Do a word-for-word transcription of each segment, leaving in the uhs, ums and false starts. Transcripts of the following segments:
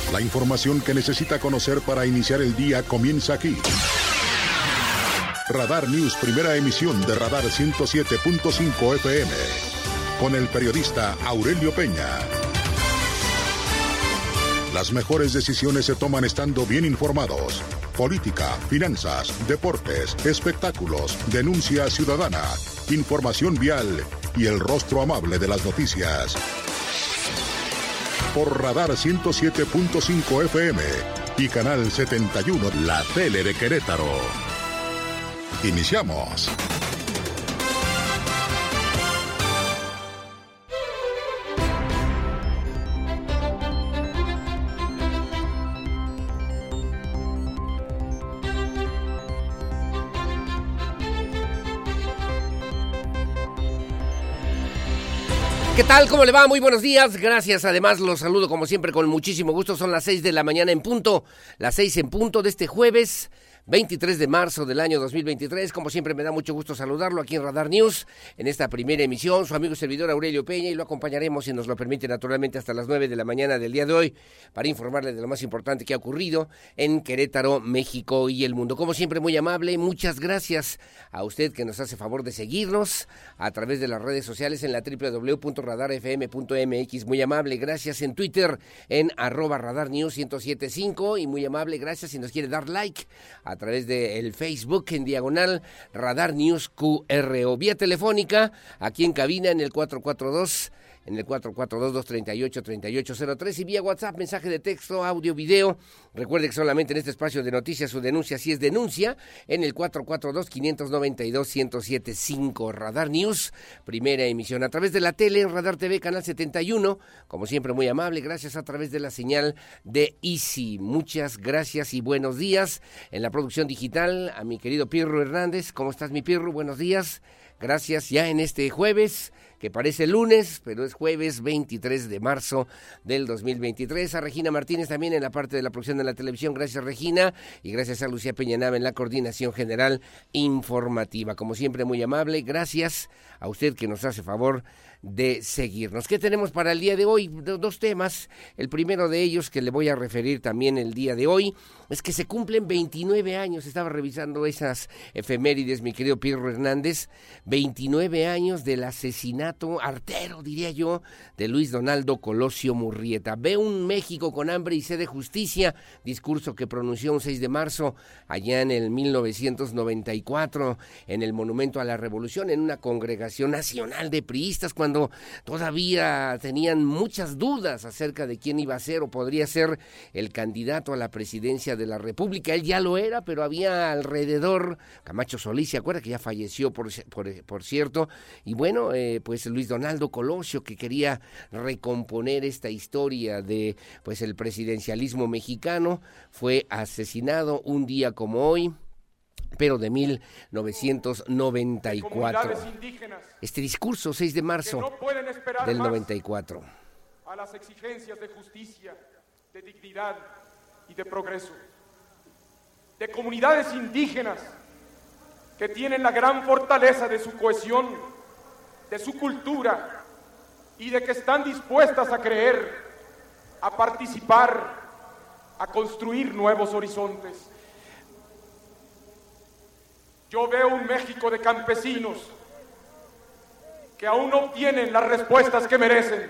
La información que necesita conocer para iniciar el día comienza aquí. Radar News, primera emisión de Radar ciento siete punto cinco F M, con el periodista Aurelio Peña. Las mejores decisiones se toman estando bien informados. Política, finanzas, deportes, espectáculos, denuncia ciudadana, información vial y el rostro amable de las noticias. Por Radar ciento siete punto cinco F M y Canal setenta y uno, la tele de Querétaro. Iniciamos. ¿Qué tal? ¿Cómo le va? Muy buenos días. Gracias. Además, los saludo como siempre con muchísimo gusto. Son las seis de la mañana en punto. Las seis en punto de este jueves veintitrés de marzo del año dos mil veintitrés. Como siempre, me da mucho gusto saludarlo aquí en Radar News, en esta primera emisión. Su amigo y servidor Aurelio Peña, y lo acompañaremos, si nos lo permite, naturalmente, hasta las nueve de la mañana del día de hoy, para informarle de lo más importante que ha ocurrido en Querétaro, México y el mundo. Como siempre, muy amable. Muchas gracias a usted que nos hace favor de seguirnos a través de las redes sociales en la doble u doble u doble u punto radar f m punto m x. Muy amable. Gracias en Twitter en arroba Radar News ciento siete punto cinco. Y muy amable, gracias si nos quiere dar like a través del Facebook en diagonal Radar News Q R, o vía telefónica aquí en cabina en el cuatro cuatro dos, en el cuatro cuatro dos, dos tres ocho, tres ocho cero tres, y vía WhatsApp, mensaje de texto, audio, video. Recuerde que solamente en este espacio de noticias su denuncia si es denuncia en el cuatro cuatro dos, quinientos noventa y dos, ciento setenta y cinco. Radar News, primera emisión a través de la tele en Radar T V, canal setenta y uno, como siempre muy amable, gracias a través de la señal de Easy. Muchas gracias y buenos días. En la producción digital a mi querido Pirro Hernández. ¿Cómo estás, mi Pirro? Buenos días. Gracias ya en este jueves, que parece lunes, pero es jueves veintitrés de marzo del dos mil veintitrés. A Regina Martínez también en la parte de la producción de la televisión. Gracias, Regina. Y gracias a Lucía Peñanaba en la coordinación general informativa. Como siempre, muy amable. Gracias a usted que nos hace favor de seguirnos. ¿Qué tenemos para el día de hoy? Dos temas. El primero de ellos, que le voy a referir también el día de hoy, es que se cumplen veintinueve años. Estaba revisando esas efemérides, mi querido Pirro Hernández. veintinueve años del asesinato artero, diría yo, de Luis Donaldo Colosio Murrieta. Ve un México con hambre y sed de justicia, discurso que pronunció un seis de marzo allá en el mil novecientos noventa y cuatro en el Monumento a la Revolución, en una congregación nacional de priistas, cuando todavía tenían muchas dudas acerca de quién iba a ser o podría ser el candidato a la presidencia de la República. Él ya lo era, pero había alrededor Camacho Solís, ¿se acuerda? Que ya falleció, por, por, por cierto, y bueno, eh, pues Luis Donaldo Colosio, que quería recomponer esta historia de pues el presidencialismo mexicano, fue asesinado un día como hoy, pero de mil novecientos noventa y cuatro. Este discurso, seis de marzo no del noventa y cuatro. A las exigencias de justicia, de dignidad y de progreso. De comunidades indígenas que tienen la gran fortaleza de su cohesión, de su cultura y de que están dispuestas a creer, a participar, a construir nuevos horizontes. Yo veo un México de campesinos que aún no obtienen las respuestas que merecen.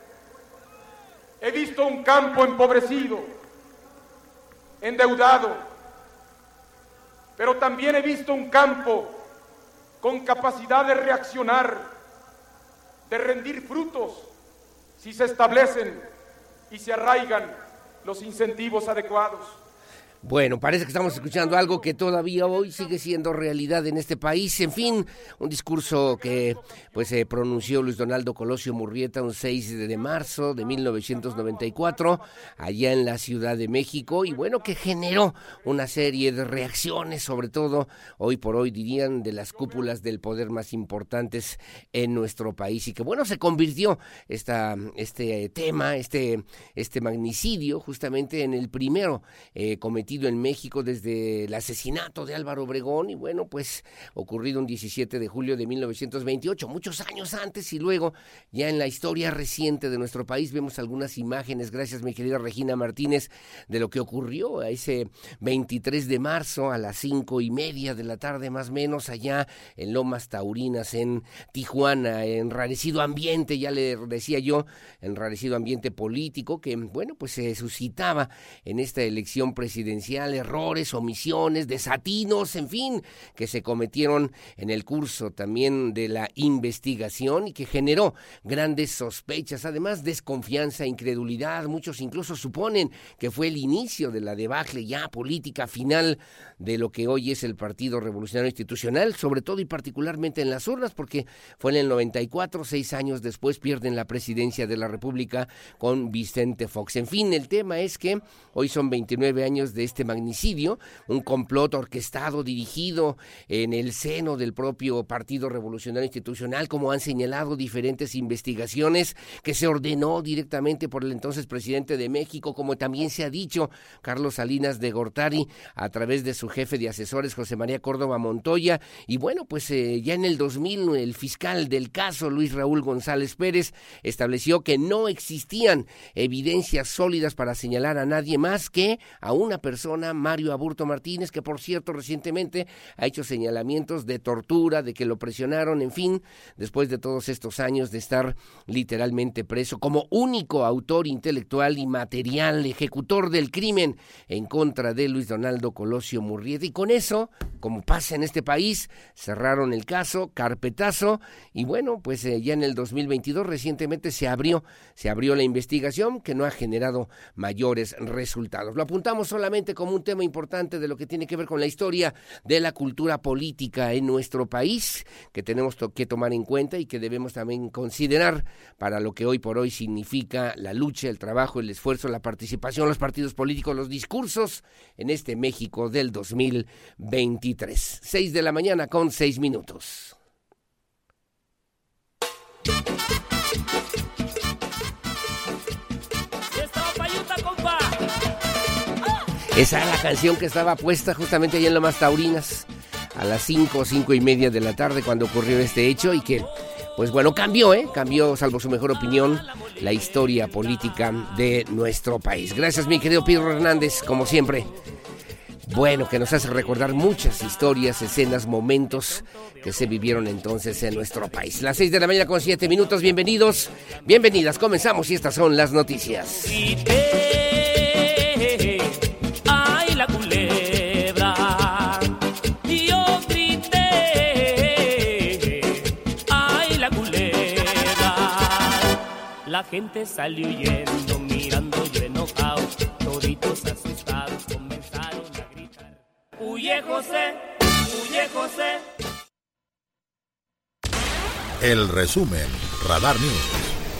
He visto un campo empobrecido, endeudado, pero también he visto un campo con capacidad de reaccionar, de rendir frutos, si se establecen y se arraigan los incentivos adecuados. Bueno, parece que estamos escuchando algo que todavía hoy sigue siendo realidad en este país. En fin, un discurso que pues eh, pronunció Luis Donaldo Colosio Murrieta un seis de marzo de mil novecientos noventa y cuatro allá en la Ciudad de México, y bueno, que generó una serie de reacciones, sobre todo hoy por hoy dirían de las cúpulas del poder más importantes en nuestro país, y que bueno, se convirtió esta, este tema, este, este magnicidio justamente en el primero eh, cometido cometido en México desde el asesinato de Álvaro Obregón y bueno, pues ocurrido un diecisiete de julio de mil novecientos veintiocho, muchos años antes, y luego ya en la historia reciente de nuestro país vemos algunas imágenes, gracias mi querida Regina Martínez, de lo que ocurrió a ese veintitrés de marzo a las cinco y media de la tarde más o menos allá en Lomas Taurinas, en Tijuana, enrarecido ambiente, ya le decía yo, enrarecido ambiente político que bueno, pues se suscitaba en esta elección presidencial, errores, omisiones, desatinos, en fin, que se cometieron en el curso también de la investigación y que generó grandes sospechas, además desconfianza, incredulidad, muchos incluso suponen que fue el inicio de la debacle ya política final de lo que hoy es el Partido Revolucionario Institucional, sobre todo y particularmente en las urnas, porque fue en el noventa y cuatro, seis años después pierden la presidencia de la República con Vicente Fox. En fin, el tema es que hoy son veintinueve años de este magnicidio, un complot orquestado, dirigido en el seno del propio Partido Revolucionario Institucional, como han señalado diferentes investigaciones, que se ordenó directamente por el entonces presidente de México, como también se ha dicho Carlos Salinas de Gortari a través de su jefe de asesores José María Córdoba Montoya. Y bueno, pues eh, ya en el dos mil el fiscal del caso Luis Raúl González Pérez estableció que no existían evidencias sólidas para señalar a nadie más que a una persona, Mario Aburto Martínez, que por cierto recientemente ha hecho señalamientos de tortura, de que lo presionaron, en fin, después de todos estos años de estar literalmente preso como único autor intelectual y material ejecutor del crimen en contra de Luis Donaldo Colosio Murrieta. Y con eso, como pasa en este país, cerraron el caso, carpetazo, y bueno, pues eh, ya en el dos mil veintidós recientemente se abrió, se abrió la investigación que no ha generado mayores resultados. Lo apuntamos solamente como un tema importante de lo que tiene que ver con la historia de la cultura política en nuestro país, que tenemos to- que tomar en cuenta y que debemos también considerar para lo que hoy por hoy significa la lucha, el trabajo, el esfuerzo, la participación, los partidos políticos, los discursos en este México del dos mil veintitrés. Seis de la mañana con seis minutos. Esa era la canción que estaba puesta justamente ahí en Lomas Taurinas a las cinco, cinco y media de la tarde cuando ocurrió este hecho y que, pues bueno, cambió, ¿eh? Cambió, salvo su mejor opinión, la historia política de nuestro país. Gracias, mi querido Pedro Hernández, como siempre. Bueno, que nos hace recordar muchas historias, escenas, momentos que se vivieron entonces en nuestro país. Las seis de la mañana con siete minutos, bienvenidos, bienvenidas, comenzamos y estas son las noticias. Ay, la culebra, yo grité, ay, la culebra, la gente salió huyendo, mirando yo enojado, toditos asustados comenzaron a gritar. Huye José, huye José. El resumen, Radar News.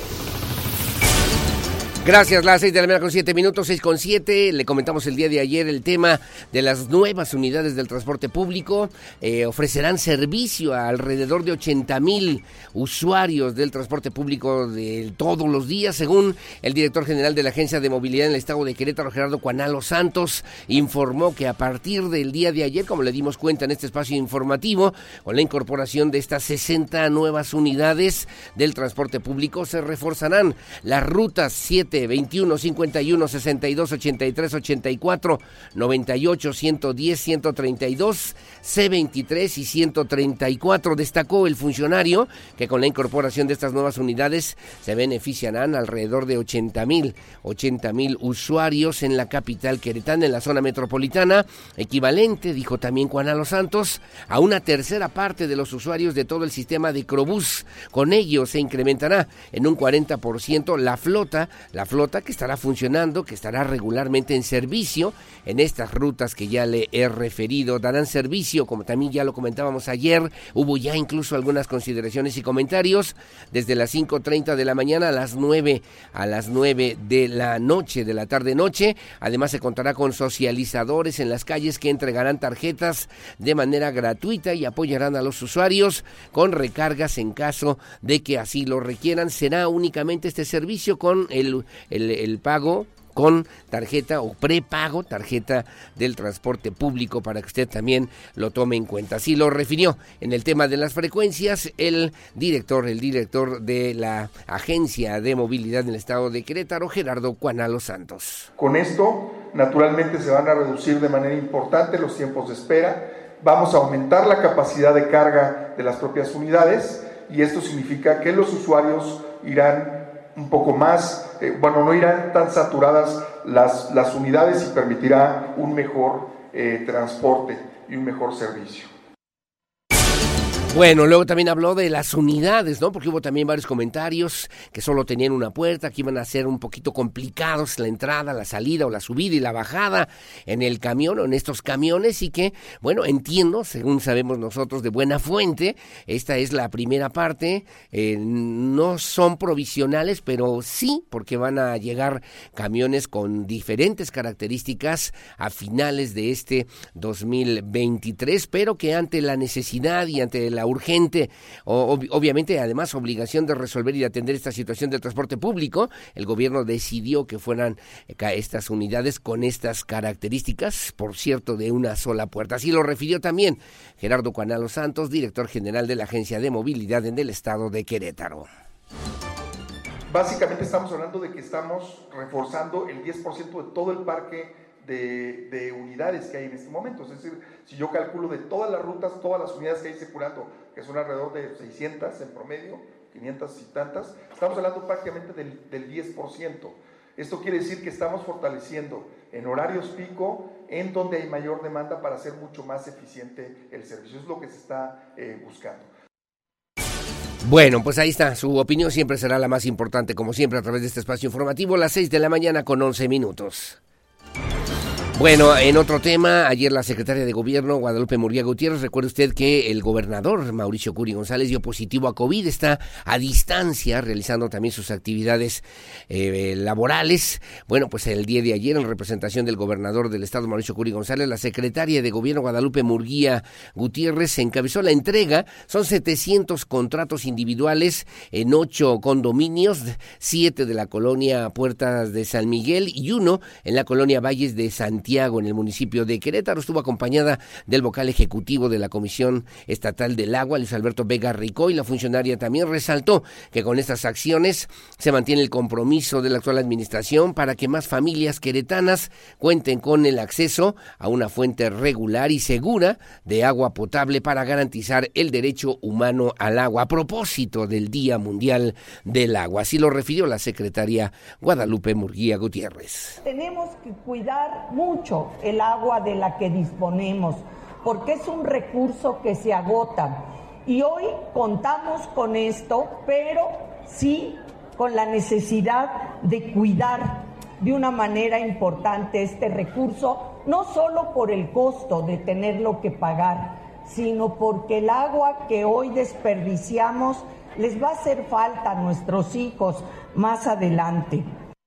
Gracias, las seis de la mañana con siete minutos, seis con siete. Le comentamos el día de ayer el tema de las nuevas unidades del transporte público. Eh, ofrecerán servicio a alrededor de ochenta mil usuarios del transporte público de todos los días, según el director general de la Agencia de Movilidad en el Estado de Querétaro, Gerardo Cuanalo Santos, informó que a partir del día de ayer, como le dimos cuenta en este espacio informativo, con la incorporación de estas sesenta nuevas unidades del transporte público, se reforzarán las rutas siete, veintiuno, cincuenta y uno, sesenta y dos, ochenta y tres, ochenta y cuatro, noventa y ocho, ciento diez, ciento treinta y dos, C veintitrés y ciento treinta y cuatro. Destacó el funcionario que con la incorporación de estas nuevas unidades se beneficiarán alrededor de ochenta mil, ochenta mil usuarios en la capital queretana, en la zona metropolitana, equivalente, dijo también Cuanalo Santos, a una tercera parte de los usuarios de todo el sistema de Crobús. Con ello se incrementará en un cuarenta por ciento la flota, la flota que estará funcionando, que estará regularmente en servicio en estas rutas que ya le he referido. Darán servicio, como también ya lo comentábamos ayer, hubo ya incluso algunas consideraciones y comentarios, desde las cinco treinta de la mañana a las nueve, a las nueve de la noche, de la tarde-noche. Además se contará con socializadores en las calles que entregarán tarjetas de manera gratuita y apoyarán a los usuarios con recargas en caso de que así lo requieran. Será únicamente este servicio con el, el, el pago con tarjeta o prepago, tarjeta del transporte público, para que usted también lo tome en cuenta. Así lo refirió en el tema de las frecuencias el director, el director de la Agencia de Movilidad en el Estado de Querétaro, Gerardo Cuanalo Santos. Con esto, naturalmente, se van a reducir de manera importante los tiempos de espera. Vamos a aumentar la capacidad de carga de las propias unidades y esto significa que los usuarios irán un poco más, eh, bueno, no irán tan saturadas las, las unidades y permitirá un mejor eh, transporte y un mejor servicio. Bueno, luego también habló de las unidades, ¿no? Porque hubo también varios comentarios que solo tenían una puerta, que iban a ser un poquito complicados la entrada, la salida o la subida y la bajada en el camión o en estos camiones y que, bueno, entiendo, según sabemos nosotros de buena fuente, esta es la primera parte, eh, no son provisionales, pero sí, porque van a llegar camiones con diferentes características a finales de este dos mil veintitrés, pero que ante la necesidad y ante la urgente, o, ob, obviamente además obligación de resolver y de atender esta situación del transporte público, el gobierno decidió que fueran estas unidades con estas características, por cierto, de una sola puerta. Así lo refirió también Gerardo Cuanalo Santos, director general de la Agencia de Movilidad en el Estado de Querétaro. Básicamente estamos hablando de que estamos reforzando el diez por ciento de todo el parque De, de unidades que hay en este momento. Es decir, si yo calculo de todas las rutas, todas las unidades que hay circulando, que son alrededor de seiscientas en promedio, quinientas y tantas, estamos hablando prácticamente del, del diez por ciento. Esto quiere decir que estamos fortaleciendo en horarios pico, en donde hay mayor demanda, para hacer mucho más eficiente el servicio. Es lo que se está eh, buscando. Bueno, pues ahí está, su opinión siempre será la más importante, como siempre, a través de este espacio informativo, las seis de la mañana con once minutos. Bueno, en otro tema, ayer la secretaria de Gobierno, Guadalupe Murguía Gutiérrez, recuerde usted que el gobernador Mauricio Curi González dio positivo a COVID, está a distancia realizando también sus actividades eh, laborales. Bueno, pues el día de ayer, en representación del gobernador del estado, Mauricio Curi González, la secretaria de Gobierno, Guadalupe Murguía Gutiérrez, encabezó la entrega. Son setecientos contratos individuales en ocho condominios, siete de la colonia Puertas de San Miguel y uno en la colonia Valles de Santiago, en el municipio de Querétaro. Estuvo acompañada del vocal ejecutivo de la Comisión Estatal del Agua, Luis Alberto Vega Ricoy. La funcionaria también resaltó que con estas acciones se mantiene el compromiso de la actual administración para que más familias queretanas cuenten con el acceso a una fuente regular y segura de agua potable para garantizar el derecho humano al agua, a propósito del Día Mundial del Agua. Así lo refirió la secretaria Guadalupe Murguía Gutiérrez. Tenemos que cuidar mucho el agua de la que disponemos, porque es un recurso que se agota. Y hoy contamos con esto, pero sí con la necesidad de cuidar de una manera importante este recurso, no solo por el costo de tenerlo que pagar, sino porque el agua que hoy desperdiciamos les va a hacer falta a nuestros hijos más adelante.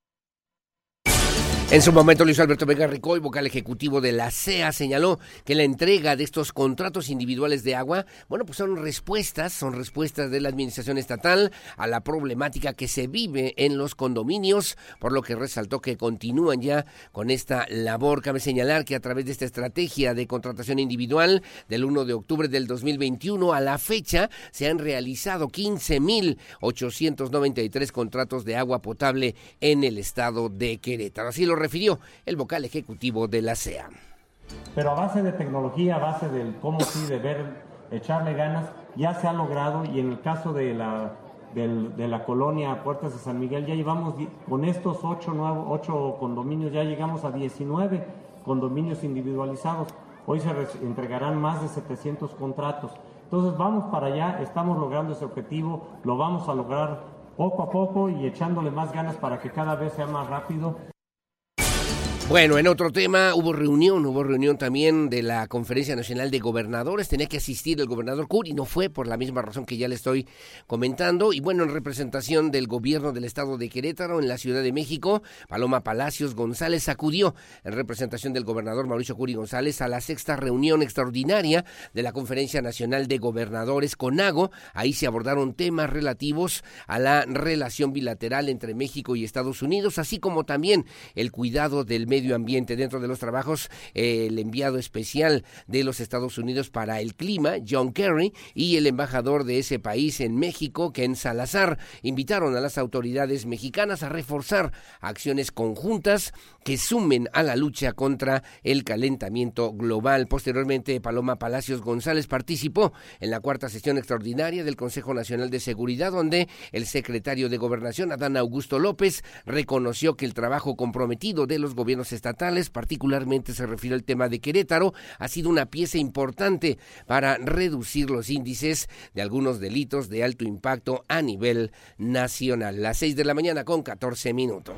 En su momento, Luis Alberto Vega Ricoy, vocal ejecutivo de la C E A, señaló que la entrega de estos contratos individuales de agua, bueno, pues son respuestas, son respuestas de la administración estatal a la problemática que se vive en los condominios, por lo que resaltó que continúan ya con esta labor. Cabe señalar que a través de esta estrategia de contratación individual del primero de octubre del dos mil veintiuno a la fecha se han realizado quince mil ochocientos noventa y tres contratos de agua potable en el estado de Querétaro. Así lo refirió el vocal ejecutivo de la C E A. Pero a base de tecnología, a base del cómo sí, de ver, echarle ganas, ya se ha logrado, y en el caso de la, del, de la colonia Puertas de San Miguel, ya llevamos con estos ocho, nueve, ocho condominios, ya llegamos a diecinueve condominios individualizados. Hoy se entregarán más de setecientos contratos. Entonces vamos para allá, estamos logrando ese objetivo, lo vamos a lograr poco a poco y echándole más ganas para que cada vez sea más rápido. Bueno, en otro tema, hubo reunión, hubo reunión también de la Conferencia Nacional de Gobernadores. Tenía que asistir el gobernador Curi, no fue por la misma razón que ya le estoy comentando. Y bueno, en representación del gobierno del estado de Querétaro, en la Ciudad de México, Paloma Palacios González acudió en representación del gobernador Mauricio Curi González a la sexta reunión extraordinaria de la Conferencia Nacional de Gobernadores CONAGO. Ahí se abordaron temas relativos a la relación bilateral entre México y Estados Unidos, así como también el cuidado del medio ambiente. Dentro de los trabajos, eh, el enviado especial de los Estados Unidos para el clima, John Kerry, y el embajador de ese país en México, Ken Salazar, invitaron a las autoridades mexicanas a reforzar acciones conjuntas que sumen a la lucha contra el calentamiento global. Posteriormente, Paloma Palacios González participó en la cuarta sesión extraordinaria del Consejo Nacional de Seguridad, donde el secretario de Gobernación, Adán Augusto López, reconoció que el trabajo comprometido de los gobiernos estatales, particularmente se refirió al tema de Querétaro, ha sido una pieza importante para reducir los índices de algunos delitos de alto impacto a nivel nacional. Las seis de la mañana con catorce minutos.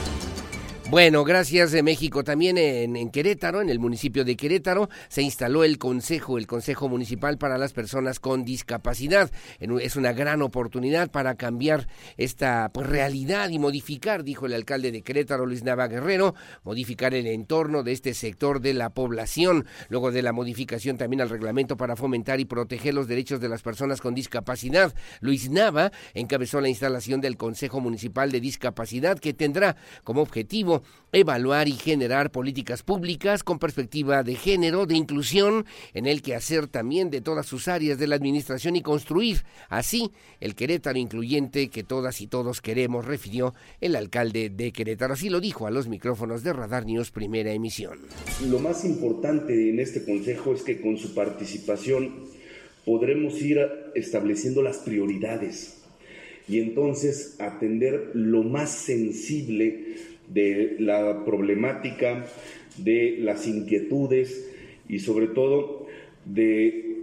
Bueno, gracias de México. También en, en Querétaro, en el municipio de Querétaro, se instaló el Consejo, el Consejo Municipal para las Personas con Discapacidad. Es una gran oportunidad para cambiar esta pues, realidad y modificar, dijo el alcalde de Querétaro, Luis Nava Guerrero, modificar el entorno de este sector de la población. Luego de la modificación también al reglamento para fomentar y proteger los derechos de las personas con discapacidad, Luis Nava encabezó la instalación del Consejo Municipal de Discapacidad, que tendrá como objetivo evaluar y generar políticas públicas con perspectiva de género, de inclusión en el quehacer también de todas sus áreas de la administración y construir así el Querétaro incluyente que todas y todos queremos, refirió el alcalde de Querétaro. Así lo dijo a los micrófonos de Radar News Primera Emisión. Lo más importante en este consejo es que con su participación podremos ir estableciendo las prioridades y entonces atender lo más sensible de la problemática, de las inquietudes y sobre todo de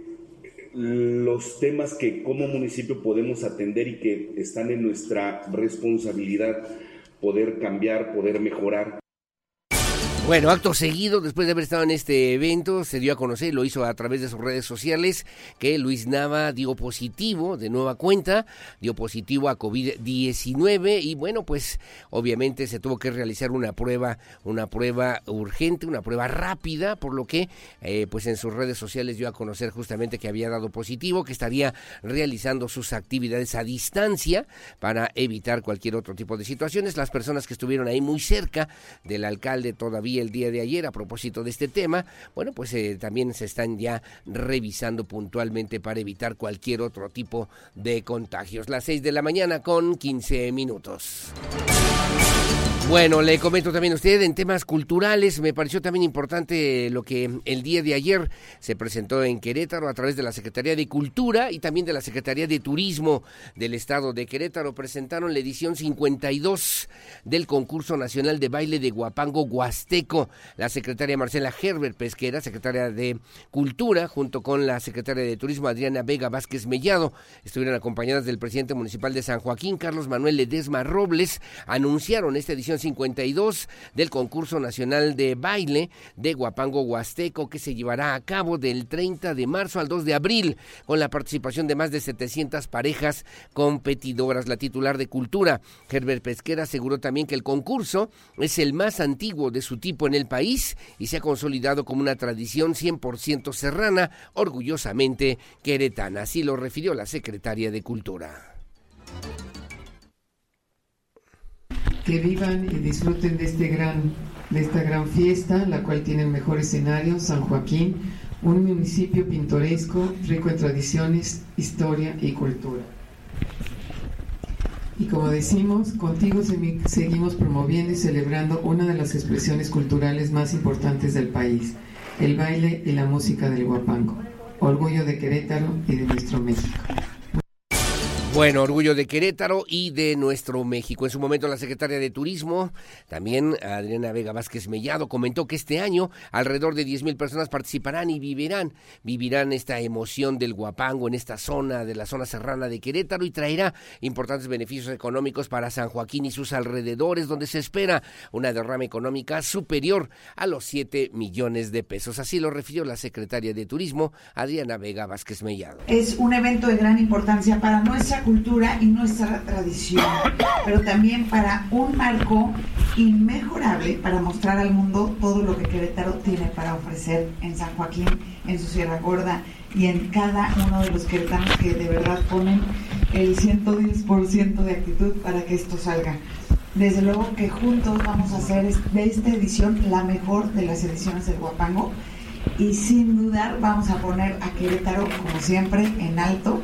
los temas que como municipio podemos atender y que están en nuestra responsabilidad poder cambiar, poder mejorar. Bueno, acto seguido, después de haber estado en este evento, se dio a conocer, lo hizo a través de sus redes sociales, que Luis Nava dio positivo, de nueva cuenta, dio positivo a COVID diecinueve y bueno, pues obviamente se tuvo que realizar una prueba, una prueba urgente, una prueba rápida, por lo que eh, pues en sus redes sociales dio a conocer justamente que había dado positivo, que estaría realizando sus actividades a distancia para evitar cualquier otro tipo de situaciones. Las personas que estuvieron ahí muy cerca del alcalde todavía el día de ayer a propósito de este tema, bueno, pues eh, también se están ya revisando puntualmente para evitar cualquier otro tipo de contagios. Las seis de la mañana con quince minutos. Bueno, le comento también a usted en temas culturales, me pareció también importante lo que el día de ayer se presentó en Querétaro a través de la Secretaría de Cultura y también de la Secretaría de Turismo del Estado de Querétaro. Presentaron la edición cincuenta y dos del Concurso Nacional de Baile de Huapango Huasteco. La secretaria Marcela Herbert Pesquera, secretaria de Cultura, junto con la secretaria de Turismo Adriana Vega Vázquez Mellado, estuvieron acompañadas del presidente municipal de San Joaquín, Carlos Manuel Ledesma Robles, anunciaron esta edición cincuenta y dos del Concurso Nacional de Baile de Huapango Huasteco, que se llevará a cabo del treinta de marzo al dos de abril, con la participación de más de setecientas parejas competidoras. La titular de Cultura, Herbert Pesquera, aseguró también que el concurso es el más antiguo de su tipo en el país y se ha consolidado como una tradición cien por ciento serrana, orgullosamente queretana. Así lo refirió la secretaria de Cultura. Que vivan y disfruten de este gran, de esta gran fiesta, la cual tiene el mejor escenario, San Joaquín, un municipio pintoresco, rico en tradiciones, historia y cultura. Y como decimos, contigo seguimos promoviendo y celebrando una de las expresiones culturales más importantes del país, el baile y la música del Huapango, orgullo de Querétaro y de nuestro México. Bueno, orgullo de Querétaro y de nuestro México. En su momento la secretaria de Turismo, también Adriana Vega Vázquez Mellado, comentó que este año alrededor de diez mil personas participarán y vivirán, vivirán esta emoción del Huapango en esta zona, de la zona serrana de Querétaro, y traerá importantes beneficios económicos para San Joaquín y sus alrededores, donde se espera una derrama económica superior a los siete millones de pesos. Así lo refirió la secretaria de Turismo, Adriana Vega Vázquez Mellado. Es un evento de gran importancia para nuestra cultura y nuestra tradición, pero también para un marco inmejorable para mostrar al mundo todo lo que Querétaro tiene para ofrecer en San Joaquín, en su Sierra Gorda y en cada uno de los queretanos que de verdad ponen el ciento diez por ciento de actitud para que esto salga. Desde luego que juntos vamos a hacer de esta edición la mejor de las ediciones del Huapango y sin dudar vamos a poner a Querétaro, como siempre, en alto.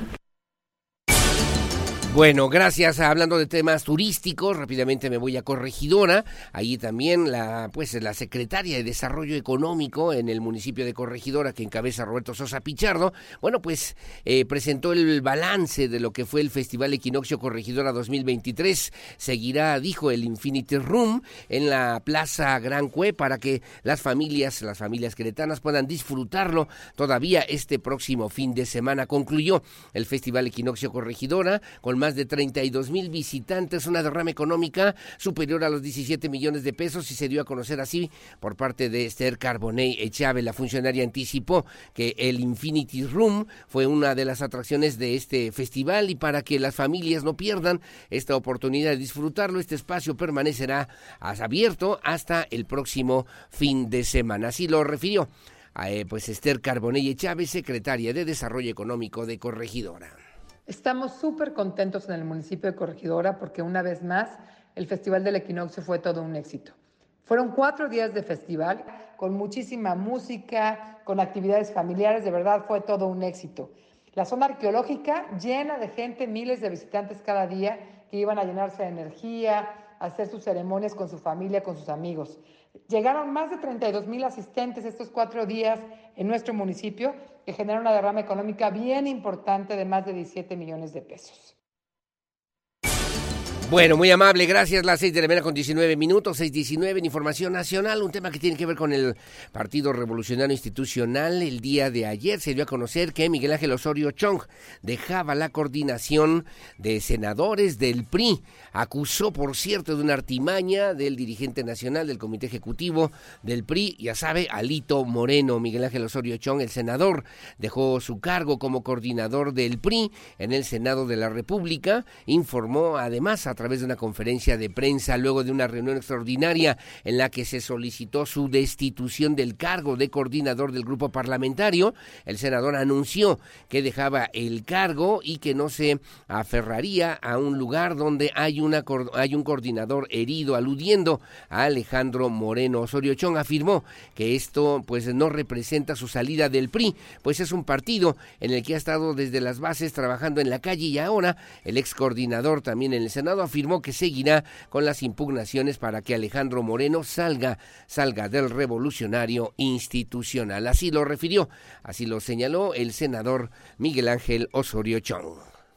Bueno, gracias. Hablando de temas turísticos, rápidamente me voy a Corregidora. Allí también la pues la secretaria de Desarrollo Económico en el municipio de Corregidora, que encabeza Roberto Sosa Pichardo, bueno, pues eh, presentó el balance de lo que fue el Festival Equinoccio Corregidora dos mil veintitrés. Seguirá, dijo, el Infinity Room en la Plaza Gran Cue para que las familias, las familias queretanas puedan disfrutarlo todavía este próximo fin de semana. Concluyó el Festival Equinoccio Corregidora con más de treinta y dos mil visitantes, una derrama económica superior a los diecisiete millones de pesos, y se dio a conocer así por parte de Esther Carbonell Echave. La funcionaria anticipó que el Infinity Room fue una de las atracciones de este festival, y para que las familias no pierdan esta oportunidad de disfrutarlo, este espacio permanecerá abierto hasta el próximo fin de semana. Así lo refirió eh, pues Esther Carbonell Echave, secretaria de Desarrollo Económico de Corregidora. Estamos súper contentos en el municipio de Corregidora porque una vez más el Festival del Equinoccio fue todo un éxito. Fueron cuatro días de festival con muchísima música, con actividades familiares, de verdad fue todo un éxito. La zona arqueológica llena de gente, miles de visitantes cada día que iban a llenarse de energía, a hacer sus ceremonias con su familia, con sus amigos. Llegaron más de treinta y dos mil asistentes estos cuatro días en nuestro municipio, que genera una derrama económica bien importante de más de diecisiete millones de pesos. Bueno, muy amable, gracias. Las seis de la mañana con diecinueve minutos, seis diecinueve en Información Nacional, un tema que tiene que ver con el Partido Revolucionario Institucional. El día de ayer se dio a conocer que Miguel Ángel Osorio Chong dejaba la coordinación de senadores del P R I. Acusó, por cierto, de una artimaña del dirigente nacional del Comité Ejecutivo del P R I, ya sabe, Alito Moreno. Miguel Ángel Osorio Chong, el senador, dejó su cargo como coordinador del P R I en el Senado de la República. Informó además a través de una conferencia de prensa luego de una reunión extraordinaria en la que se solicitó su destitución del cargo de coordinador del grupo parlamentario. El senador anunció que dejaba el cargo y que no se aferraría a un lugar donde hay, una, hay un coordinador herido, aludiendo a Alejandro Moreno. Osorio Chong afirmó que esto pues no representa su salida del P R I, pues es un partido en el que ha estado desde las bases trabajando en la calle, y ahora el ex coordinador también en el Senado afirmó que seguirá con las impugnaciones para que Alejandro Moreno salga, salga del Revolucionario Institucional. Así lo refirió, así lo señaló el senador Miguel Ángel Osorio Chong.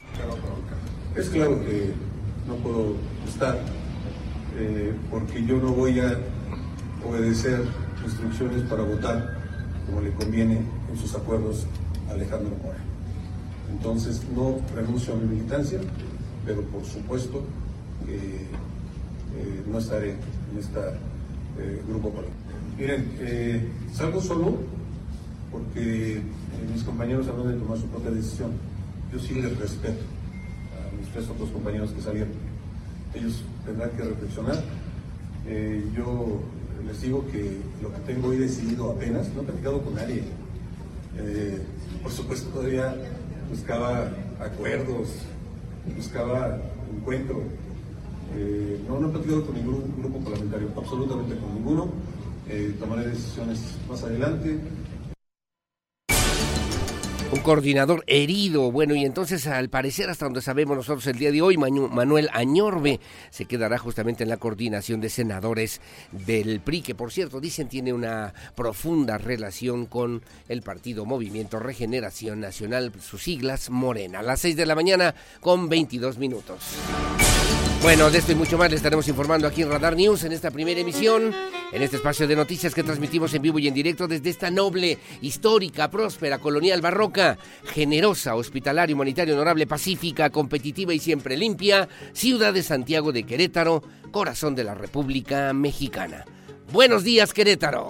Es claro que no puedo estar, eh, porque yo no voy a obedecer instrucciones para votar como le conviene en sus acuerdos a Alejandro Moreno. Entonces no renuncio a mi militancia, pero por supuesto que eh, no estaré en este eh, grupo político. Miren, eh, salgo solo porque eh, mis compañeros hablan de tomar su propia decisión. Yo sí les respeto a mis tres otros compañeros que salieron. Ellos tendrán que reflexionar. Eh, yo les digo que lo que tengo hoy decidido apenas, no he platicado con nadie. Eh, por supuesto todavía buscaba acuerdos, buscaba encuentro. Eh, no, no he platicado con ningún grupo parlamentario, absolutamente con ninguno. Eh, tomaré decisiones más adelante. Un coordinador herido. Bueno, y entonces al parecer, hasta donde sabemos nosotros el día de hoy, Manu, Manuel Añorbe se quedará justamente en la coordinación de senadores del P R I, que por cierto dicen tiene una profunda relación con el partido Movimiento Regeneración Nacional, sus siglas Morena. A las seis de la mañana con veintidós minutos. Bueno, de esto y mucho más le estaremos informando aquí en Radar News en esta primera emisión, en este espacio de noticias que transmitimos en vivo y en directo desde esta noble, histórica, próspera, colonial, barroca, generosa, hospitalaria, humanitaria, honorable, pacífica, competitiva y siempre limpia, ciudad de Santiago de Querétaro, corazón de la República Mexicana. Buenos días, Querétaro.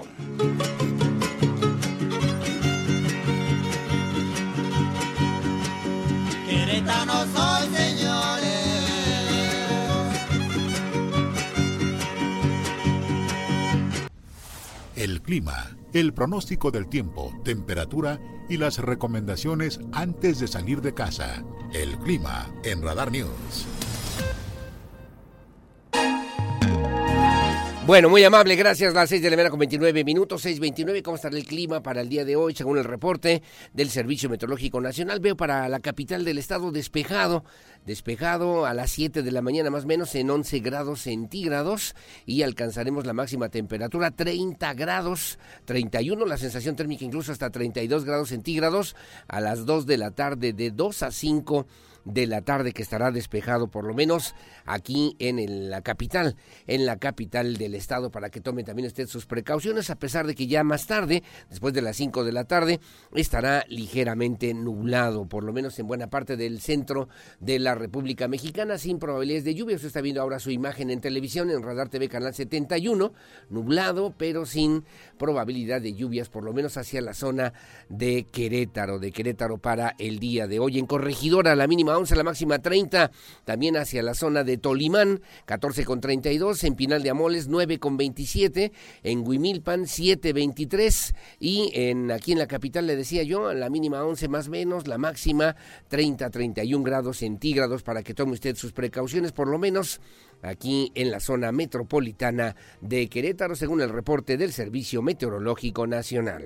Querétaro soy, señores. El clima, el pronóstico del tiempo, temperatura y las recomendaciones antes de salir de casa. El clima en Radar News. Bueno, muy amable, gracias. Las seis de la mañana con veintinueve minutos, seis veintinueve. ¿Cómo estará el clima para el día de hoy? Según el reporte del Servicio Meteorológico Nacional, veo para la capital del estado despejado, despejado a las siete de la mañana más o menos en once grados centígrados y alcanzaremos la máxima temperatura treinta grados, treinta y uno, la sensación térmica incluso hasta treinta y dos grados centígrados a las dos de la tarde, de dos a cinco de la tarde, que estará despejado por lo menos aquí en el, la capital, en la capital del estado, para que tome también usted sus precauciones, a pesar de que ya más tarde, después de las cinco de la tarde, estará ligeramente nublado, por lo menos en buena parte del centro de la República Mexicana, sin probabilidades de lluvia. Usted está viendo ahora su imagen en televisión, en Radar T V Canal setenta y uno, nublado, pero sin probabilidad de lluvias, por lo menos hacia la zona de Querétaro, de Querétaro para el día de hoy. En Corregidora, la mínima once, la máxima treinta, también hacia la zona de Tolimán, catorce con treinta y dos, en Pinal de Amoles, nueve con veintisiete, en Huimilpan, siete veintitrés, y en aquí en la capital, le decía yo, la mínima once más menos, la máxima treinta, treinta y un grados centígrados, para que tome usted sus precauciones, por lo menos aquí en la zona metropolitana de Querétaro, según el reporte del Servicio Meteorológico Nacional.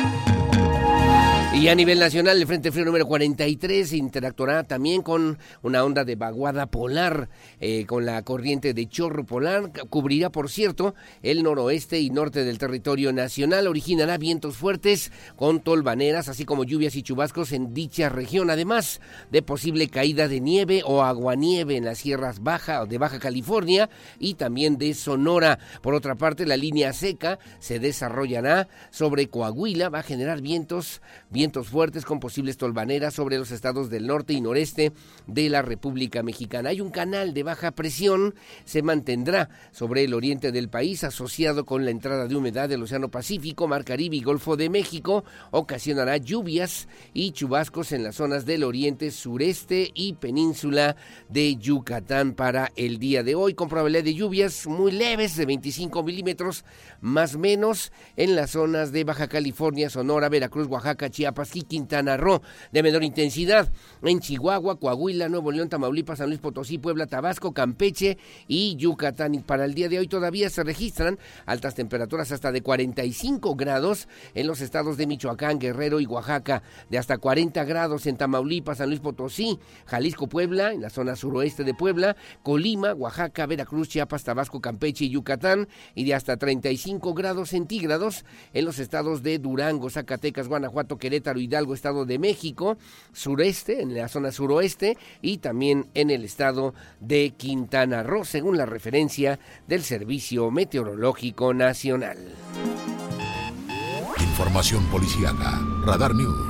Y a nivel nacional, el Frente Frío número cuarenta y tres interactuará también con una onda de vaguada polar, eh, con la corriente de chorro polar. Cubrirá, por cierto, el noroeste y norte del territorio nacional. Originará vientos fuertes con tolvaneras, así como lluvias y chubascos en dicha región, además de posible caída de nieve o aguanieve en las sierras baja o de Baja California y también de Sonora. Por otra parte, la línea seca se desarrollará sobre Coahuila, va a generar vientos vientos fuertes con posibles tolvaneras sobre los estados del norte y noreste de la República Mexicana. Hay un canal de baja presión, se mantendrá sobre el oriente del país, asociado con la entrada de humedad del Océano Pacífico, Mar Caribe y Golfo de México. Ocasionará lluvias y chubascos en las zonas del oriente, sureste y península de Yucatán para el día de hoy, con probabilidad de lluvias muy leves de veinticinco milímetros, más menos en las zonas de Baja California, Sonora, Veracruz, Oaxaca, Chiapas y Quintana Roo, de menor intensidad en Chihuahua, Coahuila, Nuevo León, Tamaulipas, San Luis Potosí, Puebla, Tabasco, Campeche y Yucatán. Y para el día de hoy todavía se registran altas temperaturas hasta de cuarenta y cinco grados en los estados de Michoacán, Guerrero y Oaxaca, de hasta cuarenta grados en Tamaulipas, San Luis Potosí, Jalisco, Puebla, en la zona suroeste de Puebla, Colima, Oaxaca, Veracruz, Chiapas, Tabasco, Campeche y Yucatán, y de hasta treinta y cinco grados centígrados en los estados de Durango, Zacatecas, Guanajuato, Querétaro, Hidalgo, Estado de México, sureste, en la zona suroeste, y también en el estado de Quintana Roo, según la referencia del Servicio Meteorológico Nacional. Información policíaca, Radar News.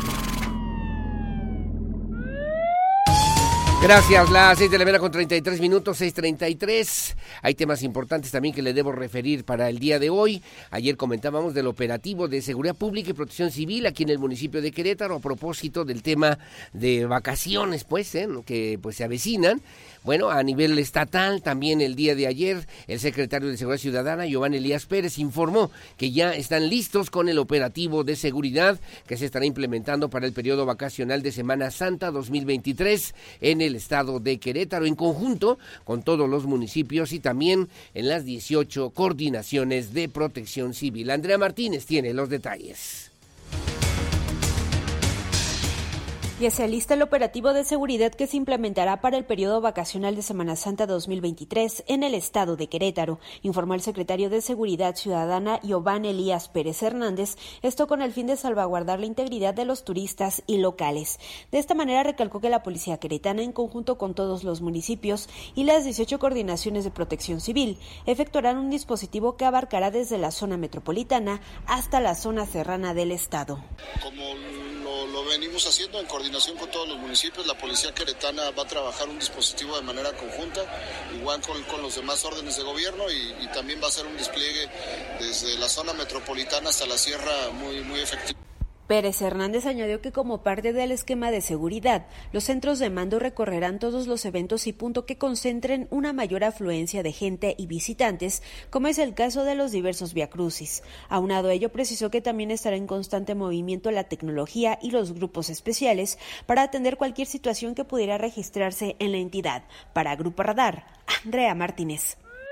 Gracias, las seis de la mañana con treinta y tres minutos, seis treinta y tres. Hay temas importantes también que le debo referir para el día de hoy. Ayer comentábamos del operativo de seguridad pública y protección civil aquí en el municipio de Querétaro a propósito del tema de vacaciones, pues, ¿eh? que pues se avecinan. Bueno, a nivel estatal, también el día de ayer, el secretario de Seguridad Ciudadana, Giovanni Elías Pérez, informó que ya están listos con el operativo de seguridad que se estará implementando para el periodo vacacional de Semana Santa dos mil veintitrés en el estado de Querétaro, en conjunto con todos los municipios y también en las dieciocho coordinaciones de protección civil. Andrea Martínez tiene los detalles. Ya se alista el operativo de seguridad que se implementará para el periodo vacacional de Semana Santa dos mil veintitrés en el estado de Querétaro, informó el secretario de Seguridad Ciudadana Iván Elías Pérez Hernández, esto con el fin de salvaguardar la integridad de los turistas y locales. De esta manera recalcó que la Policía Queretana, en conjunto con todos los municipios y las dieciocho coordinaciones de protección civil, efectuarán un dispositivo que abarcará desde la zona metropolitana hasta la zona serrana del estado. Como lo, lo venimos haciendo en coordinación con todos los municipios, la Policía Queretana va a trabajar un dispositivo de manera conjunta, igual con, con los demás órdenes de gobierno, y, y también va a ser un despliegue desde la zona metropolitana hasta la sierra muy, muy efectivo. Pérez Hernández añadió que como parte del esquema de seguridad, los centros de mando recorrerán todos los eventos y punto que concentren una mayor afluencia de gente y visitantes, como es el caso de los diversos viacrucis. Aunado a ello, precisó que también estará en constante movimiento la tecnología y los grupos especiales para atender cualquier situación que pudiera registrarse en la entidad. Para Grupo Radar, Andrea Martínez.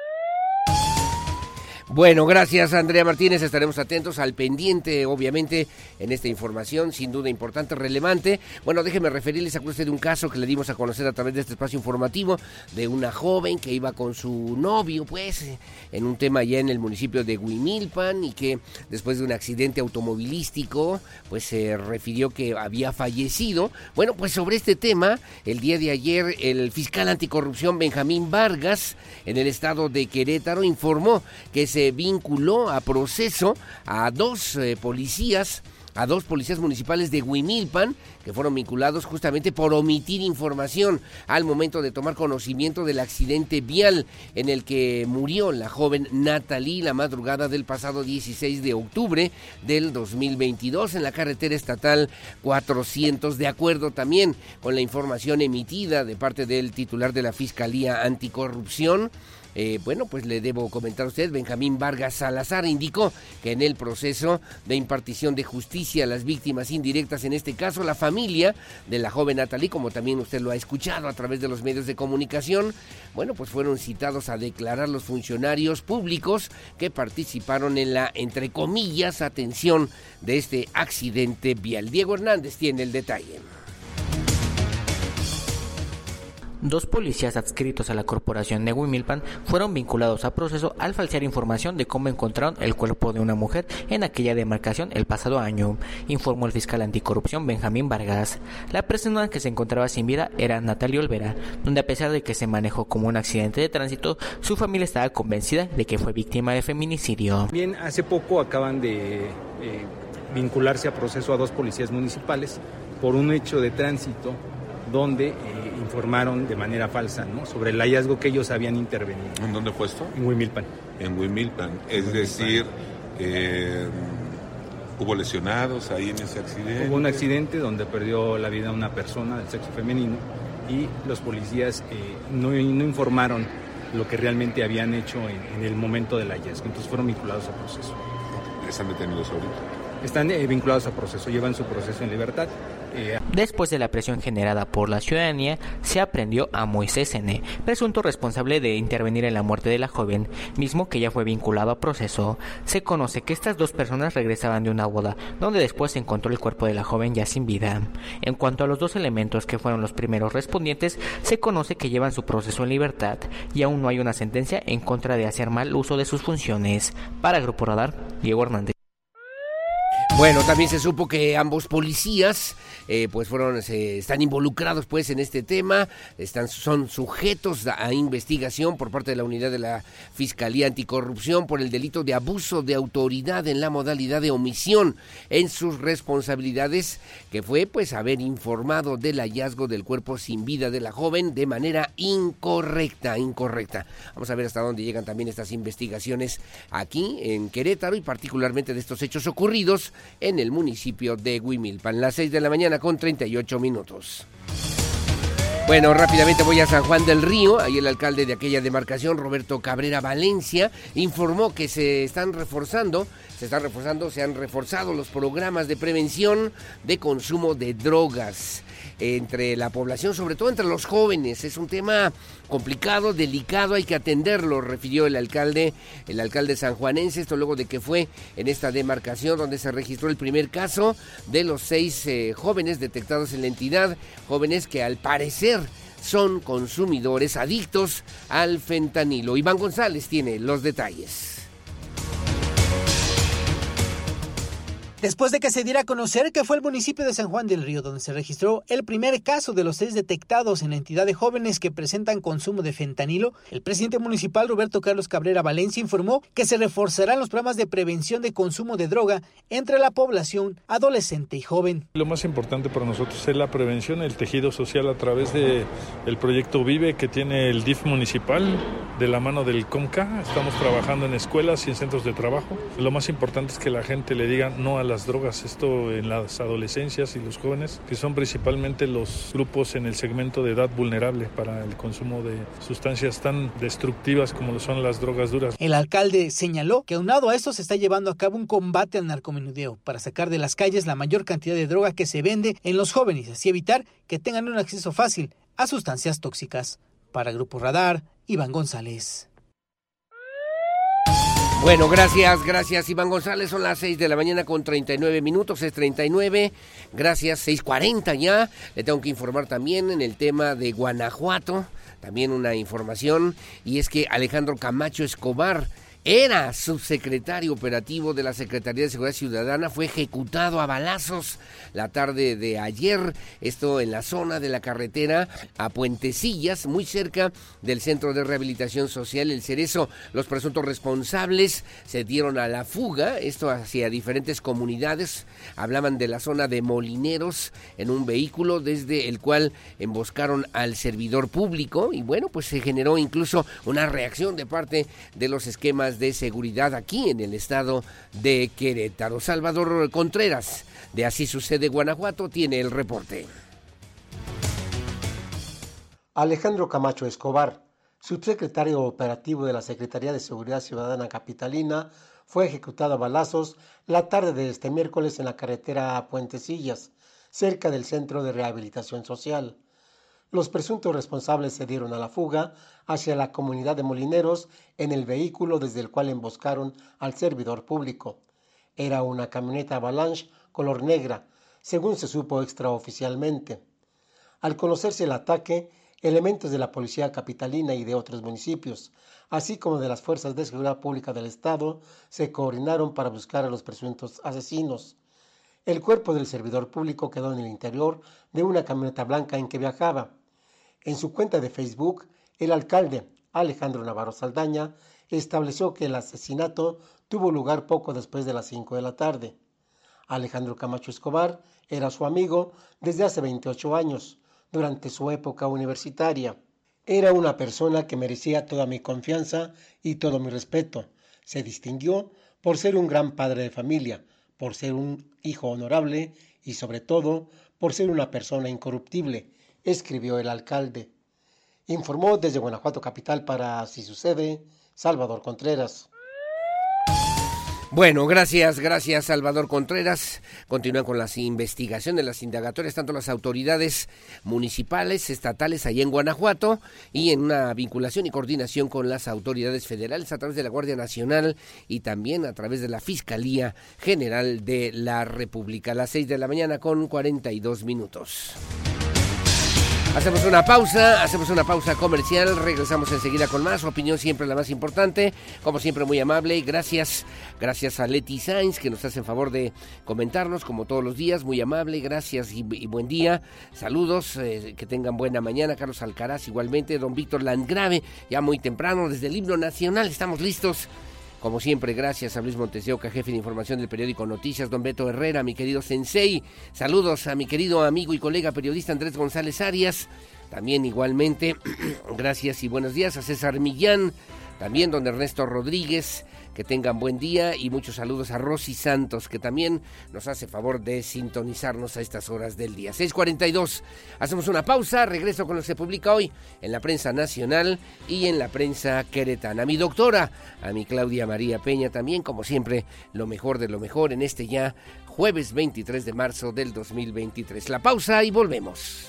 Bueno, gracias Andrea Martínez, estaremos atentos al pendiente, obviamente, en esta información, sin duda importante, relevante. Bueno, déjeme referirles a usted de un caso que le dimos a conocer a través de este espacio informativo, de una joven que iba con su novio, pues, en un tema allá en el municipio de Huimilpan, y que después de un accidente automovilístico, pues se refirió que había fallecido. Bueno, pues sobre este tema, el día de ayer, el fiscal anticorrupción Benjamín Vargas, en el estado de Querétaro, informó que se vinculó a proceso a dos eh, policías, a dos policías municipales de Huimilpan, que fueron vinculados justamente por omitir información al momento de tomar conocimiento del accidente vial en el que murió la joven Natalie la madrugada del pasado dieciséis de octubre del dos mil veintidós en la carretera estatal cuatrocientos, de acuerdo también con la información emitida de parte del titular de la Fiscalía Anticorrupción. Eh, bueno, pues le debo comentar a usted, Benjamín Vargas Salazar indicó que en el proceso de impartición de justicia a las víctimas indirectas, en este caso la familia de la joven Natalie, como también usted lo ha escuchado a través de los medios de comunicación, bueno, pues fueron citados a declarar los funcionarios públicos que participaron en la, entre comillas, atención de este accidente vial. Diego Hernández tiene el detalle. Dos policías adscritos a la corporación de Huimilpan fueron vinculados a proceso al falsear información de cómo encontraron el cuerpo de una mujer en aquella demarcación el pasado año, informó el fiscal anticorrupción Benjamín Vargas. La persona que se encontraba sin vida era Natalie Olvera, donde a pesar de que se manejó como un accidente de tránsito, su familia estaba convencida de que fue víctima de feminicidio. Bien, hace poco acaban de eh, vincularse a proceso a dos policías municipales por un hecho de tránsito donde eh, informaron de manera falsa, ¿no?, sobre el hallazgo que ellos habían intervenido. ¿En dónde fue esto? En Huimilpan. En Huimilpan, es decir, eh, ¿hubo lesionados ahí en ese accidente? Hubo un accidente donde perdió la vida una persona del sexo femenino y los policías eh, no, no informaron lo que realmente habían hecho en, en el momento del hallazgo, entonces fueron vinculados a proceso. ¿Están detenidos ahorita? Están eh, vinculados a proceso, llevan su proceso en libertad. Eh, Después de la presión generada por la ciudadanía, se aprehendió a Moisés N., presunto responsable de intervenir en la muerte de la joven, mismo que ya fue vinculado a proceso. Se conoce que estas dos personas regresaban de una boda, donde después se encontró el cuerpo de la joven ya sin vida. En cuanto a los dos elementos que fueron los primeros respondientes, se conoce que llevan su proceso en libertad y aún no hay una sentencia en contra de hacer mal uso de sus funciones. Para Grupo Radar, Diego Hernández. Bueno, también se supo que ambos policías eh, pues fueron se, están involucrados pues en este tema, están son sujetos a, a investigación por parte de la unidad de la Fiscalía Anticorrupción por el delito de abuso de autoridad en la modalidad de omisión en sus responsabilidades, que fue pues haber informado del hallazgo del cuerpo sin vida de la joven de manera incorrecta, incorrecta. Vamos a ver hasta dónde llegan también estas investigaciones aquí en Querétaro y particularmente de estos hechos ocurridos en el municipio de Huimilpan. Las seis de la mañana con treinta y ocho minutos. Bueno, rápidamente voy a San Juan del Río. Ahí el alcalde de aquella demarcación, Roberto Cabrera Valencia, informó que se están reforzando, se están reforzando, se han reforzado los programas de prevención de consumo de drogas entre la población, sobre todo entre los jóvenes. Es un tema complicado, delicado, hay que atenderlo, refirió el alcalde, el alcalde sanjuanense, esto luego de que fue en esta demarcación donde se registró el primer caso de los seis eh, jóvenes detectados en la entidad, jóvenes que al parecer son consumidores adictos al fentanilo. Iván González tiene los detalles. Después de que se diera a conocer que fue el municipio de San Juan del Río donde se registró el primer caso de los seis detectados en la entidad de jóvenes que presentan consumo de fentanilo, el presidente municipal Roberto Carlos Cabrera Valencia informó que se reforzarán los programas de prevención de consumo de droga entre la población adolescente y joven. Lo más importante para nosotros es la prevención, el tejido social a través de el proyecto Vive que tiene el D I F municipal de la mano del COMCA. Estamos trabajando en escuelas y en centros de trabajo. Lo más importante es que la gente le diga no a la las drogas, esto en las adolescencias y los jóvenes, que son principalmente los grupos en el segmento de edad vulnerable para el consumo de sustancias tan destructivas como lo son las drogas duras. El alcalde señaló que aunado a esto se está llevando a cabo un combate al narcomenudeo para sacar de las calles la mayor cantidad de droga que se vende en los jóvenes, así evitar que tengan un acceso fácil a sustancias tóxicas. Para Grupo Radar, Iván González. Bueno, gracias, gracias Iván González, son las seis de la mañana con treinta y nueve minutos, es treinta y nueve, gracias, seis cuarenta ya. Le tengo que informar también en el tema de Guanajuato, también una información, y es que Alejandro Camacho Escobar, era subsecretario operativo de la Secretaría de Seguridad Ciudadana, fue ejecutado a balazos la tarde de ayer, esto en la zona de la carretera a Puentecillas, muy cerca del Centro de Rehabilitación Social El Cerezo. Los presuntos responsables se dieron a la fuga, esto hacia diferentes comunidades, hablaban de la zona de Molineros en un vehículo desde el cual emboscaron al servidor público y bueno, pues se generó incluso una reacción de parte de los esquemas de seguridad aquí en el estado de Querétaro. Salvador Contreras, de Así Sucede Guanajuato, tiene el reporte. Alejandro Camacho Escobar, subsecretario operativo de la Secretaría de Seguridad Ciudadana Capitalina, fue ejecutado a balazos la tarde de este miércoles en la carretera a Puentecillas, cerca del Centro de Rehabilitación Social. Los presuntos responsables se dieron a la fuga hacia la comunidad de Molineros en el vehículo desde el cual emboscaron al servidor público. Era una camioneta Avalanche color negra, según se supo extraoficialmente. Al conocerse el ataque, elementos de la Policía Capitalina y de otros municipios, así como de las Fuerzas de Seguridad Pública del Estado, se coordinaron para buscar a los presuntos asesinos. El cuerpo del servidor público quedó en el interior de una camioneta blanca en que viajaba. En su cuenta de Facebook, el alcalde Alejandro Navarro Saldaña estableció que el asesinato tuvo lugar poco después de las cinco de la tarde. Alejandro Camacho Escobar era su amigo desde hace veintiocho años, durante su época universitaria. Era una persona que merecía toda mi confianza y todo mi respeto. Se distinguió por ser un gran padre de familia, por ser un hijo honorable y sobre todo por ser una persona incorruptible, escribió el alcalde. Informó desde Guanajuato capital para Así Sucede, Salvador Contreras. Bueno, gracias, gracias Salvador Contreras. Continúan con las investigaciones, las indagatorias, tanto las autoridades municipales, estatales allá en Guanajuato y en una vinculación y coordinación con las autoridades federales a través de la Guardia Nacional y también a través de la Fiscalía General de la República. A las seis de la mañana con cuarenta y dos minutos. Hacemos una pausa, hacemos una pausa comercial, regresamos enseguida con más, opinión siempre la más importante, como siempre muy amable, gracias, gracias a Leti Sainz que nos hace el favor de comentarnos como todos los días, muy amable, gracias y, y buen día, saludos, eh, que tengan buena mañana, Carlos Alcaraz igualmente, don Víctor Landgrave, ya muy temprano desde el himno nacional, estamos listos. Como siempre, gracias a Luis Montes de Oca, jefe de información del periódico Noticias, don Beto Herrera, mi querido sensei. Saludos a mi querido amigo y colega periodista Andrés González Arias. También igualmente, gracias y buenos días a César Millán. También don Ernesto Rodríguez, que tengan buen día y muchos saludos a Rosy Santos, que también nos hace favor de sintonizarnos a estas horas del día. seis cuarenta y dos, hacemos una pausa, regreso con lo que se publica hoy en la prensa nacional y en la prensa queretana. A mi doctora, a mi Claudia María Peña también, como siempre, lo mejor de lo mejor en este ya jueves veintitrés de marzo del dos mil veintitrés. La pausa y volvemos.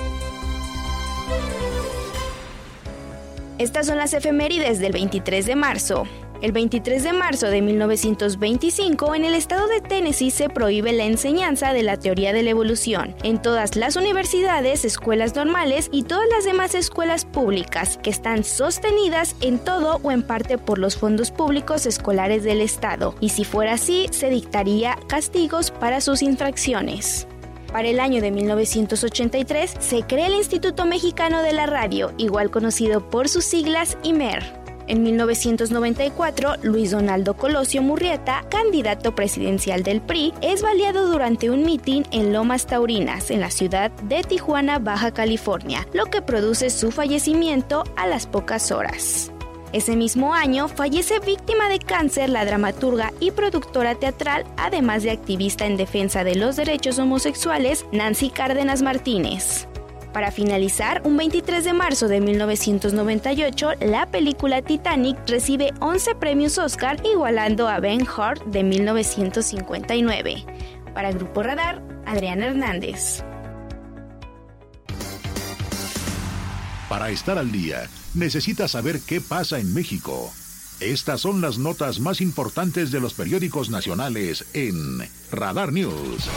Estas son las efemérides del veintitrés de marzo. El veintitrés de marzo de mil novecientos veinticinco, en el estado de Tennessee se prohíbe la enseñanza de la teoría de la evolución en todas las universidades, escuelas normales y todas las demás escuelas públicas que están sostenidas en todo o en parte por los fondos públicos escolares del estado. Y si fuera así, se dictaría castigos para sus infracciones. Para el año de mil novecientos ochenta y tres se crea el Instituto Mexicano de la Radio, igual conocido por sus siglas I M E R. En mil novecientos noventa y cuatro, Luis Donaldo Colosio Murrieta, candidato presidencial del P R I, es baleado durante un mitin en Lomas Taurinas, en la ciudad de Tijuana, Baja California, lo que produce su fallecimiento a las pocas horas. Ese mismo año fallece víctima de cáncer la dramaturga y productora teatral, además de activista en defensa de los derechos homosexuales, Nancy Cárdenas Martínez. Para finalizar, un veintitrés de marzo de mil novecientos noventa y ocho, la película Titanic recibe once premios Oscar, igualando a Ben-Hur de mil novecientos cincuenta y nueve. Para Grupo Radar, Adriana Hernández. Para estar al día, necesitas saber qué pasa en México. Estas son las notas más importantes de los periódicos nacionales en Radar News.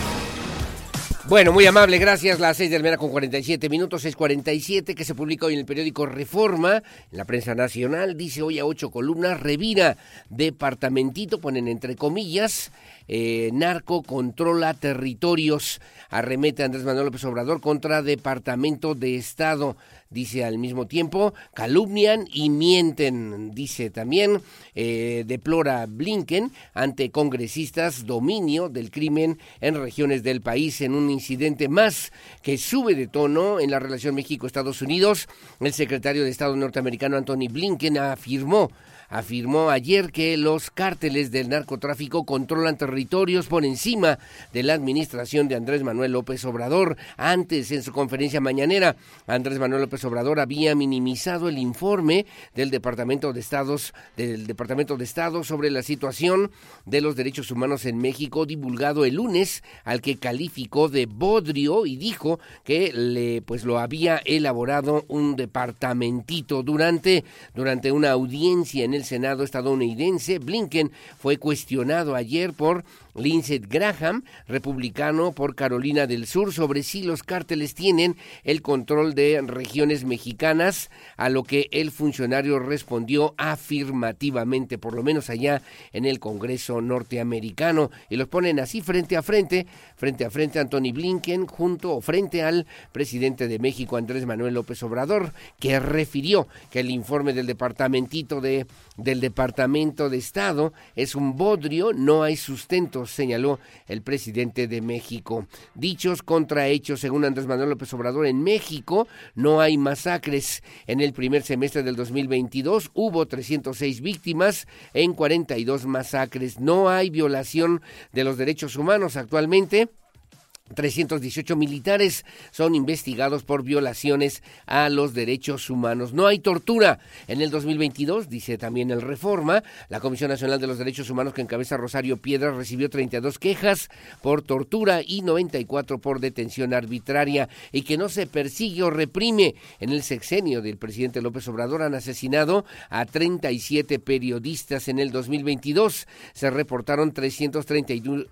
Bueno, muy amable, gracias. Las seis de la mañana con cuarenta y siete minutos, seis cuarenta y siete, que se publica hoy en el periódico Reforma, en la prensa nacional. Dice hoy a ocho columnas, revira departamentito, ponen entre comillas, eh, narco controla territorios, arremete Andrés Manuel López Obrador contra Departamento de Estado. Dice al mismo tiempo, calumnian y mienten. Dice también, eh, deplora Blinken ante congresistas dominio del crimen en regiones del país en un incidente más que sube de tono en la relación México-Estados Unidos. El secretario de Estado norteamericano Anthony Blinken afirmó Afirmó ayer que los cárteles del narcotráfico controlan territorios por encima de la administración de Andrés Manuel López Obrador. Antes, en su conferencia mañanera, Andrés Manuel López Obrador había minimizado el informe del Departamento de Estados, del Departamento de Estado sobre la situación de los derechos humanos en México, divulgado el lunes, al que calificó de bodrio y dijo que le, pues, lo había elaborado un departamentito. Durante, durante una audiencia en el Senado estadounidense, Blinken fue cuestionado ayer por Lindsey Graham, republicano por Carolina del Sur, sobre si los cárteles tienen el control de regiones mexicanas, a lo que el funcionario respondió afirmativamente, por lo menos allá en el Congreso norteamericano, y los ponen así frente a frente, frente a frente Anthony Blinken junto o frente al presidente de México, Andrés Manuel López Obrador, que refirió que el informe del departamentito de del Departamento de Estado es un bodrio, no hay sustento, señaló el presidente de México. Dichos contra hechos, según Andrés Manuel López Obrador, en México no hay masacres. En el primer semestre del dos mil veintidós hubo trescientas seis víctimas en cuarenta y dos masacres. No hay violación de los derechos humanos actualmente. trescientos dieciocho militares son investigados por violaciones a los derechos humanos. No hay tortura. En el dos mil veintidós, dice también el Reforma, la Comisión Nacional de los Derechos Humanos, que encabeza Rosario Piedra, recibió treinta y dos quejas por tortura y noventa y cuatro por detención arbitraria, y que no se persigue o reprime. En el sexenio del presidente López Obrador han asesinado a treinta y siete periodistas. En el dos mil veintidós se reportaron trescientas treinta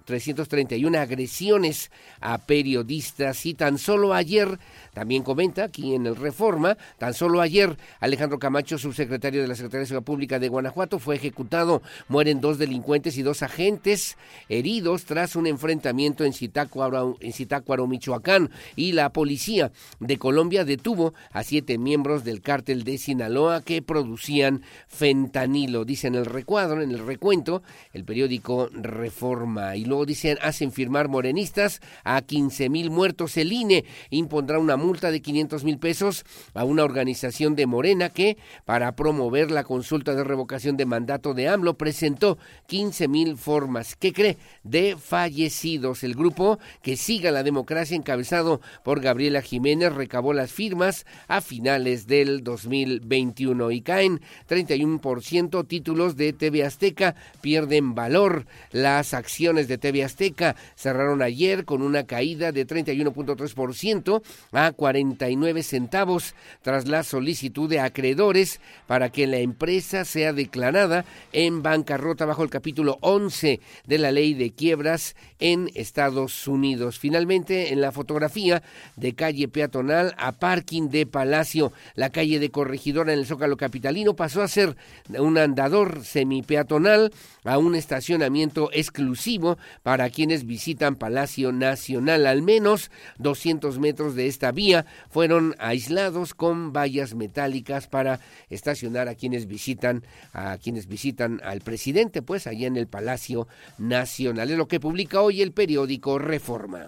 y una agresiones a periodistas, y tan solo ayer, también comenta aquí en el Reforma, tan solo ayer Alejandro Camacho, subsecretario de la Secretaría de Seguridad Pública de Guanajuato, fue ejecutado. Mueren dos delincuentes y dos agentes heridos tras un enfrentamiento en Zitácuaro, en Zitácuaro, Michoacán, y la policía de Colombia detuvo a siete miembros del cártel de Sinaloa que producían fentanilo. Dice en el recuadro, en el recuento, el periódico Reforma, y luego dicen, hacen firmar morenistas a a quince mil muertos. El I N E impondrá una multa de quinientos mil pesos a una organización de Morena que, para promover la consulta de revocación de mandato de AMLO, presentó quince mil formas, ¿qué cree?, de fallecidos. El grupo que Siga la Democracia, encabezado por Gabriela Jiménez, recabó las firmas a finales del dos mil veintiuno y caen treinta y uno por ciento títulos de T V Azteca, pierden valor. Las acciones de T V Azteca cerraron ayer con una caída de treinta y uno punto tres por ciento a cuarenta y nueve centavos tras la solicitud de acreedores para que la empresa sea declarada en bancarrota bajo el capítulo once de la ley de quiebras en Estados Unidos. Finalmente, en la fotografía de calle peatonal a parking de Palacio, la calle de Corregidora en el Zócalo capitalino pasó a ser un andador semipeatonal a un estacionamiento exclusivo para quienes visitan Palacio Nacional. Al menos doscientos metros de esta vía fueron aislados con vallas metálicas para estacionar a quienes visitan a quienes visitan al presidente, pues allá en el Palacio Nacional. Es lo que publica hoy el periódico Reforma.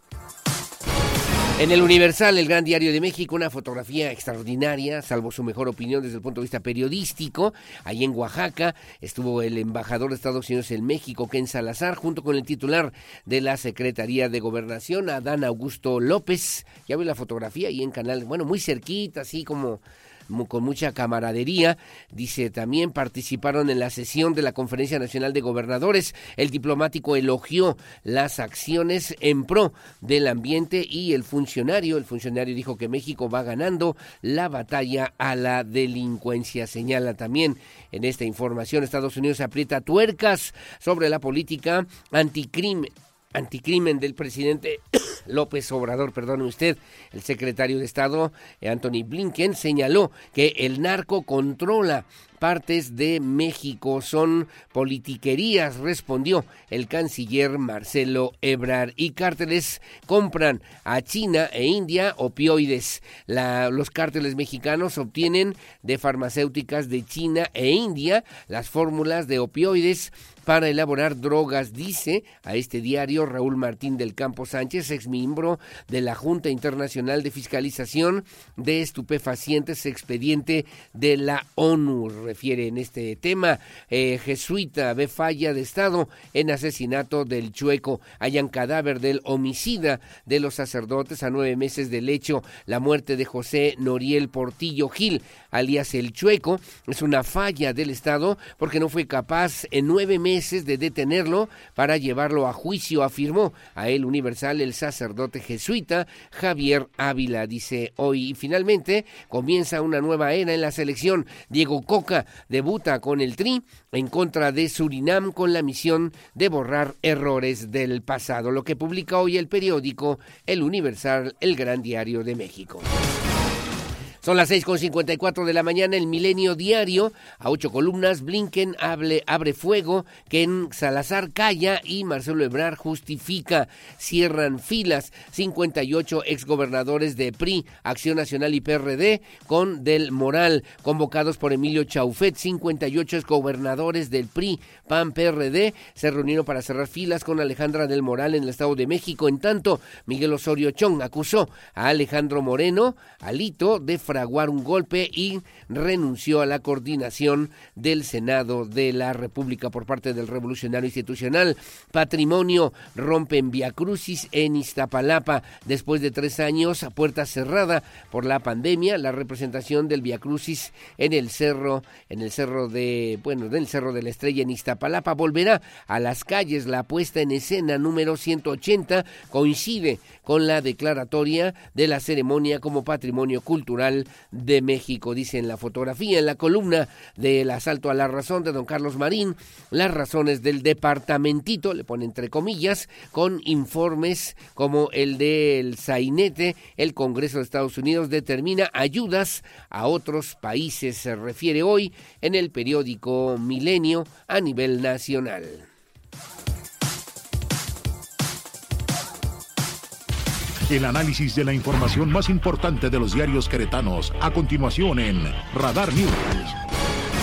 En el Universal, el gran diario de México, una fotografía extraordinaria, salvo su mejor opinión desde el punto de vista periodístico. Allí en Oaxaca estuvo el embajador de Estados Unidos en México, Ken Salazar, junto con el titular de la Secretaría de Gobernación, Adán Augusto López. Ya ve la fotografía ahí en canal, bueno, muy cerquita, así como con mucha camaradería. Dice, también participaron en la sesión de la Conferencia Nacional de Gobernadores. El diplomático elogió las acciones en pro del ambiente y el funcionario, el funcionario dijo que México va ganando la batalla a la delincuencia. Señala también en esta información, Estados Unidos aprieta tuercas sobre la política anticrimen. anticrimen del presidente López Obrador, perdone usted. El secretario de Estado, Anthony Blinken, señaló que el narco controla partes de México, son politiquerías, respondió el canciller Marcelo Ebrard, y cárteles compran a China e India opioides. La, los cárteles mexicanos obtienen de farmacéuticas de China e India las fórmulas de opioides para elaborar drogas, dice a este diario Raúl Martín del Campo Sánchez, exmiembro de la Junta Internacional de Fiscalización de Estupefacientes, expediente de la ONU. Refiere en este tema, eh, jesuita ve falla de Estado en asesinato del Chueco, hallan cadáver del homicida de los sacerdotes a nueve meses del hecho. La muerte de José Noriel Portillo Gil, alias el Chueco, es una falla del Estado porque no fue capaz en nueve meses de detenerlo para llevarlo a juicio, afirmó a El Universal el sacerdote jesuita Javier Ávila. Dice hoy, y finalmente comienza una nueva era en la selección. Diego Coca debuta con el Tri en contra de Surinam con la misión de borrar errores del pasado. Lo que publica hoy el periódico El Universal, el gran diario de México. Son las seis con cincuenta y cuatro de la mañana, el Milenio Diario, a ocho columnas, Blinken hable, abre fuego, Ken Salazar calla y Marcelo Ebrard justifica. Cierran filas cincuenta y ocho exgobernadores de P R I, Acción Nacional y P R D con Del Moral, convocados por Emilio Chaufet. Cincuenta y ocho exgobernadores del P R I, P A N, P R D se reunieron para cerrar filas con Alejandra Del Moral en el Estado de México. En tanto, Miguel Osorio Chong acusó a Alejandro Moreno, Alito, de fraguar un golpe y renunció a la coordinación del Senado de la República por parte del Revolucionario Institucional. Patrimonio rompe en Viacrucis en Iztapalapa después de tres años a puerta cerrada por la pandemia. La representación del Viacrucis en el cerro, en el cerro de, bueno, del Cerro de la Estrella en Iztapalapa volverá a las calles. La puesta en escena número ciento ochenta coincide con la declaratoria de la ceremonia como Patrimonio Cultural de México, dice en la fotografía. En la columna del asalto a la razón de don Carlos Marín, las razones del departamentito, le pone entre comillas, con informes como el del sainete. El Congreso de Estados Unidos determina ayudas a otros países, se refiere hoy en el periódico Milenio a nivel nacional. El análisis de la información más importante de los diarios queretanos, a continuación en Radar News.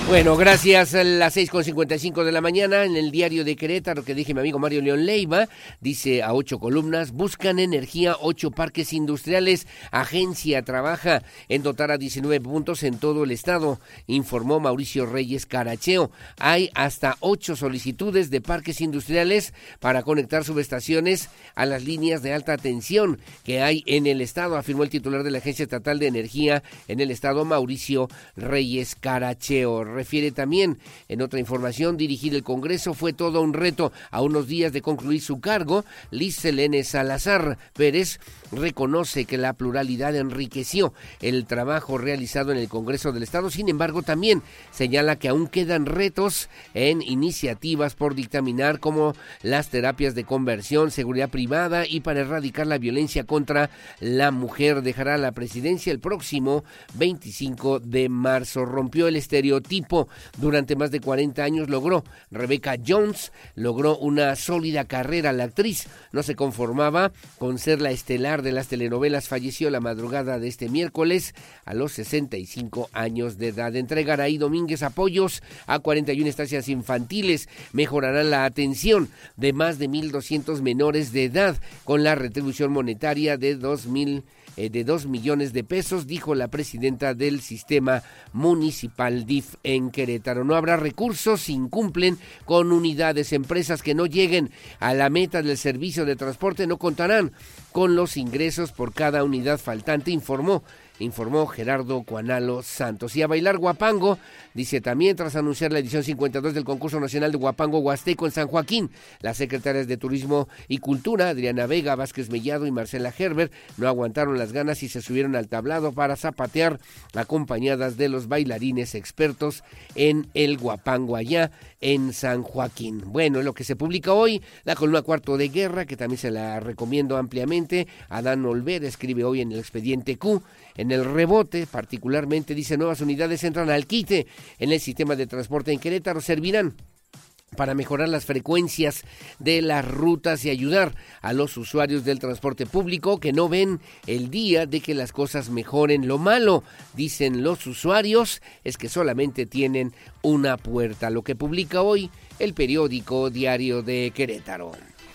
Bueno, gracias. A las seis con cincuenta y cinco de la mañana, en el diario de Querétaro, que dije mi amigo Mario León Leiva, dice a ocho columnas: buscan energía ocho parques industriales. Agencia trabaja en dotar a diecinueve puntos en todo el estado, informó Mauricio Reyes Caracheo. Hay hasta ocho solicitudes de parques industriales para conectar subestaciones a las líneas de alta tensión que hay en el estado, afirmó el titular de la Agencia Estatal de Energía en el estado, Mauricio Reyes Caracheo. Refiere también, en otra información, dirigir el Congreso fue todo un reto. A unos días de concluir su cargo, Liz Selene Salazar Pérez reconoce que la pluralidad enriqueció el trabajo realizado en el Congreso del Estado. Sin embargo, también señala que aún quedan retos en iniciativas por dictaminar, como las terapias de conversión, seguridad privada y para erradicar la violencia contra la mujer. Dejará la presidencia el próximo veinticinco de marzo. Rompió el estereotipo. Durante más de cuarenta años logró. Rebecca Jones logró una sólida carrera. La actriz no se conformaba con ser la estelar de las telenovelas. Falleció la madrugada de este miércoles a los sesenta y cinco años de edad. Entregará ahí Domínguez apoyos a cuarenta y una estancias infantiles. Mejorarán la atención de más de mil doscientos menores de edad con la retribución monetaria de dos mil eh, de dos millones de pesos, dijo la presidenta del sistema municipal D I F en Querétaro. No habrá recursos si incumplen con unidades. Empresas que no lleguen a la meta del servicio de transporte no contarán con los ingresos por cada unidad faltante, informó informó Gerardo Cuanalo Santos. Y a bailar guapango, dice también, tras anunciar la edición cincuenta y dos del concurso nacional de guapango huasteco en San Joaquín, las secretarias de Turismo y Cultura, Adriana Vega, Vázquez Mellado y Marcela Herbert, no aguantaron las ganas y se subieron al tablado para zapatear, acompañadas de los bailarines expertos en el guapango allá en San Joaquín. Bueno, lo que se publica hoy, la columna Cuarto de Guerra, que también se la recomiendo ampliamente. Adán Olvera escribe hoy en el expediente Q, en el rebote particularmente, dice: nuevas unidades entran al quite en el sistema de transporte en Querétaro, servirán para mejorar las frecuencias de las rutas y ayudar a los usuarios del transporte público que no ven el día de que las cosas mejoren. Lo malo, dicen los usuarios, es que solamente tienen una puerta. Lo que publica hoy el periódico Diario de Querétaro.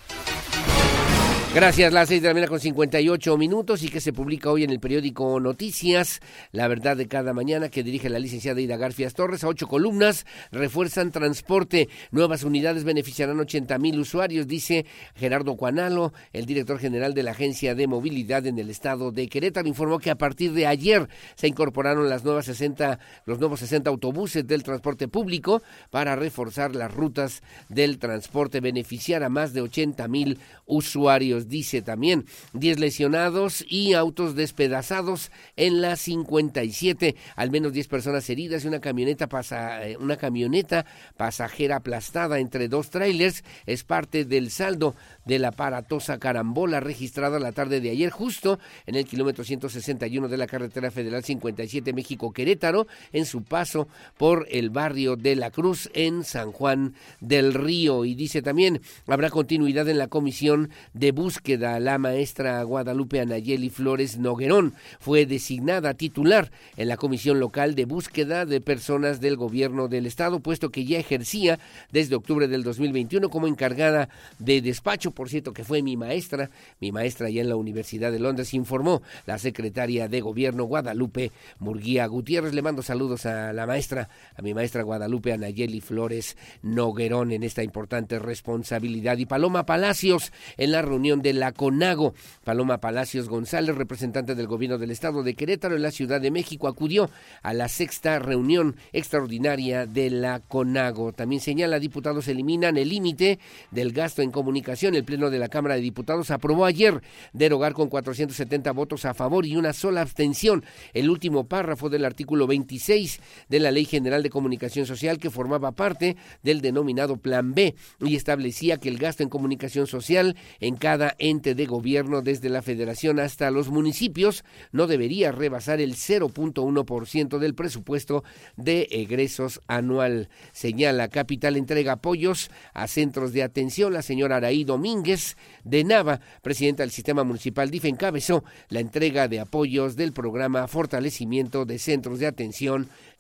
Gracias, las seis de la mañana con cincuenta y ocho minutos, y que se publica hoy en el periódico Noticias, La Verdad de Cada Mañana, que dirige la licenciada Ida Garfias Torres. A ocho columnas, refuerzan transporte, nuevas unidades beneficiarán ochenta mil usuarios, dice Gerardo Cuanalo, el director general de la Agencia de Movilidad en el estado de Querétaro. Informó que a partir de ayer se incorporaron las nuevas sesenta, los nuevos sesenta autobuses del transporte público para reforzar las rutas del transporte, beneficiar a más de ochenta mil usuarios. Dice también diez lesionados y autos despedazados en la cincuenta y siete, al menos diez personas heridas y una camioneta pasa, una camioneta pasajera aplastada entre dos tráilers. Es parte del saldo de la aparatosa carambola registrada la tarde de ayer justo en el kilómetro ciento sesenta y uno de la carretera federal cincuenta y siete México-Querétaro, en su paso por el barrio de La Cruz en San Juan del Río. Y dice también, habrá continuidad en la comisión de búsqueda. La maestra Guadalupe Anayeli Flores Noguerón fue designada titular en la comisión local de búsqueda de personas del gobierno del estado, puesto que ya ejercía desde octubre del dos mil veintiuno como encargada de despacho. Por cierto, que fue mi maestra, mi maestra allá en la Universidad de Londres, informó la secretaria de gobierno Guadalupe Murguía Gutiérrez. Le mando saludos a la maestra, a mi maestra Guadalupe Anayeli Flores Noguerón en esta importante responsabilidad. Y Paloma Palacios en la reunión de la CONAGO. Paloma Palacios González, representante del gobierno del estado de Querétaro en la Ciudad de México, acudió a la sexta reunión extraordinaria de la CONAGO. También señala, diputados eliminan el límite del gasto en comunicación. El Pleno de la Cámara de Diputados aprobó ayer derogar con cuatrocientos setenta votos a favor y una sola abstención el último párrafo del artículo veintiséis de la Ley General de Comunicación Social, que formaba parte del denominado Plan B y establecía que el gasto en comunicación social en cada ente de gobierno, desde la federación hasta los municipios, no debería rebasar el cero punto uno por ciento del presupuesto de egresos anual. Señala, Capital entrega apoyos a centros de atención. La señora Araí Domínguez de Nava, presidenta del sistema municipal D I F, encabezó la entrega de apoyos del programa Fortalecimiento de Centros de Atención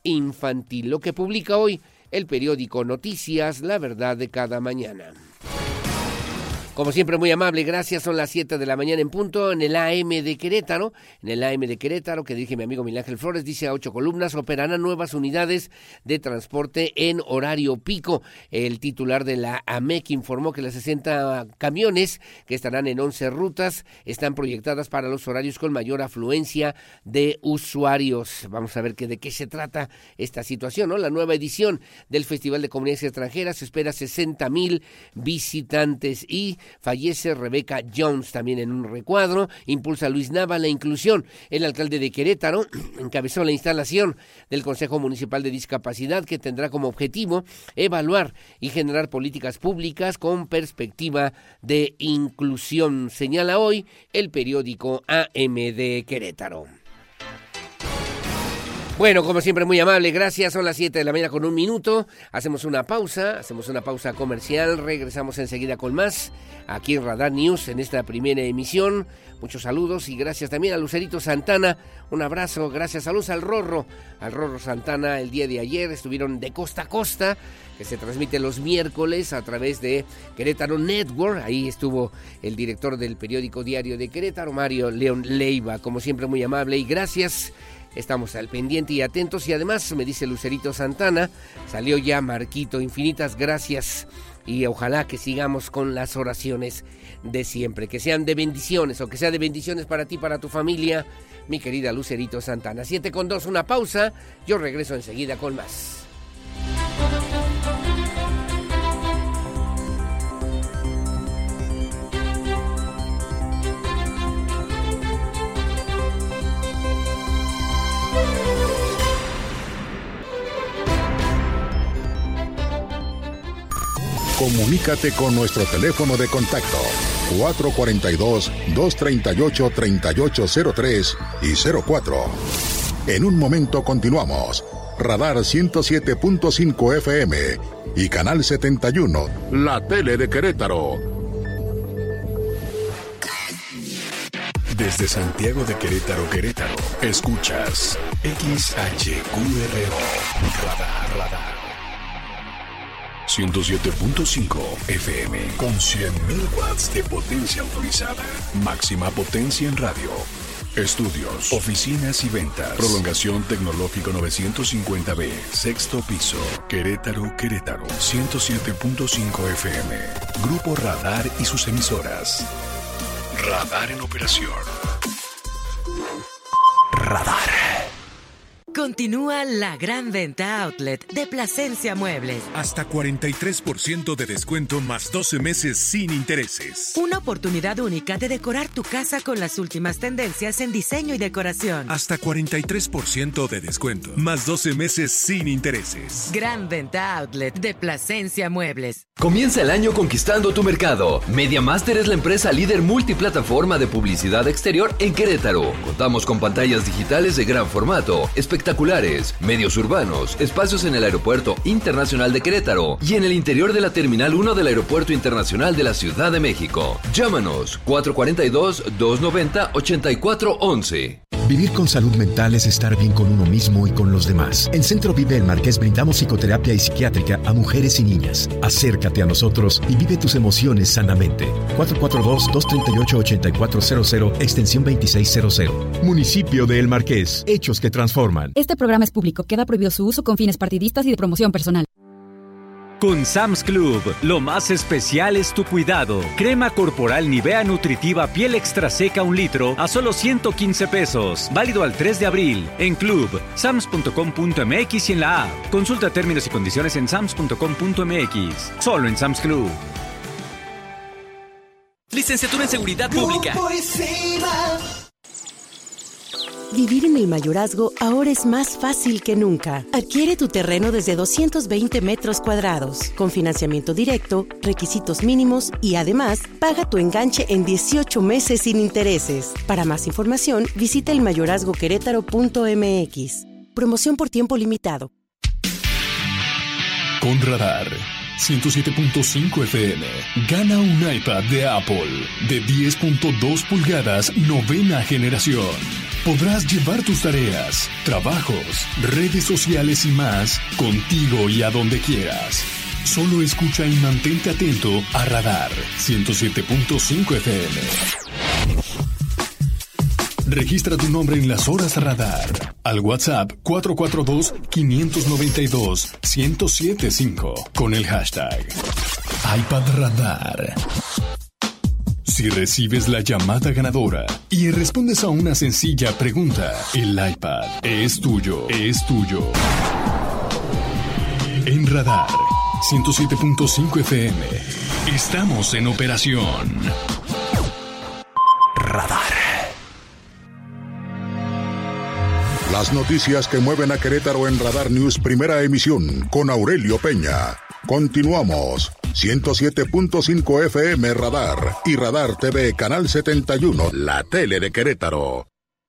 infantil. Lo que publica hoy el periódico Noticias, La Verdad de Cada Mañana. Como siempre, muy amable, gracias. Son las siete de la mañana en punto en el A M de Querétaro. En el A M de Querétaro, que dirige mi amigo Miguel Ángel Flores, dice a ocho columnas, operarán nuevas unidades de transporte en horario pico. El titular de la A M E C informó que las sesenta camiones que estarán en once rutas están proyectadas para los horarios con mayor afluencia de usuarios. Vamos a ver que, de qué se trata esta situación, ¿no? La nueva edición del Festival de Comunidades Extranjeras se espera sesenta mil visitantes y fallece Rebeca Jones también en un recuadro. Impulsa Luis Nava la inclusión. El alcalde de Querétaro encabezó la instalación del Consejo Municipal de Discapacidad, que tendrá como objetivo evaluar y generar políticas públicas con perspectiva de inclusión, señala hoy el periódico A M de Querétaro. Bueno, como siempre, muy amable, gracias. Son las siete de la mañana con un minuto. Hacemos una pausa, hacemos una pausa comercial. Regresamos enseguida con más aquí en Radar News en esta primera emisión. Muchos saludos y gracias también a Lucerito Santana. Un abrazo, gracias. Saludos al Rorro, al Rorro Santana. El día de ayer estuvieron de costa a costa, que se transmite los miércoles a través de Querétaro Network. Ahí estuvo el director del periódico Diario de Querétaro, Mario León Leiva. Como siempre, muy amable y gracias. Estamos al pendiente y atentos, y además me dice Lucerito Santana, salió ya Marquito, infinitas gracias y ojalá que sigamos con las oraciones de siempre, que sean de bendiciones o que sea de bendiciones para ti, para tu familia, mi querida Lucerito Santana. siete con dos, una pausa, yo regreso enseguida con más. Comunícate con nuestro teléfono de contacto cuatro cuatro dos, dos tres ocho, tres ocho cero tres y cero cuatro. En un momento continuamos. Radar ciento siete punto cinco F M y Canal setenta y uno, la tele de Querétaro. Desde Santiago de Querétaro, Querétaro, escuchas X H Q R O, Radar, Radar. ciento siete punto cinco F M con cien mil watts de potencia autorizada. Máxima potencia en radio. Estudios, oficinas y ventas. Prolongación Tecnológico novecientos cincuenta B, sexto piso. Querétaro, Querétaro. ciento siete punto cinco F M. Grupo Radar y sus emisoras. Radar en operación. Radar. Continúa la gran venta outlet de Plasencia Muebles. Hasta cuarenta y tres por ciento de descuento más doce meses sin intereses. Una oportunidad única de decorar tu casa con las últimas tendencias en diseño y decoración. Hasta cuarenta y tres por ciento de descuento más doce meses sin intereses. Gran venta outlet de Plasencia Muebles. Comienza el año conquistando tu mercado. MediaMaster es la empresa líder multiplataforma de publicidad exterior en Querétaro. Contamos con pantallas digitales de gran formato, espectaculares, medios urbanos, espacios en el Aeropuerto Internacional de Querétaro y en el interior de la Terminal uno del Aeropuerto Internacional de la Ciudad de México. Llámanos cuatro cuatro dos, dos nueve cero, ocho cuatro uno uno. Vivir con salud mental es estar bien con uno mismo y con los demás. En Centro Vive El Marqués brindamos psicoterapia y psiquiátrica a mujeres y niñas. Acércate a nosotros y vive tus emociones sanamente. cuatro cuatro dos, dos tres ocho, ocho cuatro cero cero, extensión veintiséis cero cero. Municipio de El Marqués. Hechos que transforman. Este programa es público. Queda prohibido su uso con fines partidistas y de promoción personal. Con Sam's Club, lo más especial es tu cuidado. Crema corporal Nivea Nutritiva Piel Extra Seca un litro a solo ciento quince pesos. Válido al tres de abril. En Club, sams punto com punto m x y en la app. Consulta términos y condiciones en sams punto com punto m x. Solo en Sam's Club. Licenciatura en Seguridad Pública. Vivir en el mayorazgo ahora es más fácil que nunca. Adquiere tu terreno desde doscientos veinte metros cuadrados, con financiamiento directo, requisitos mínimos y además paga tu enganche en dieciocho meses sin intereses. Para más información, visita el mayorazgo querétaro punto m x. Promoción por tiempo limitado. Con Radar ciento siete punto cinco F M. Gana un iPad de Apple de diez punto dos pulgadas, novena generación. Podrás llevar tus tareas, trabajos, redes sociales y más contigo y a donde quieras. Solo escucha y mantente atento a Radar ciento siete punto cinco F M. Registra tu nombre en las horas Radar al WhatsApp cuatro cuatro dos, cinco nueve dos, uno cero siete cinco con el hashtag iPad Radar. Si recibes la llamada ganadora y respondes a una sencilla pregunta, el iPad es tuyo, es tuyo. En Radar ciento siete punto cinco F M, estamos en operación. Radar. Las noticias que mueven a Querétaro en Radar News, primera emisión, con Aurelio Peña. Continuamos. ciento siete punto cinco F M Radar y Radar T V Canal setenta y uno, la tele de Querétaro.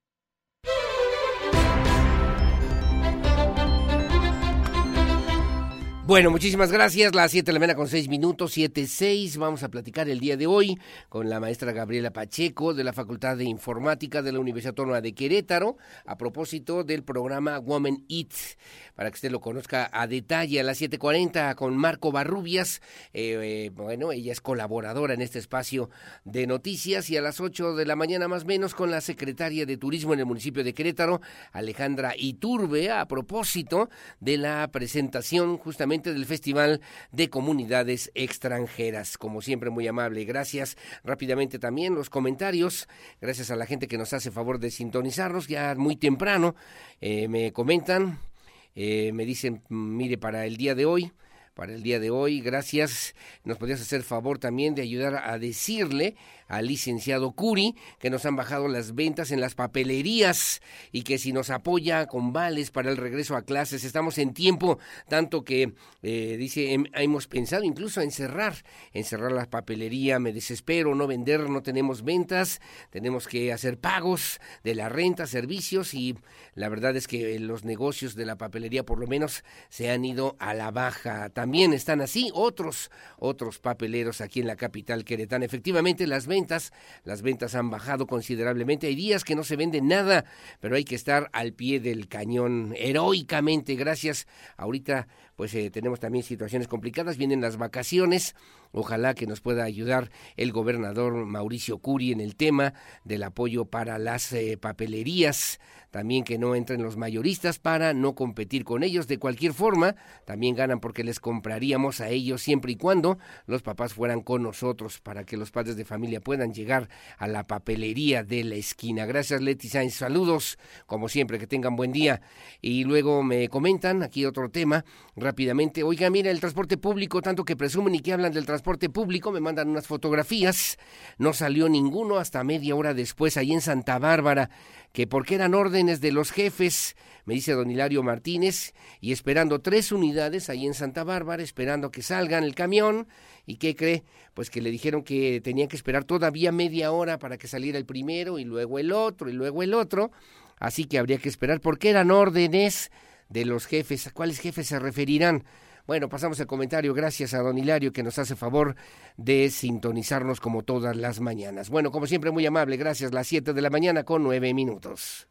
Bueno, muchísimas gracias. Las siete de la mañana con seis minutos, siete seis. Vamos a platicar el día de hoy con la maestra Gabriela Pacheco de la Facultad de Informática de la Universidad Autónoma de Querétaro a propósito del programa Women Eat, para que usted lo conozca a detalle. A las siete cuarenta con Marco Barrubias, eh, eh, bueno, ella es colaboradora en este espacio de noticias, y a las ocho de la mañana más o menos con la secretaria de Turismo en el municipio de Querétaro, Alejandra Iturbe, a propósito de la presentación justamente del Festival de Comunidades Extranjeras. Como siempre, muy amable. Gracias. Rápidamente también los comentarios. Gracias a la gente que nos hace favor de sintonizarnos ya muy temprano. Eh, me comentan, eh, me dicen, mire, para el día de hoy, para el día de hoy, gracias. Nos podrías hacer favor también de ayudar a decirle al licenciado Curi que nos han bajado las ventas en las papelerías y que si nos apoya con vales para el regreso a clases. Estamos en tiempo, tanto que eh, dice, hem, hemos pensado incluso en cerrar, en cerrar la papelería. Me desespero, no vender, no tenemos ventas, tenemos que hacer pagos de la renta, servicios, y la verdad es que los negocios de la papelería por lo menos se han ido a la baja. También están así otros, otros papeleros aquí en la capital queretana. Efectivamente, las ventas Las ventas han bajado considerablemente. Hay días que no se vende nada, pero hay que estar al pie del cañón heroicamente. Gracias. Ahorita pues eh, tenemos también situaciones complicadas. Vienen las vacaciones. Ojalá que nos pueda ayudar el gobernador Mauricio Curi en el tema del apoyo para las eh, papelerías. También que no entren los mayoristas para no competir con ellos. De cualquier forma, también ganan porque les compraríamos a ellos siempre y cuando los papás fueran con nosotros, para que los padres de familia puedan llegar a la papelería de la esquina. Gracias, Leti Sáenz. Saludos, como siempre, que tengan buen día. Y luego me comentan, aquí otro tema, rápidamente. Oiga, mira, el transporte público, tanto que presumen y que hablan del transporte público, me mandan unas fotografías. No salió ninguno hasta media hora después, ahí en Santa Bárbara, que porque eran órdenes de los jefes, me dice don Hilario Martínez, y esperando tres unidades ahí en Santa Bárbara, esperando que salgan el camión. ¿Y qué cree? Pues que le dijeron que tenían que esperar todavía media hora para que saliera el primero, y luego el otro, y luego el otro. Así que habría que esperar, porque eran órdenes de los jefes. ¿A cuáles jefes se referirán? Bueno, pasamos el comentario. Gracias a don Hilario, que nos hace favor de sintonizarnos como todas las mañanas. Bueno, como siempre, muy amable. Gracias. Las siete de la mañana con nueve minutos.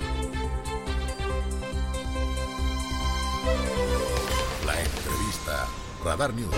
La entrevista. Radar News.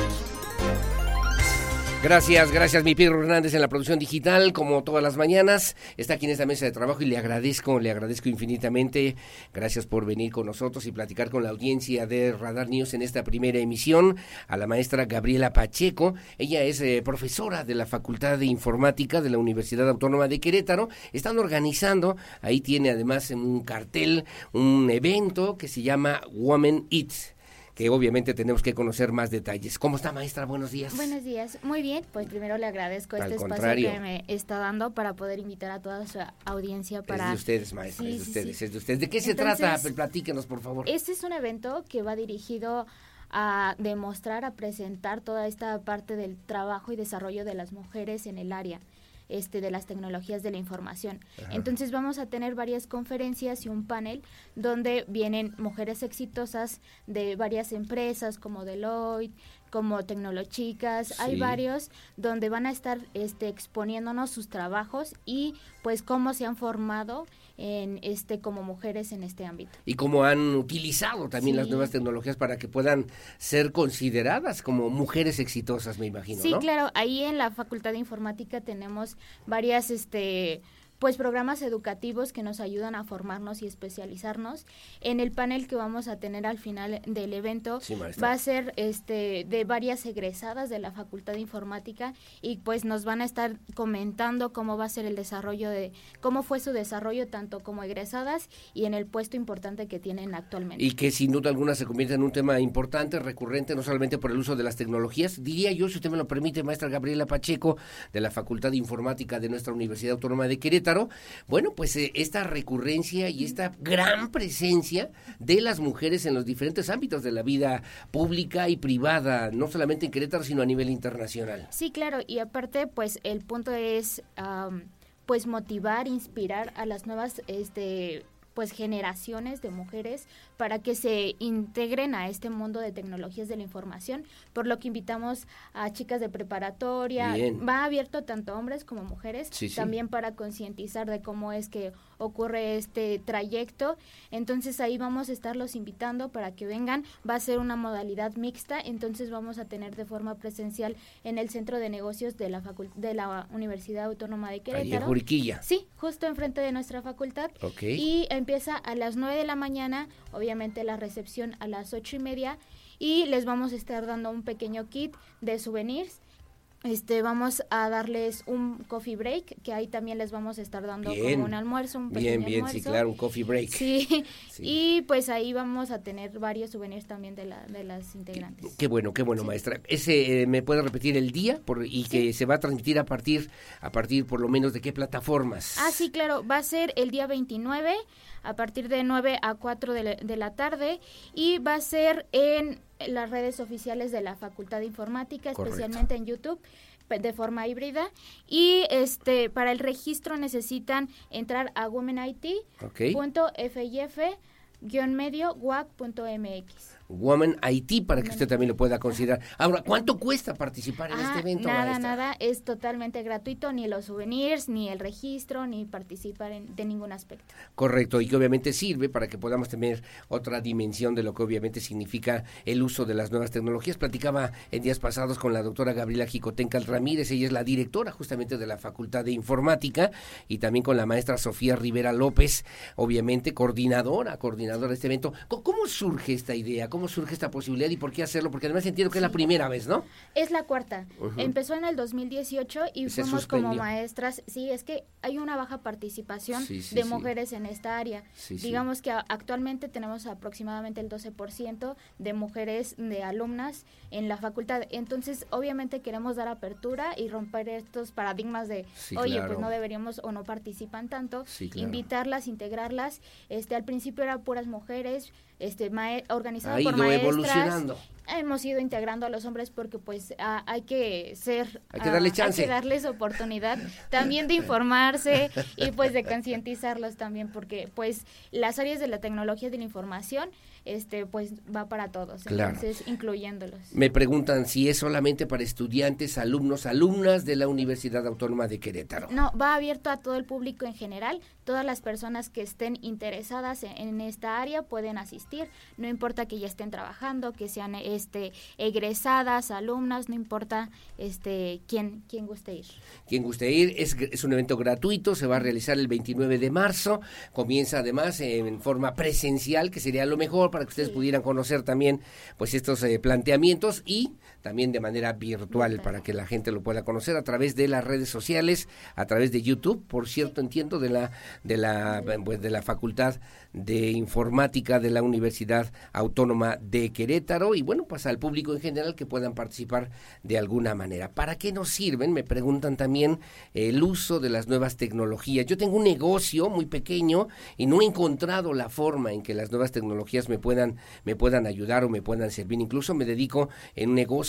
Gracias, gracias mi Pedro Hernández en la producción digital, como todas las mañanas, está aquí en esta mesa de trabajo y le agradezco, le agradezco infinitamente. Gracias por venir con nosotros y platicar con la audiencia de Radar News en esta primera emisión. A la maestra Gabriela Pacheco, ella es eh, profesora de la Facultad de Informática de la Universidad Autónoma de Querétaro. Están organizando, ahí tiene además en un cartel, un evento que se llama Women Eat, que obviamente tenemos que conocer más detalles. ¿Cómo está, maestra? Buenos días. Buenos días. Muy bien, pues primero le agradezco Al este contrario. espacio que me está dando para poder invitar a toda su audiencia para... Es de ustedes, maestra, sí, es de sí, ustedes, sí. es de ustedes. ¿De qué se Entonces, trata? Platíquenos, por favor. Este es un evento que va dirigido a demostrar, a presentar toda esta parte del trabajo y desarrollo de las mujeres en el área este de las tecnologías de la información. Ajá. Entonces vamos a tener varias conferencias y un panel donde vienen mujeres exitosas de varias empresas como Deloitte, como Tecnolochicas, sí. Hay varios donde van a estar este, exponiéndonos sus trabajos y pues cómo se han formado en este como mujeres en este ámbito. Y cómo han utilizado también sí. las nuevas tecnologías para que puedan ser consideradas como mujeres exitosas, me imagino, sí, ¿no? Claro, ahí en la Facultad de Informática tenemos varias este pues programas educativos que nos ayudan a formarnos y especializarnos. En el panel que vamos a tener al final del evento sí, va a ser este de varias egresadas de la Facultad de Informática y pues nos van a estar comentando cómo va a ser el desarrollo de, cómo fue su desarrollo tanto como egresadas y en el puesto importante que tienen actualmente. Y que sin duda alguna se convierte en un tema importante, recurrente, no solamente por el uso de las tecnologías, diría yo, si usted me lo permite, maestra Gabriela Pacheco, de la Facultad de Informática de nuestra Universidad Autónoma de Querétaro. Bueno, pues eh, esta recurrencia y esta gran presencia de las mujeres en los diferentes ámbitos de la vida pública y privada, no solamente en Querétaro, sino a nivel internacional. Sí, claro, y aparte, pues el punto es, um, pues motivar, inspirar a las nuevas, este, pues generaciones de mujeres para que se integren a este mundo de tecnologías de la información, por lo que invitamos a chicas de preparatoria, Bien. Va abierto tanto a hombres como mujeres, sí, también sí. para concientizar de cómo es que ocurre este trayecto, entonces ahí vamos a estarlos invitando para que vengan, va a ser una modalidad mixta, entonces vamos a tener de forma presencial en el Centro de Negocios de la Facult- de la Universidad Autónoma de Querétaro. Ahí en Juriquilla. Sí, justo enfrente de nuestra facultad, okay. y empieza a las nueve de la mañana, obviamente la recepción a las ocho y media, y les vamos a estar dando un pequeño kit de souvenirs. Este, vamos a darles un coffee break, que ahí también les vamos a estar dando bien. Como un almuerzo, un pequeño Bien, bien, almuerzo. sí, claro, un coffee break. Sí. sí, y pues ahí vamos a tener varios souvenirs también de la de las integrantes. Qué, qué bueno, qué bueno, sí. maestra. Ese, eh, ¿me puede repetir el día? Por, y sí. que se va a transmitir a partir, a partir por lo menos de qué plataformas. Ah, sí, claro, va a ser el día veintinueve, a partir de nueve a cuatro de la, de la tarde, y va a ser en las redes oficiales de la Facultad de Informática, Correcto. Especialmente en YouTube, de forma híbrida, y este para el registro necesitan entrar a womenit punto f y f guión medio u a c punto m x. Woman I T, para que usted también lo pueda considerar. Ahora, ¿cuánto cuesta participar en ah, este evento, Nada, maestra? nada, es totalmente gratuito, ni los souvenirs, ni el registro, ni participar en, de ningún aspecto. Correcto, y que obviamente sirve para que podamos tener otra dimensión de lo que obviamente significa el uso de las nuevas tecnologías. Platicaba en días pasados con la doctora Gabriela Jicotencal Ramírez, ella es la directora justamente de la Facultad de Informática, y también con la maestra Sofía Rivera López, obviamente coordinadora, coordinadora de este evento. ¿Cómo surge esta idea? ¿Cómo surge esta posibilidad y por qué hacerlo? Porque además entiendo que sí. es la primera vez, ¿no? Es la cuarta. Uh-huh. Empezó en el dos mil dieciocho y Se fuimos suspendió. Como maestras. Sí, es que hay una baja participación sí, sí, de sí. mujeres en esta área. Sí, Digamos sí. que a, actualmente tenemos aproximadamente el doce por ciento de mujeres, de alumnas en la facultad. Entonces, obviamente queremos dar apertura y romper estos paradigmas de, sí, oye, claro. pues no deberíamos o no participan tanto. Sí, claro. Invitarlas, integrarlas. Este, al principio eran puras mujeres, este mae- organizado por maestras. Evolucionando. Hemos ido integrando a los hombres porque pues a, hay que ser hay que darle chance, hay que darles oportunidad también de informarse y pues de concientizarlos también, porque pues las áreas de la tecnología de la información este pues va para todos, claro. entonces incluyéndolos. Me preguntan si es solamente para estudiantes, alumnos, alumnas de la Universidad Autónoma de Querétaro. No, va abierto a todo el público en general. Todas las personas que estén interesadas en, en esta área pueden asistir, no importa que ya estén trabajando, que sean este egresadas, alumnas, no importa este quién quién guste ir. Quien guste ir, es, es un evento gratuito, se va a realizar el veintinueve de marzo, comienza además en forma presencial, que sería lo mejor para que ustedes sí. pudieran conocer también pues estos eh, planteamientos, y también de manera virtual okay. para que la gente lo pueda conocer a través de las redes sociales, a través de YouTube, por cierto, entiendo, de la de la pues de la Facultad de Informática de la Universidad Autónoma de Querétaro, y bueno, pues al público en general que puedan participar de alguna manera. ¿Para qué nos sirven? Me preguntan también el uso de las nuevas tecnologías. Yo tengo un negocio muy pequeño y no he encontrado la forma en que las nuevas tecnologías me puedan me puedan ayudar o me puedan servir. Incluso me dedico en un negocio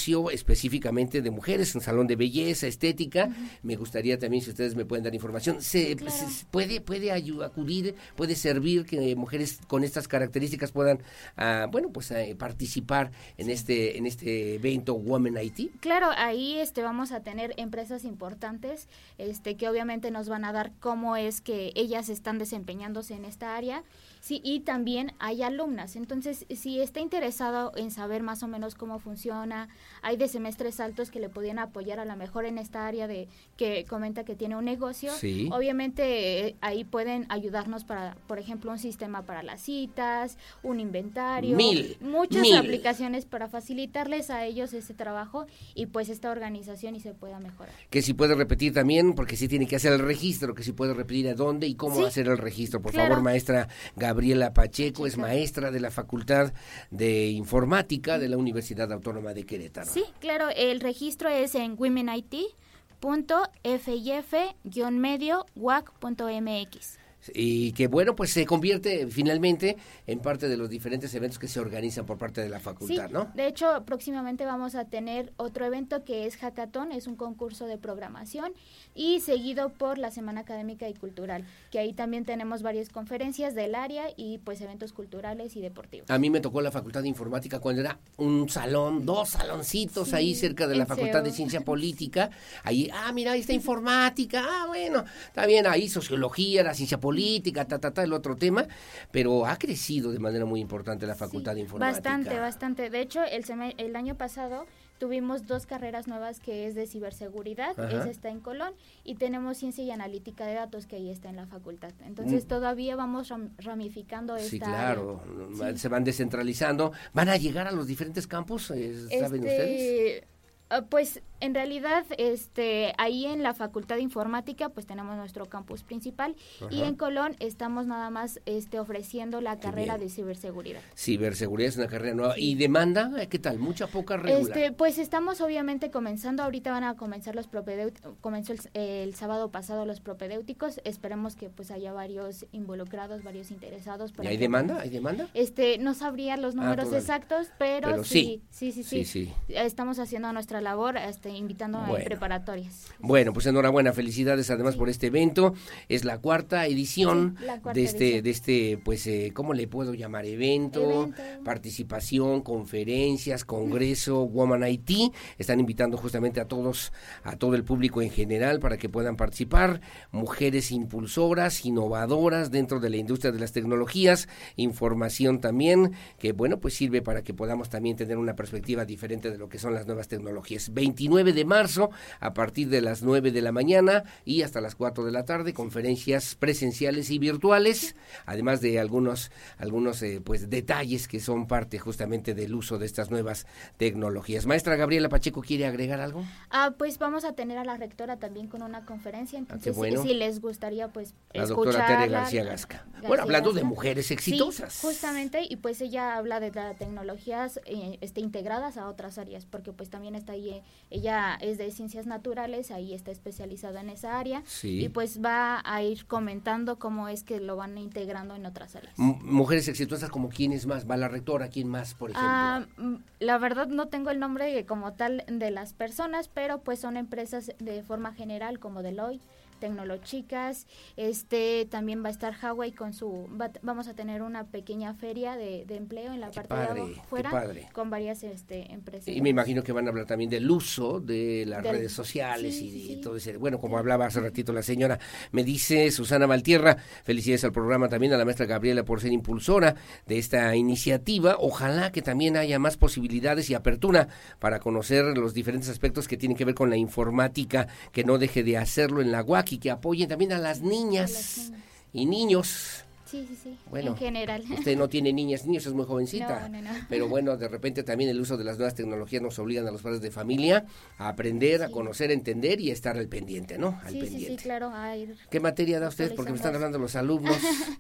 negocio específicamente de mujeres, un salón de belleza, estética. Uh-huh. Me gustaría también, si ustedes me pueden dar información, ¿se, sí, claro. se puede puede ayu- acudir, puede servir que mujeres con estas características puedan, uh, bueno, pues uh, participar en sí. este en este evento Women I T? Claro, ahí este vamos a tener empresas importantes, este que obviamente nos van a dar cómo es que ellas están desempeñándose en esta área. Sí, y también hay alumnas, entonces si está interesado en saber más o menos cómo funciona, hay de semestres altos que le podían apoyar a lo mejor en esta área de que comenta que tiene un negocio, sí. obviamente eh, ahí pueden ayudarnos para, por ejemplo, un sistema para las citas, un inventario, mil, muchas mil. aplicaciones para facilitarles a ellos ese trabajo y pues esta organización y se pueda mejorar. Que si puede repetir también, porque sí tiene que hacer el registro, que si puede repetir a dónde y cómo sí. hacer el registro, por claro. favor, maestra Gabriela Pacheco, es maestra de la Facultad de Informática de la Universidad Autónoma de Querétaro. Sí, claro, el registro es en women I T punto f i f guion medio u a c punto m x. Y que bueno, pues se convierte finalmente en parte de los diferentes eventos que se organizan por parte de la facultad, sí, ¿no? De hecho, próximamente vamos a tener otro evento que es Hackathon, es un concurso de programación y seguido por la Semana Académica y Cultural, que ahí también tenemos varias conferencias del área y pues eventos culturales y deportivos. A mí me tocó la Facultad de Informática cuando era un salón, dos saloncitos sí, ahí cerca de la Facultad de Ciencia Política, ahí, ah, mira, ahí está informática, ah, bueno, está bien, ahí sociología, la ciencia política, política, ta, ta, ta, el otro tema, pero ha crecido de manera muy importante la Facultad sí, de Informática. Bastante, bastante. De hecho, el, sem- el año pasado tuvimos dos carreras nuevas que es de ciberseguridad, Ajá. esa está en Colón, y tenemos ciencia y analítica de datos que ahí está en la facultad. Entonces mm. todavía vamos ram- ramificando esta Sí, claro, área. Se van descentralizando. ¿Van a llegar a los diferentes campus? ¿Saben este... ustedes? Uh, pues en realidad este ahí en la Facultad de Informática pues tenemos nuestro campus principal Ajá. y en Colón estamos nada más este ofreciendo la carrera de ciberseguridad. Ciberseguridad es una carrera nueva. Sí. ¿Y demanda? ¿Qué tal? ¿Mucha, poca, regular? Este, pues estamos obviamente comenzando, ahorita van a comenzar los propedéuticos, comenzó el, el sábado pasado los propedéuticos, esperemos que pues haya varios involucrados, varios interesados. ¿Y hay que, demanda? ¿Hay demanda? Este, no sabría los números ah, exactos, pero, pero sí, sí, sí, sí, sí, sí, sí. Estamos haciendo nuestra labor, este, invitando bueno. a preparatorias. Bueno, pues enhorabuena, felicidades además sí. por este evento. Es la cuarta edición sí, la cuarta de este, edición. de este, pues, eh, ¿cómo le puedo llamar? Evento, evento, participación, conferencias, congreso, Woman I T. Están invitando justamente a todos, a todo el público en general para que puedan participar. Mujeres impulsoras, innovadoras dentro de la industria de las tecnologías, información también, que bueno, pues sirve para que podamos también tener una perspectiva diferente de lo que son las nuevas tecnologías. veintinueve de marzo, a partir de las nueve de la mañana y hasta las cuatro de la tarde, conferencias presenciales y virtuales, además de algunos algunos eh, pues detalles que son parte justamente del uso de estas nuevas tecnologías. Maestra Gabriela Pacheco, ¿quiere agregar algo? Ah, pues vamos a tener a la rectora también con una conferencia, entonces ah, bueno. si, si les gustaría pues la doctora Tere García Gasca. García bueno, hablando Gasca. de mujeres exitosas. Sí, justamente, y pues ella habla de las tecnologías eh, este, integradas a otras áreas, porque pues también está ahí, ella es de ciencias naturales, ahí está especializada en esa área, sí. y pues va a ir comentando cómo es que lo van integrando en otras áreas. M- mujeres exitosas, como quiénes más, va la rectora, ¿quién más, por ejemplo? Ah, la verdad no tengo el nombre como tal de las personas, pero pues son empresas de forma general como Deloitte, Tecnolochicas, este también va a estar Huawei con su, va, vamos a tener una pequeña feria de, de empleo en la qué parte padre, de afuera con varias este empresas. Y me imagino que van a hablar también del uso de las Del, redes sociales sí, y, sí, y todo ese, bueno, como hablaba hace ratito la señora, me dice Susana Valtierra, felicidades al programa, también a la maestra Gabriela por ser impulsora de esta iniciativa, ojalá que también haya más posibilidades y apertura para conocer los diferentes aspectos que tienen que ver con la informática, que no deje de hacerlo en la U A C y que apoyen también a las niñas, a las niñas. y niños. Sí, sí, sí, bueno, en general. Usted no tiene niñas, niños, es muy jovencita. No, no, no. Pero bueno, de repente también el uso de las nuevas tecnologías nos obligan a los padres de familia a aprender, sí. a conocer, a entender y a estar al pendiente, ¿no? Al sí, pendiente. Sí, sí, claro. A ir ¿Qué materia da usted? Porque me están hablando los alumnos.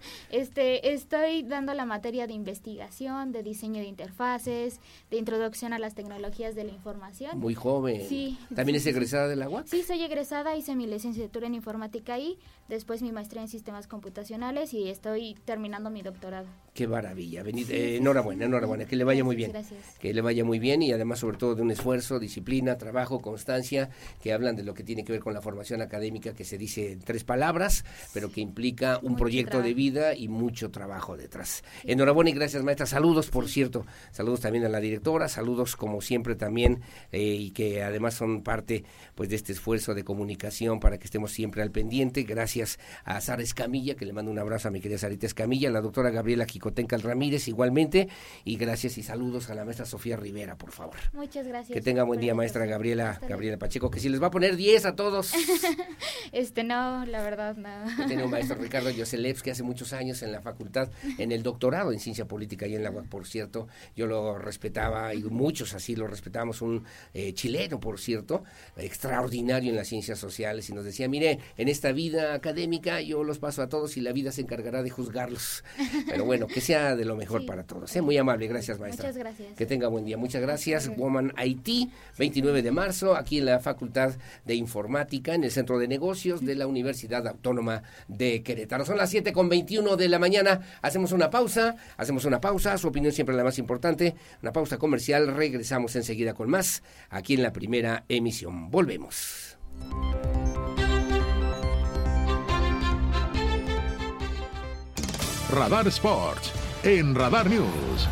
este, estoy dando la materia de investigación, de diseño de interfaces, de introducción a las tecnologías de la información. Muy joven. Sí. ¿También sí, es egresada de la U A C? Sí, soy egresada, hice mi licenciatura en informática ahí, después mi maestría en sistemas computacionales y estoy estoy terminando mi doctorado. Qué maravilla, Benit, eh, enhorabuena, enhorabuena, que le vaya muy bien, gracias. que le vaya muy bien y además sobre todo de un esfuerzo, disciplina, trabajo, constancia, que hablan de lo que tiene que ver con la formación académica que se dice en tres palabras, pero que implica un mucho proyecto trabajo. de vida y mucho trabajo detrás. Sí. Enhorabuena y gracias, maestra. Saludos, por cierto, saludos también a la directora, saludos como siempre también eh, y que además son parte pues de este esfuerzo de comunicación para que estemos siempre al pendiente. Gracias a Sara Escamilla, que le mando un abrazo a mi querida Sarita Escamilla, a la doctora Gabriela Jicotenca Ramírez igualmente, y gracias y saludos a la maestra Sofía Rivera, por favor. Muchas gracias. Que tenga buen día, maestra Gabriela Gabriela Pacheco, que si les va a poner diez a todos. este no, la verdad no. Tiene un maestro Ricardo Yoselevs que hace muchos años en la facultad, en el doctorado en ciencia política y en la U A C, por cierto, yo lo respetaba y muchos así lo respetamos, un eh, chileno, por cierto, extraordinario en las ciencias sociales, y nos decía, mire, en esta vida académica yo los paso a todos y la vida se encargará de juzgarlos. Pero bueno, que sea de lo mejor sí. para todos. ¿eh? Muy amable, gracias, maestra. Muchas gracias. Que tenga buen día. Muchas gracias. gracias. Woman I T, veintinueve de marzo, aquí en la Facultad de Informática, en el Centro de Negocios de la Universidad Autónoma de Querétaro. Son las siete con veintiuno de la mañana. Hacemos una pausa, hacemos una pausa. Su opinión siempre la más importante. Una pausa comercial. Regresamos enseguida con más, aquí en la primera emisión. Volvemos. Radar Sports en Radar News.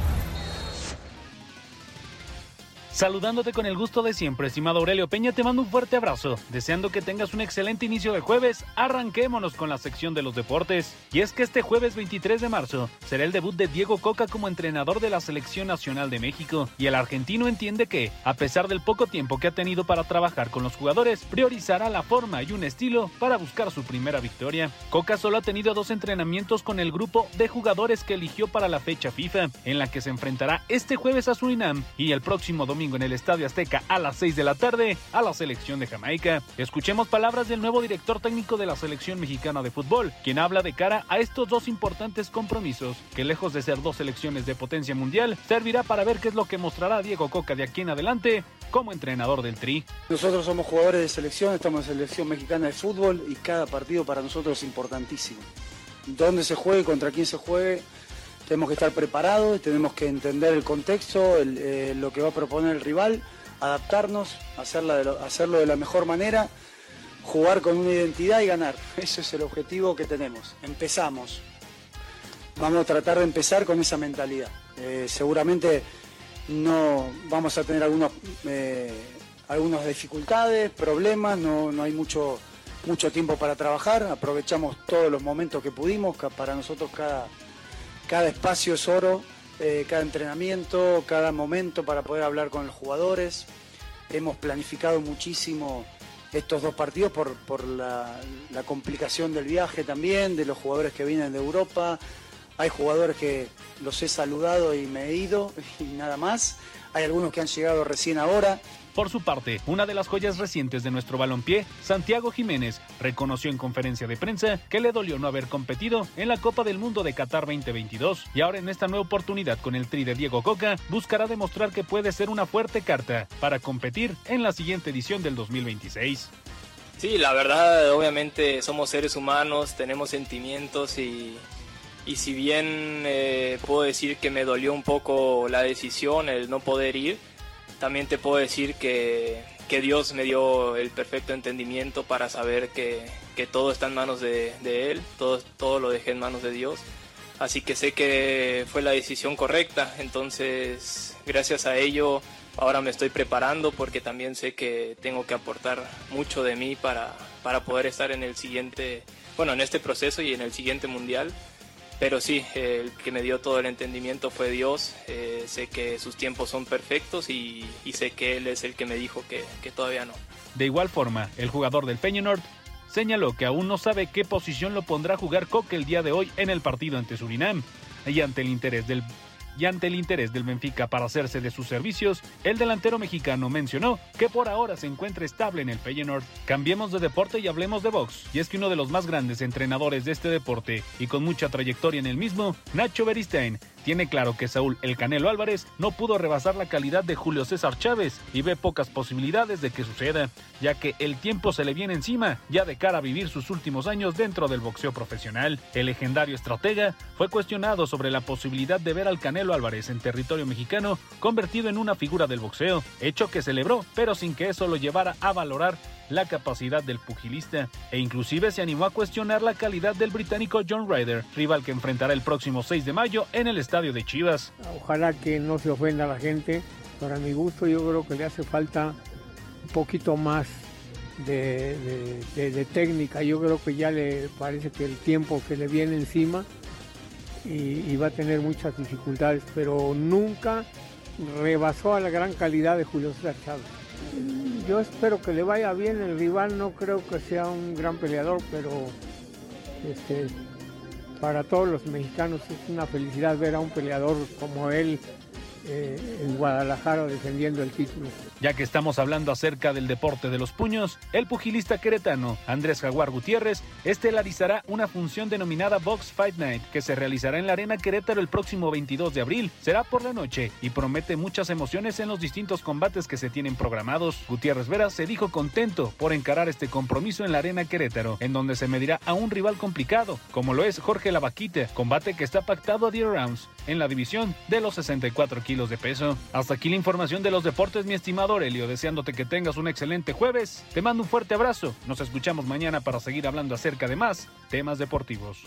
Saludándote con el gusto de siempre, estimado Aurelio Peña, te mando un fuerte abrazo, deseando que tengas un excelente inicio de jueves. Arranquémonos con la sección de los deportes. Y es que este jueves veintitrés de marzo será el debut de Diego Coca como entrenador de la Selección Nacional de México, y el argentino entiende que, a pesar del poco tiempo que ha tenido para trabajar con los jugadores, priorizará la forma y un estilo para buscar su primera victoria. Coca solo ha tenido dos entrenamientos con el grupo de jugadores que eligió para la fecha FIFA, en la que se enfrentará este jueves a Surinam y el próximo domingo en el Estadio Azteca a las seis de la tarde a la selección de Jamaica. Escuchemos palabras del nuevo director técnico de la selección mexicana de fútbol, quien habla de cara a estos dos importantes compromisos, que lejos de ser dos selecciones de potencia mundial, servirá para ver qué es lo que mostrará Diego Coca de aquí en adelante como entrenador del Tri. Nosotros somos jugadores de selección, estamos en la selección mexicana de fútbol y cada partido para nosotros es importantísimo. Dónde se juegue, contra quién se juegue, tenemos que estar preparados, tenemos que entender el contexto, el, eh, lo que va a proponer el rival, adaptarnos, hacerla de lo, hacerlo de la mejor manera, jugar con una identidad y ganar. Ese es el objetivo que tenemos. Empezamos. Vamos a tratar de empezar con esa mentalidad. Eh, seguramente no vamos a tener algunos, eh, algunas dificultades, problemas, no, no hay mucho, mucho tiempo para trabajar, aprovechamos todos los momentos que pudimos, que para nosotros cada... Cada espacio es oro, eh, cada entrenamiento, cada momento para poder hablar con los jugadores. Hemos planificado muchísimo estos dos partidos por, por la, la complicación del viaje también, de los jugadores que vienen de Europa. Hay jugadores que los he saludado y me he ido y nada más. Hay algunos que han llegado recién ahora. Por su parte, una de las joyas recientes de nuestro balompié, Santiago Jiménez, reconoció en conferencia de prensa que le dolió no haber competido en la Copa del Mundo de Qatar veinte veintidós, y ahora en esta nueva oportunidad con el Tri de Diego Coca buscará demostrar que puede ser una fuerte carta para competir en la siguiente edición del dos mil veintiséis. Sí, la verdad, obviamente somos seres humanos, tenemos sentimientos y... Y si bien eh, puedo decir que me dolió un poco la decisión, el no poder ir, también te puedo decir que, que Dios me dio el perfecto entendimiento para saber que, que todo está en manos de, de Él, todo, todo lo dejé en manos de Dios. Así que sé que fue la decisión correcta, entonces gracias a ello ahora me estoy preparando porque también sé que tengo que aportar mucho de mí para, para poder estar en el siguiente, bueno, en este proceso y en el siguiente mundial. Pero sí, eh, el que me dio todo el entendimiento fue Dios. Eh, sé que sus tiempos son perfectos y, y sé que Él es el que me dijo que, que todavía no. De igual forma, el jugador del Feyenoord señaló que aún no sabe qué posición lo pondrá a jugar Coque el día de hoy en el partido ante Surinam. Y ante el interés del Y ante el interés del Benfica para hacerse de sus servicios, el delantero mexicano mencionó que por ahora se encuentra estable en el Feyenoord. Cambiemos de deporte y hablemos de box. Y es que uno de los más grandes entrenadores de este deporte y con mucha trayectoria en el mismo, Nacho Beristain, tiene claro que Saúl El Canelo Álvarez no pudo rebasar la calidad de Julio César Chávez y ve pocas posibilidades de que suceda, ya que el tiempo se le viene encima, ya de cara a vivir sus últimos años dentro del boxeo profesional. El legendario estratega fue cuestionado sobre la posibilidad de ver al Canelo Álvarez en territorio mexicano convertido en una figura del boxeo, hecho que celebró, pero sin que eso lo llevara a valorar la capacidad del pugilista, e inclusive se animó a cuestionar la calidad del británico John Ryder, rival que enfrentará el próximo seis de mayo en el estadio de Chivas. Ojalá que no se ofenda a la gente. Para mi gusto, yo creo que le hace falta un poquito más de, de, de, de técnica. Yo creo que ya le parece que el tiempo se le viene encima y, y va a tener muchas dificultades, pero nunca rebasó a la gran calidad de Julio César Chávez. Yo espero que le vaya bien. El rival no creo que sea un gran peleador, pero este, para todos los mexicanos es una felicidad ver a un peleador como él eh, en Guadalajara defendiendo el título. Ya que estamos hablando acerca del deporte de los puños, el pugilista queretano Andrés Jaguar Gutiérrez estelarizará una función denominada Box Fight Night, que se realizará en la Arena Querétaro el próximo veintidós de abril. Será por la noche y promete muchas emociones en los distintos combates que se tienen programados. Gutiérrez Vera se dijo contento por encarar este compromiso en la Arena Querétaro, en donde se medirá a un rival complicado, como lo es Jorge La Vaquita, combate que está pactado a diez rounds en la división de los sesenta y cuatro kilos de peso. Hasta aquí la información de los deportes, mi estimado Aurelio, deseándote que tengas un excelente jueves. Te mando un fuerte abrazo. Nos escuchamos mañana para seguir hablando acerca de más temas deportivos.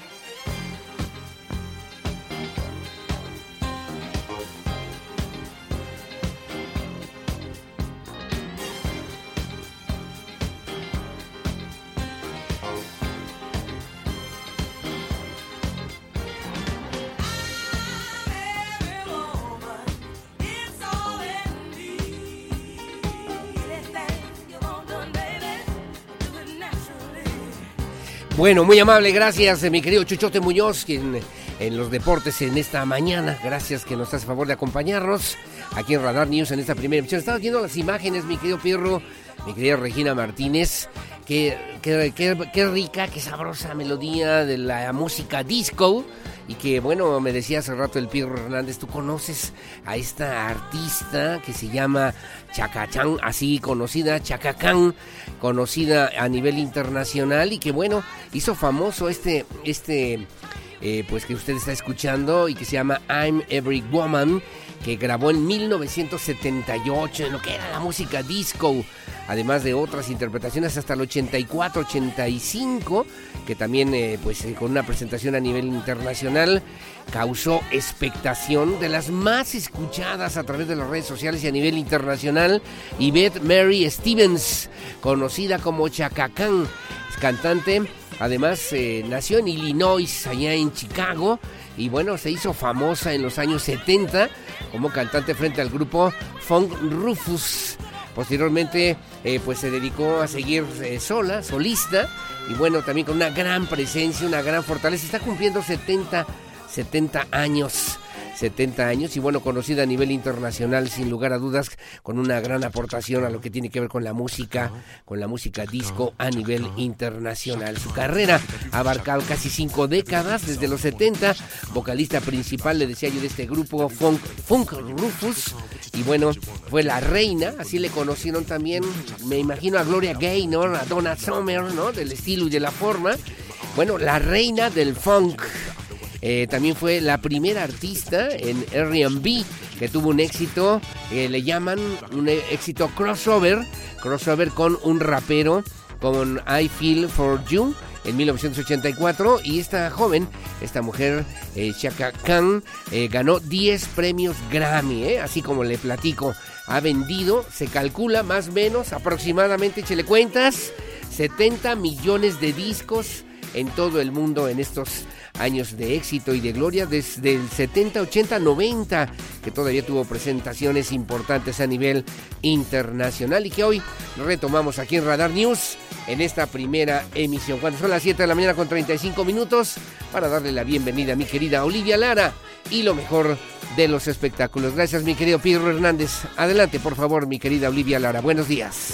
Bueno, muy amable, gracias, mi querido Chuchote Muñoz, quien en los deportes en esta mañana, gracias que nos hace favor de acompañarnos aquí en Radar News en esta primera emisión. Estaba viendo las imágenes, mi querido Pirro, mi querida Regina Martínez, qué, qué, qué, qué rica, qué sabrosa melodía de la música disco. Y que, bueno, me decía hace rato el Pirro Hernández, ¿tú conoces a esta artista que se llama Chaka Khan, así conocida, Chaka Khan, conocida a nivel internacional y que, bueno, hizo famoso este, este eh, pues que usted está escuchando y que se llama I'm Every Woman, que grabó en mil novecientos setenta y ocho en lo que era la música disco, además de otras interpretaciones hasta el ochenta y cuatro, ochenta y cinco, que también eh, pues eh, con una presentación a nivel internacional causó expectación, de las más escuchadas a través de las redes sociales y a nivel internacional. Yvette Mary Stevens, conocida como Chaka Khan, cantante, además eh, nació en Illinois, allá en Chicago, y bueno, se hizo famosa en los años setenta como cantante frente al grupo Funk Rufus. Posteriormente, eh, pues se dedicó a seguir eh, sola, solista, y bueno, también con una gran presencia, una gran fortaleza. Está cumpliendo setenta, setenta años. setenta años y bueno, conocida a nivel internacional sin lugar a dudas, con una gran aportación a lo que tiene que ver con la música, con la música disco a nivel internacional. Su carrera ha abarcado casi cinco décadas, desde los setenta, vocalista principal, le decía yo, de este grupo Funk, Funk Rufus, y bueno, fue la reina, así le conocieron también, me imagino a Gloria Gaynor, a Donna Summer, ¿no? Del estilo y de la forma, bueno, la reina del funk. Eh, también fue la primera artista en erre and be que tuvo un éxito, eh, le llaman un éxito crossover, crossover con un rapero, con I Feel For You, en mil novecientos ochenta y cuatro, y esta joven, esta mujer, eh, Chaka Khan, eh, ganó diez premios Grammy, eh, así como le platico, ha vendido, se calcula más o menos, aproximadamente, échale cuentas, setenta millones de discos en todo el mundo en estos años de éxito y de gloria, desde el setenta, ochenta, noventa, que todavía tuvo presentaciones importantes a nivel internacional y que hoy retomamos aquí en Radar News en esta primera emisión, cuando son las siete de la mañana con treinta y cinco minutos, para darle la bienvenida a mi querida Olivia Lara y lo mejor de los espectáculos. Gracias, mi querido Pirro Hernández. Adelante, por favor, mi querida Olivia Lara. Buenos días.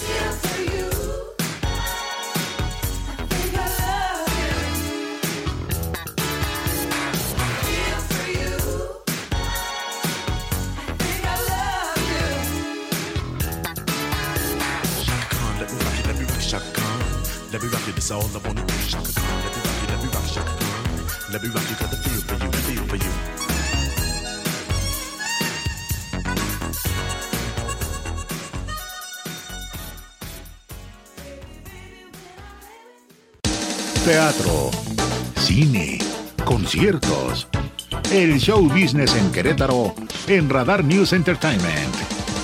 Let me rock you, that's all I wanna do. Shaka Khan, let me rock you, let me rock Shaka Khan. Let me rock you, got the feel for you, feel for you. Teatro, cine, conciertos. El show business en Querétaro en Radar News Entertainment.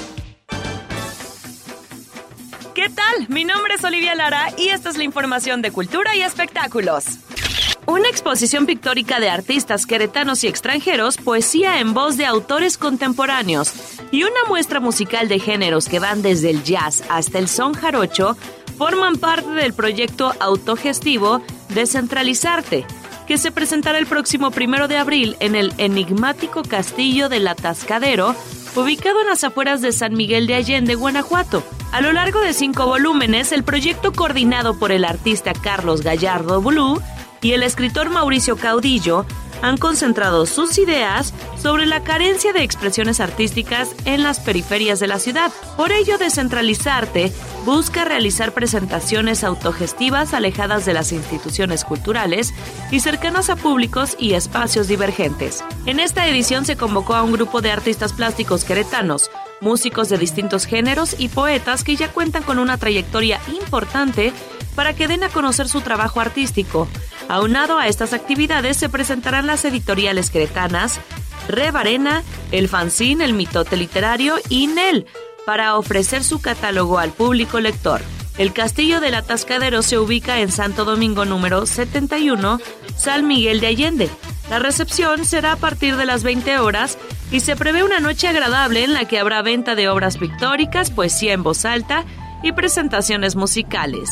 ¿Qué tal? Mi nombre es Olivia Lara y esta es la información de cultura y espectáculos. Una exposición pictórica de artistas queretanos y extranjeros, poesía en voz de autores contemporáneos y una muestra musical de géneros que van desde el jazz hasta el son jarocho forman parte del proyecto autogestivo Descentralizarte, que se presentará el próximo primero de abril en el enigmático Castillo del Atascadero, ubicado en las afueras de San Miguel de Allende, Guanajuato. A lo largo de cinco volúmenes, el proyecto, coordinado por el artista Carlos Gallardo Blue y el escritor Mauricio Caudillo, han concentrado sus ideas sobre la carencia de expresiones artísticas en las periferias de la ciudad. Por ello, Descentralizarte busca realizar presentaciones autogestivas alejadas de las instituciones culturales y cercanas a públicos y espacios divergentes. En esta edición se convocó a un grupo de artistas plásticos queretanos, músicos de distintos géneros y poetas que ya cuentan con una trayectoria importante para que den a conocer su trabajo artístico. Aunado a estas actividades se presentarán las editoriales queretanas Rebarena, El Fanzine, El Mitote Literario y Nel, para ofrecer su catálogo al público lector. El Castillo del Atascadero se ubica en Santo Domingo número setenta y uno, San Miguel de Allende. La recepción será a partir de las veinte horas y se prevé una noche agradable en la que habrá venta de obras pictóricas, poesía en voz alta y presentaciones musicales.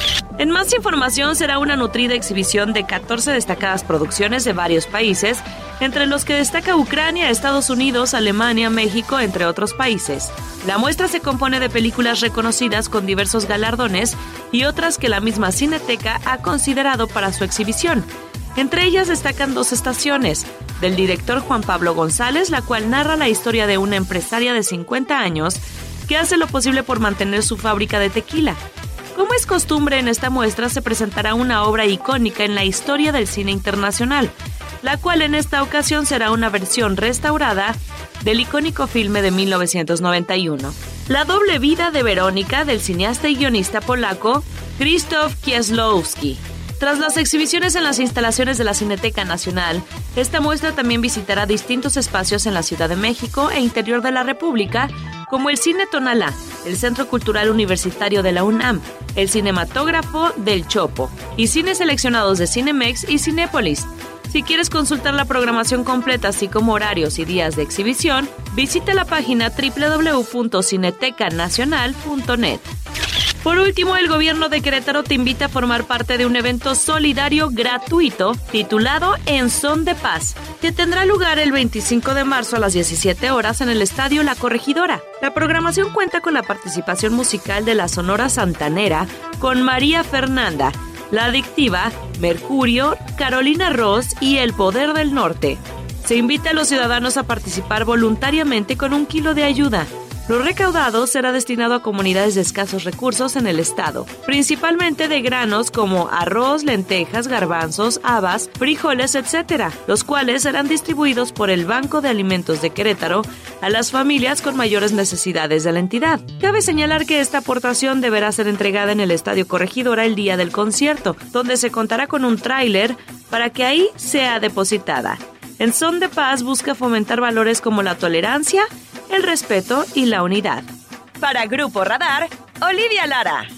En más información, será una nutrida exhibición de catorce destacadas producciones de varios países, entre los que destaca Ucrania, Estados Unidos, Alemania, México, entre otros países. La muestra se compone de películas reconocidas con diversos galardones y otras que la misma Cineteca ha considerado para su exhibición. Entre ellas destacan Dos Estaciones, del director Juan Pablo González, la cual narra la historia de una empresaria de cincuenta años que hace lo posible por mantener su fábrica de tequila. Como es costumbre, en esta muestra se presentará una obra icónica en la historia del cine internacional, la cual en esta ocasión será una versión restaurada del icónico filme de mil novecientos noventa y uno. La doble vida de Verónica, del cineasta y guionista polaco Krzysztof Kieślowski. Tras las exhibiciones en las instalaciones de la Cineteca Nacional, esta muestra también visitará distintos espacios en la Ciudad de México e interior de la República, como el Cine Tonalá, el Centro Cultural Universitario de la UNAM, el Cinematógrafo del Chopo y cines seleccionados de Cinemex y Cinépolis. Si quieres consultar la programación completa, así como horarios y días de exhibición, visita la página doble u doble u doble u punto cineteca nacional punto net. Por último, el gobierno de Querétaro te invita a formar parte de un evento solidario gratuito titulado En Son de Paz, que tendrá lugar el veinticinco de marzo a las diecisiete horas en el Estadio La Corregidora. La programación cuenta con la participación musical de la Sonora Santanera con María Fernanda, La Adictiva, Mercurio, Carolina Ross y El Poder del Norte. Se invita a los ciudadanos a participar voluntariamente con un kilo de ayuda. Lo recaudado será destinado a comunidades de escasos recursos en el estado, principalmente de granos como arroz, lentejas, garbanzos, habas, frijoles, etcétera, los cuales serán distribuidos por el Banco de Alimentos de Querétaro a las familias con mayores necesidades de la entidad. Cabe señalar que esta aportación deberá ser entregada en el Estadio Corregidora el día del concierto, donde se contará con un tráiler para que ahí sea depositada. En Son de Paz busca fomentar valores como la tolerancia, el respeto y la unidad. Para Grupo Radar, Olivia Lara.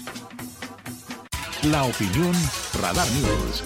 La opinión Radar News.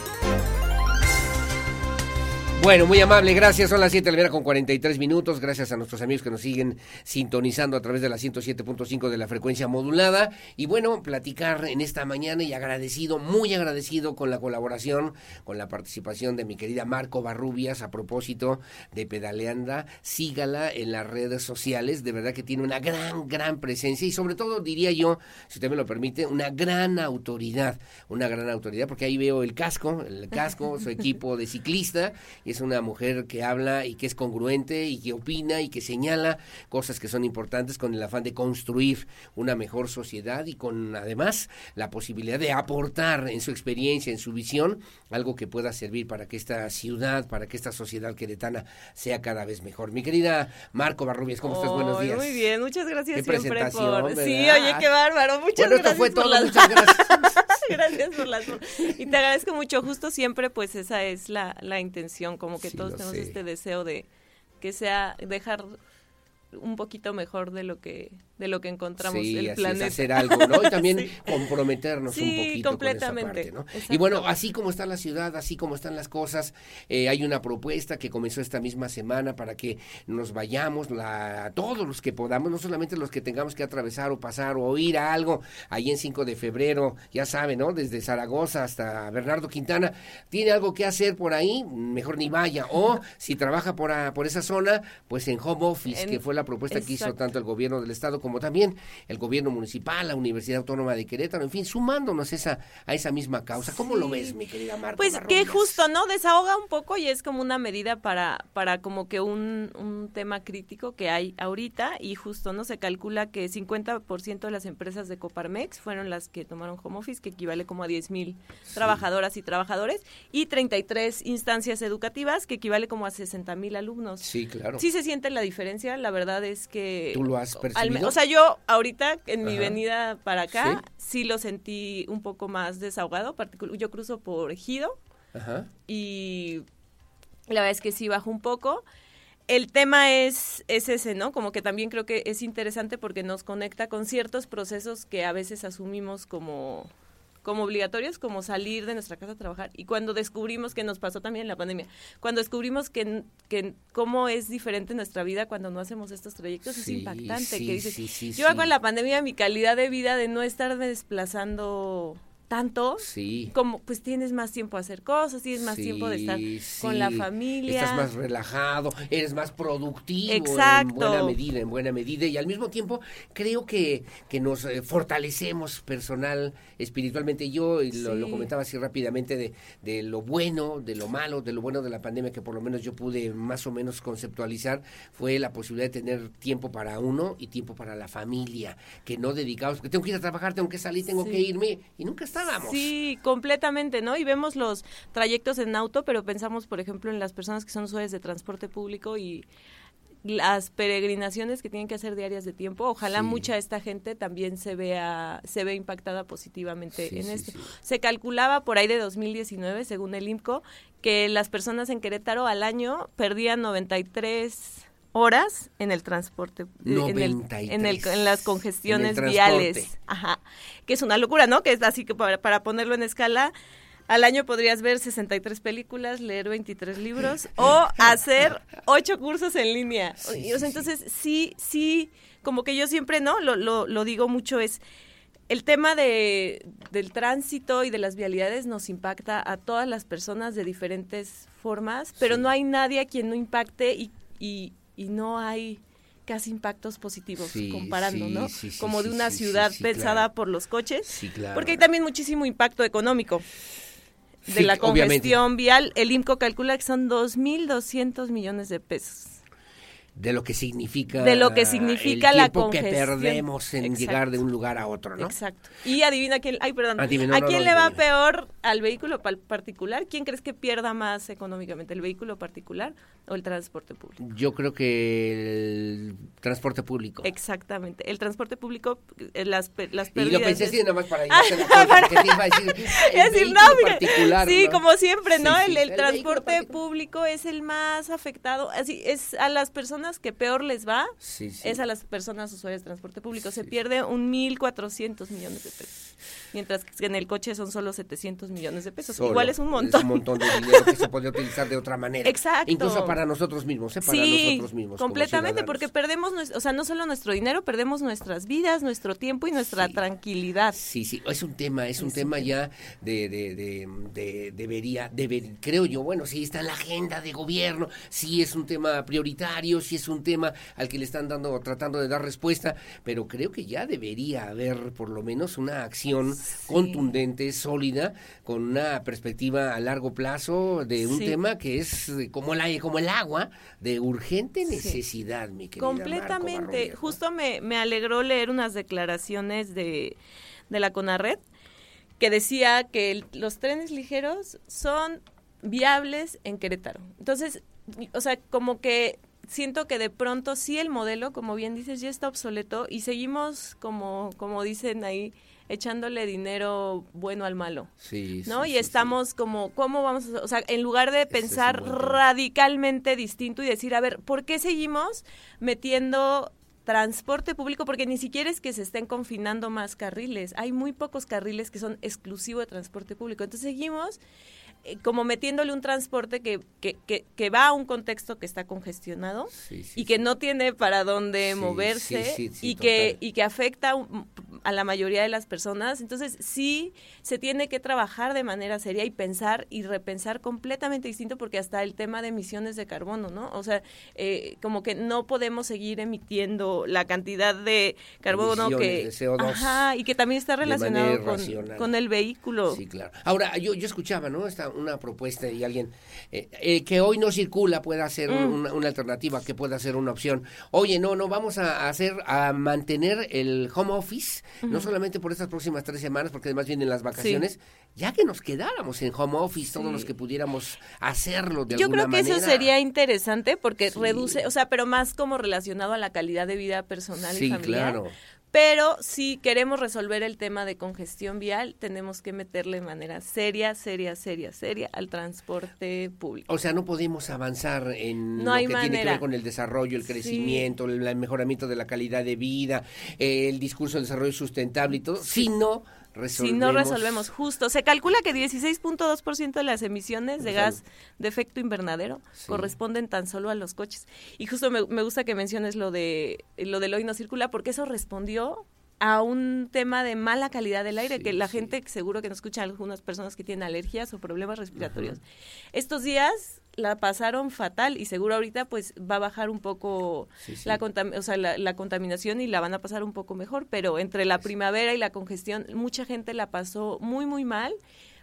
Bueno, muy amable, gracias. Son las siete de la mañana con cuarenta y tres minutos. Gracias a nuestros amigos que nos siguen sintonizando a través de la ciento siete punto cinco de la frecuencia modulada. Y bueno, platicar en esta mañana y agradecido, muy agradecido con la colaboración, con la participación de mi querida Marco Barrubias a propósito de Pedaleanda. Sígala en las redes sociales, de verdad que tiene una gran, gran presencia y sobre todo, diría yo, si usted me lo permite, una gran autoridad, una gran autoridad, porque ahí veo el casco, el casco, su equipo de ciclista. y es una mujer que habla y que es congruente y que opina y que señala cosas que son importantes con el afán de construir una mejor sociedad y con además la posibilidad de aportar en su experiencia, en su visión, algo que pueda servir para que esta ciudad, para que esta sociedad queretana sea cada vez mejor. Mi querida Mar Covarrubias, ¿cómo estás? Buenos días. Muy bien, muchas gracias qué siempre presentación, por... ¿verdad? Sí, oye, qué bárbaro, muchas bueno, gracias esto fue por todo, las... muchas gracias. Gracias por las... Y te agradezco mucho, justo siempre pues esa es la, la intención, como que Sí, todos lo tenemos sé. este deseo de que sea dejar un poquito mejor de lo que de lo que encontramos sí, el así planeta. Es hacer algo, ¿no? Y también sí. comprometernos sí, un poquito completamente. con esa parte, ¿no? Exacto. Y bueno, así como está la ciudad, así como están las cosas, eh, hay una propuesta que comenzó esta misma semana para que nos vayamos, la, todos los que podamos, no solamente los que tengamos que atravesar o pasar o ir a algo, ahí en cinco de febrero, ya saben, ¿no? Desde Zaragoza hasta Bernardo Quintana, tiene algo que hacer por ahí, mejor ni vaya, o si trabaja por, a, por esa zona, pues en home office, en, que fue la propuesta exacto. que hizo tanto el gobierno del estado como también el gobierno municipal, la Universidad Autónoma de Querétaro, en fin, sumándonos esa, a esa misma causa. ¿Cómo sí. lo ves, mi querida Marta? Pues que justo, ¿no? Desahoga un poco y es como una medida para, para como que un, un tema crítico que hay ahorita y justo, ¿no? Se calcula que cincuenta por ciento de las empresas de Coparmex fueron las que tomaron home office, que equivale como a diez mil sí. trabajadoras y trabajadores, y treinta y tres instancias educativas, que equivale como a sesenta mil alumnos. Sí, claro. Sí se siente la diferencia, la verdad es que... ¿Tú lo has percibido? Al, o sea, yo ahorita en Ajá. mi venida para acá ¿Sí? sí lo sentí un poco más desahogado. Particu- yo cruzo por Ejido Ajá. y la verdad es que sí bajo un poco. El tema es, es ese, ¿no? Como que también creo que es interesante porque nos conecta con ciertos procesos que a veces asumimos como... como obligatorios, como salir de nuestra casa a trabajar. Y cuando descubrimos, que nos pasó también en la pandemia, cuando descubrimos que, que cómo es diferente nuestra vida cuando no hacemos estos trayectos, sí, es impactante. Sí, que dices, sí, sí, yo sí. con la pandemia, mi calidad de vida de no estar desplazando tanto, sí. como pues tienes más tiempo a hacer cosas, tienes más sí, tiempo de estar sí. con la familia. Estás más relajado, eres más productivo. Exacto. En buena medida, en buena medida. Y al mismo tiempo creo que, que nos eh, fortalecemos personal, espiritualmente. Yo y lo, sí. lo comentaba así rápidamente de, de lo bueno, de lo malo, de lo bueno de la pandemia que por lo menos yo pude más o menos conceptualizar, fue la posibilidad de tener tiempo para uno y tiempo para la familia, que no dedicados, porque tengo que ir a trabajar, tengo que salir, tengo sí. que irme, y nunca estábamos. Sí, completamente, ¿no? Y vemos los trayectos en auto, pero pensamos, por ejemplo, en las personas que son usuarias de transporte público y las peregrinaciones que tienen que hacer diarias de tiempo. Ojalá sí. mucha de esta gente también se vea se ve impactada positivamente sí, en sí, esto. Sí. Se calculaba por ahí de dos mil diecinueve, según el I M C O, que las personas en Querétaro al año perdían noventa y tres horas en el transporte, en, el, en, el, en las congestiones en viales, ajá, que es una locura, ¿no? Que es así que para, para ponerlo en escala, al año podrías ver sesenta y tres películas, leer veintitrés libros o hacer ocho cursos en línea. Sí, o sea, sí, entonces sí, sí, como que yo siempre, ¿no? Lo, lo, lo digo mucho, es el tema de del tránsito y de las vialidades nos impacta a todas las personas de diferentes formas, pero sí. no hay nadie a quien no impacte y, y y no hay casi impactos positivos sí, comparando, sí, ¿no? Sí, sí, Como de una sí, ciudad sí, sí, pensada claro. por los coches, sí, claro. porque hay también muchísimo impacto económico de sí, la congestión obviamente. vial. El I M C O calcula que son dos mil doscientos millones de pesos. De lo que significa de lo que significa el la tiempo congestión que perdemos en Exacto. llegar de un lugar a otro, ¿no? Exacto. Y adivina quién, ay, perdón, Adivino, ¿a no, quién no, le no, va no. peor al vehículo particular? ¿Quién crees que pierda más económicamente, el vehículo particular o el transporte público? Yo creo que el transporte público. Exactamente. El transporte público, las, las pérdidas... Y lo pensé así, es... nada más para ir a hacer la cosa, porque te iba a decir, el es decir, no, particular. Sí, ¿no? como siempre, ¿no? Sí, sí, el, el, el transporte público es el más afectado. Así es a las personas que peor les va, sí, sí. es a las personas usuarias de transporte público. Sí. Se pierde un mil cuatrocientos millones de pesos, mientras que en el coche son solo setecientos millones de pesos. Solo. Igual es un montón. Es un montón de dinero que se podría utilizar de otra manera. Exacto. Incluso para nosotros mismos, ¿eh? Para sí, nosotros mismos. completamente, porque perdemos, o sea, no solo nuestro dinero, perdemos nuestras vidas, nuestro tiempo y nuestra sí. tranquilidad. Sí, sí, es un tema, es un es tema un ya de, de, de, de debería, deber, creo yo, bueno, sí está en la agenda de gobierno, sí es un tema prioritario, sí es un tema al que le están dando, tratando de dar respuesta, pero creo que ya debería haber por lo menos una acción visión sí. contundente, sólida, con una perspectiva a largo plazo de un sí. tema que es como, la, como el agua, de urgente necesidad, sí. mi querida Completamente. Marco Justo me, me alegró leer unas declaraciones de, de la CONARRED que decía que el, los trenes ligeros son viables en Querétaro. Entonces, o sea, como que siento que de pronto sí el modelo, como bien dices, ya está obsoleto y seguimos, como, como dicen ahí, echándole dinero bueno al malo, sí, ¿no? Sí, y sí, estamos sí. como, ¿cómo vamos a...? O sea, en lugar de pensar es radicalmente distinto y decir, a ver, ¿por qué seguimos metiendo transporte público? Porque ni siquiera es que se estén confinando más carriles, hay muy pocos carriles que son exclusivos de transporte público, entonces seguimos eh, como metiéndole un transporte que, que, que, que va a un contexto que está congestionado sí, sí, y que sí. no tiene para dónde sí, moverse sí, sí, sí, y, que, total. y que afecta a la mayoría de las personas, entonces sí se tiene que trabajar de manera seria y pensar y repensar completamente distinto, porque hasta el tema de emisiones de carbono, ¿no? O sea, eh, como que no podemos seguir emitiendo la cantidad de carbono emisiones que... de C O dos Ajá, y que también está relacionado con, con el vehículo. Sí, claro. Ahora, yo, yo escuchaba, ¿no? Esta, una propuesta y alguien eh, eh, que hoy no circula pueda ser mm. una, una alternativa, que pueda ser una opción. Oye, no, no, vamos a hacer, a mantener el home office, uh-huh. no solamente por estas próximas tres semanas, porque además vienen las vacaciones, sí. ya que nos quedáramos en home office, sí. todos los que pudiéramos hacerlo de Yo alguna manera. Yo creo que eso sería interesante porque sí. reduce, o sea, pero más como relacionado a la calidad de vida personal sí, y familiar. Claro. Pero si queremos resolver el tema de congestión vial, tenemos que meterle de manera seria, seria, seria, seria al transporte público. O sea, no podemos avanzar en no lo hay que manera. tiene que ver con el desarrollo, el crecimiento, sí. el, el mejoramiento de la calidad de vida, eh, el discurso de desarrollo sustentable y todo, sí. si no resolvemos. Si no resolvemos, justo. Se calcula que dieciséis punto dos por ciento de las emisiones de gas de efecto invernadero sí. corresponden tan solo a los coches. Y justo me, me gusta que menciones lo de lo del hoy no circula, porque eso respondió a un tema de mala calidad del aire, sí, que la sí. gente, seguro que nos escucha algunas personas que tienen alergias o problemas respiratorios. Uh-huh. Estos días la pasaron fatal y seguro ahorita pues va a bajar un poco sí, sí. La, contam- o sea, la, la contaminación y la van a pasar un poco mejor, pero entre la primavera y la congestión mucha gente la pasó muy muy mal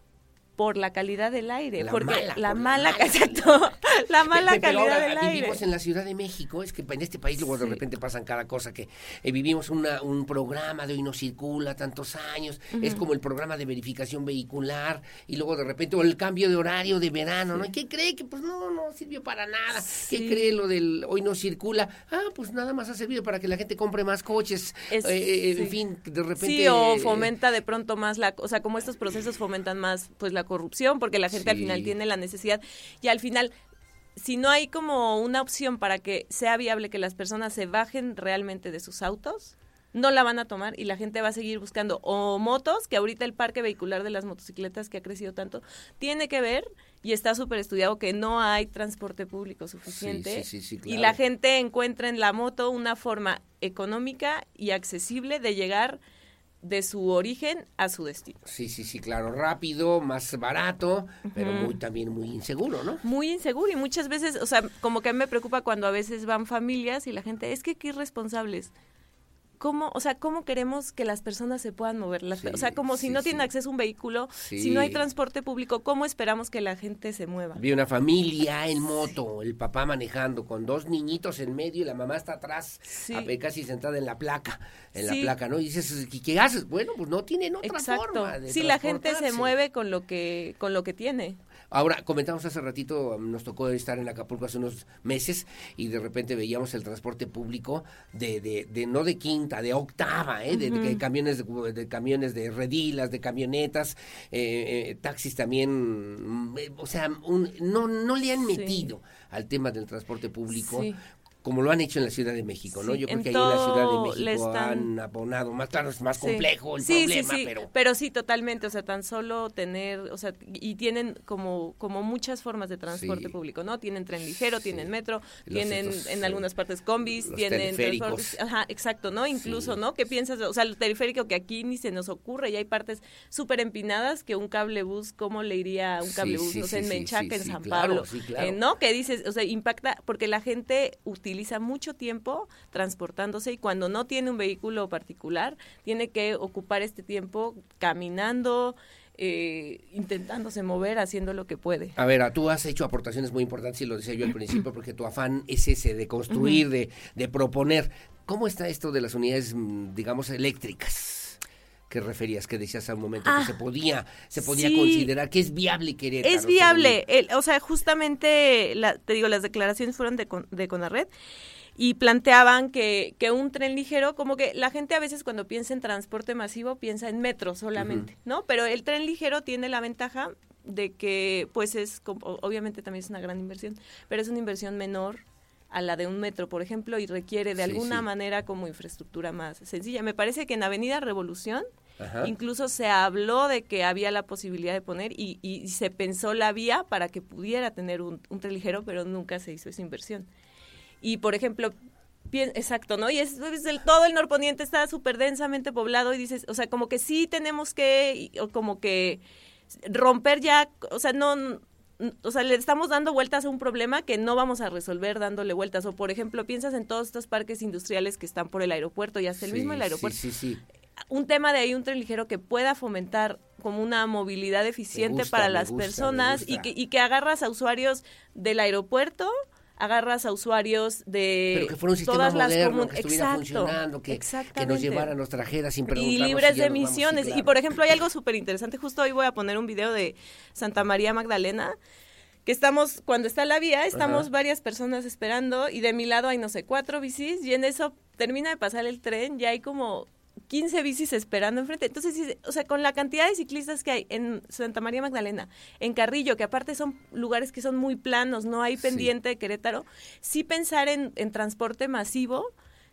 por la calidad del aire, la porque mala, la por mala, la mala exacto, la mala pero, pero calidad ahora, del aire. Vivimos en la Ciudad de México, es que en este país luego sí. de repente pasan cada cosa, que eh, vivimos una, un programa de hoy no circula tantos años, uh-huh. es como el programa de verificación vehicular, y luego de repente, o el cambio de horario de verano, sí. ¿no? ¿Y qué cree? Que pues no, no sirvió para nada. Sí. ¿Qué cree lo del hoy no circula? Ah, pues nada más ha servido para que la gente compre más coches, es, eh, sí. en fin, de repente... Sí, o fomenta de pronto más la, o sea, como estos procesos fomentan más pues la corrupción, porque la gente sí. al final tiene la necesidad y al final si no hay como una opción para que sea viable que las personas se bajen realmente de sus autos, no la van a tomar y la gente va a seguir buscando o motos, que ahorita el parque vehicular de las motocicletas que ha crecido tanto tiene que ver y está súper estudiado que no hay transporte público suficiente sí, sí, sí, sí, claro. y la gente encuentra en la moto una forma económica y accesible de llegar de su origen a su destino. Sí, sí, sí, claro, rápido, más barato, uh-huh. pero muy también muy inseguro, ¿no? Muy inseguro y muchas veces, o sea, como que a mí me preocupa cuando a veces van familias y la gente, es que qué irresponsables. ¿Cómo, o sea, cómo queremos que las personas se puedan mover? Las, sí, o sea, como si sí, no tienen sí. acceso a un vehículo, sí. si no hay transporte público, ¿cómo esperamos que la gente se mueva? Vi una familia en moto, el papá manejando con dos niñitos en medio y la mamá está atrás, sí. a, casi sentada en la placa, en sí. la placa, ¿no? Y dices, ¿qué, qué haces? Bueno, pues no tienen otra Exacto. forma de sí, la gente se mueve con lo que con lo que tiene. Ahora, comentamos hace ratito, nos tocó estar en Acapulco hace unos meses y de repente veíamos el transporte público de, de, de no de quinta, de octava, ¿eh? Uh-huh. de, de camiones de, de camiones de redilas, de camionetas, eh, eh, taxis también, eh, o sea, un, no, no le han metido sí. al tema del transporte público. Sí. Como lo han hecho en la Ciudad de México, ¿no? Sí, Yo creo que ahí en la Ciudad de México están... han abonado más, claro, es más sí. complejo el sí, problema, sí, sí. pero... Pero sí, totalmente, o sea, tan solo tener, o sea, y tienen como como muchas formas de transporte sí. público, ¿no? Tienen tren ligero, sí. tienen metro, los tienen estos, en algunas partes combis, los tienen... teleféricos. Ajá, exacto, ¿no? Incluso, sí. ¿no? ¿Qué piensas? O sea, el teleférico que aquí ni se nos ocurre, y hay partes súper empinadas que un cablebús, ¿cómo le iría a un cablebús? Sí, sí, no sé, sí, en Menchaca, sí, en sí, San claro, Pablo, sí, claro. eh, ¿no? Que dices, o sea, impacta porque la gente utiliza utiliza mucho tiempo transportándose y cuando no tiene un vehículo particular, tiene que ocupar este tiempo caminando, eh, intentándose mover, haciendo lo que puede. A ver, tú has hecho aportaciones muy importantes y lo decía yo al principio porque tu afán es ese de construir, uh-huh. de, de proponer. ¿Cómo está esto de las unidades, digamos, eléctricas? Que referías, que decías al momento ah, que se podía, se podía sí, considerar que es viable Querétaro. Es viable, el, o sea, justamente, la, te digo, las declaraciones fueron de, de Conarred y planteaban que, que un tren ligero, como que la gente a veces cuando piensa en transporte masivo piensa en metro solamente, uh-huh. ¿no? Pero el tren ligero tiene la ventaja de que, pues es, obviamente también es una gran inversión, pero es una inversión menor a la de un metro, por ejemplo, y requiere de sí, alguna sí. manera como infraestructura más sencilla. Me parece que en Avenida Revolución Ajá. incluso se habló de que había la posibilidad de poner y, y, y se pensó la vía para que pudiera tener un, un tren ligero, pero nunca se hizo esa inversión. Y, por ejemplo, bien, exacto, ¿no? Y es, es el, todo el norponiente está súper densamente poblado y dices, o sea, como que sí tenemos que, o como que romper ya, o sea, no... O sea, le estamos dando vueltas a un problema que no vamos a resolver dándole vueltas. O, por ejemplo, piensas en todos estos parques industriales que están por el aeropuerto y hasta el sí, mismo el aeropuerto. Sí, sí, sí. Un tema de ahí, un tren ligero que pueda fomentar como una movilidad eficiente gusta, para las gusta, personas y que, y que agarras a usuarios del aeropuerto, agarras a usuarios de Pero que fuera un sistema todas moderno, las comun- que estuviera Exacto, funcionando, que, que nos llevara, nos trajera sin preguntarnos. Y libres si de nos vamos, emisiones. sí, claro. Y, por ejemplo, hay algo súper interesante. Justo hoy voy a poner un video de Santa María Magdalena, que estamos, cuando está la vía, estamos Ajá. varias personas esperando y de mi lado hay, no sé, cuatro bicis y en eso termina de pasar el tren, ya hay como quince bicis esperando enfrente. Entonces, o sea, con la cantidad de ciclistas que hay en Santa María Magdalena, en Carrillo, que aparte son lugares que son muy planos, no hay pendiente sí. de Querétaro, sí pensar en, en transporte masivo,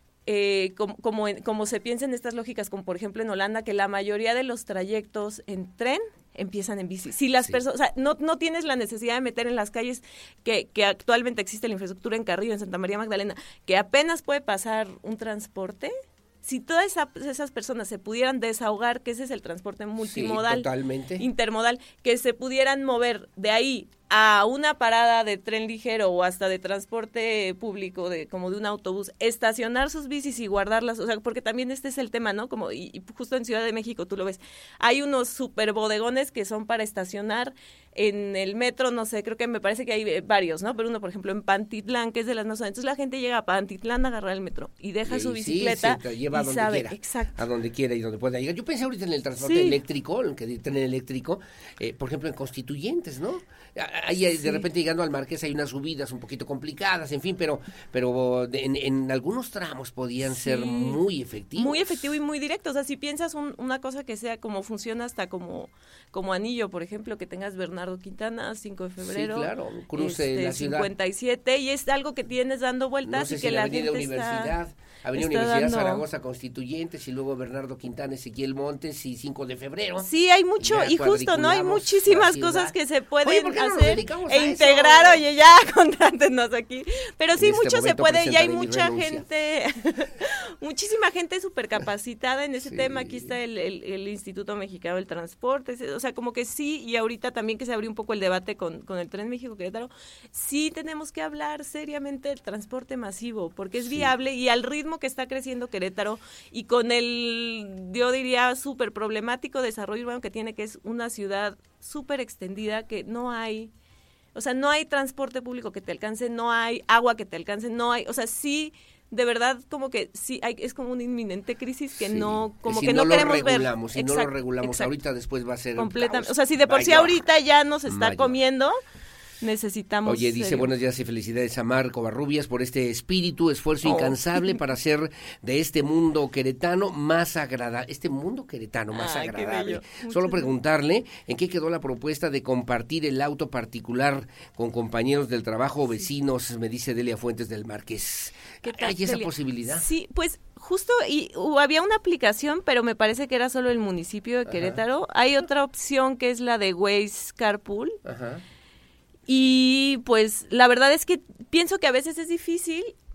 eh, como, como, en, como se piensa en estas lógicas, como por ejemplo en Holanda, que la mayoría de los trayectos en tren empiezan en bici. Si las sí. personas, o sea, no, no tienes la necesidad de meter en las calles que, que actualmente existe la infraestructura en Carrillo, en Santa María Magdalena, que apenas puede pasar un transporte. Si todas esa, esas personas se pudieran desahogar, que ese es el transporte multimodal, sí, totalmente. intermodal, que se pudieran mover de ahí a una parada de tren ligero o hasta de transporte público, de como de un autobús, estacionar sus bicis y guardarlas, o sea, porque también este es el tema, ¿no? Como y, y justo en Ciudad de México tú lo ves, hay unos super bodegones que son para estacionar en el metro, no sé, creo que me parece que hay varios, ¿no? Pero uno, por ejemplo, en Pantitlán, que es de las más zonas, entonces la gente llega a Pantitlán a agarrar el metro y deja y, su bicicleta sí, se lleva y a donde sabe, quiera, exacto. a donde quiera y donde pueda llegar. Yo pensé ahorita en el transporte sí. eléctrico, en el tren eléctrico, eh, por ejemplo, en Constituyentes, ¿no? Ahí sí. de repente llegando al Marqués hay unas subidas un poquito complicadas, en fin, pero pero en, en algunos tramos podían sí. ser muy efectivos. Muy efectivo y muy directo, o sea, si piensas un, una cosa que sea como funciona hasta como, como anillo, por ejemplo, que tengas Bernardo Quintana, cinco de febrero, sí, claro, cruce este, la ciudad. cincuenta y siete, y es algo que tienes dando vueltas no sé y si que la, la gente Universidad, está... Avenida Está Universidad, dando... Zaragoza, Constituyentes, y luego Bernardo Quintana, Ezequiel Montes y cinco de febrero. Sí, hay mucho, y justo, ¿no? Hay muchísimas cosas que se pueden oye, ¿por qué no hacer e integrar, eso? Oye, ya, contrátenos aquí. Pero sí, este mucho se puede, y hay mucha gente, muchísima gente súper capacitada en ese sí. tema. Aquí está el, el, el Instituto Mexicano del Transporte, o sea, como que sí, y ahorita también que se abrió un poco el debate con, con el Tren México-Querétaro, sí tenemos que hablar seriamente del transporte masivo, porque es sí. viable, y al ritmo que está creciendo Querétaro y con el, yo diría, súper problemático desarrollo urbano que tiene, que es una ciudad súper extendida, que no hay, o sea, no hay transporte público que te alcance, no hay agua que te alcance, no hay, o sea, sí, de verdad, como que sí, hay, es como una inminente crisis que sí. no, como si que no, no queremos ver. Si exacto, no lo regulamos exacto. ahorita, después va a ser completamente, o sea, si de por Mayor. sí ahorita ya nos está Mayor. comiendo... Necesitamos... Oye, dice, serio. buenos días y felicidades a Marco Barrubias por este espíritu, esfuerzo oh. incansable para hacer de este mundo queretano más agradable, este mundo queretano más Ay, agradable. Solo preguntarle en qué quedó la propuesta de compartir el auto particular con compañeros del trabajo o vecinos, me dice Delia Fuentes del Marqués. ¿Qué tal, ¿Hay esa Delia? posibilidad? Sí, pues justo, y uh, había una aplicación, pero me parece que era solo el municipio de Querétaro. Ajá. Hay otra opción que es la de Waze Carpool. Ajá. Y pues la verdad es que pienso que a veces es difícil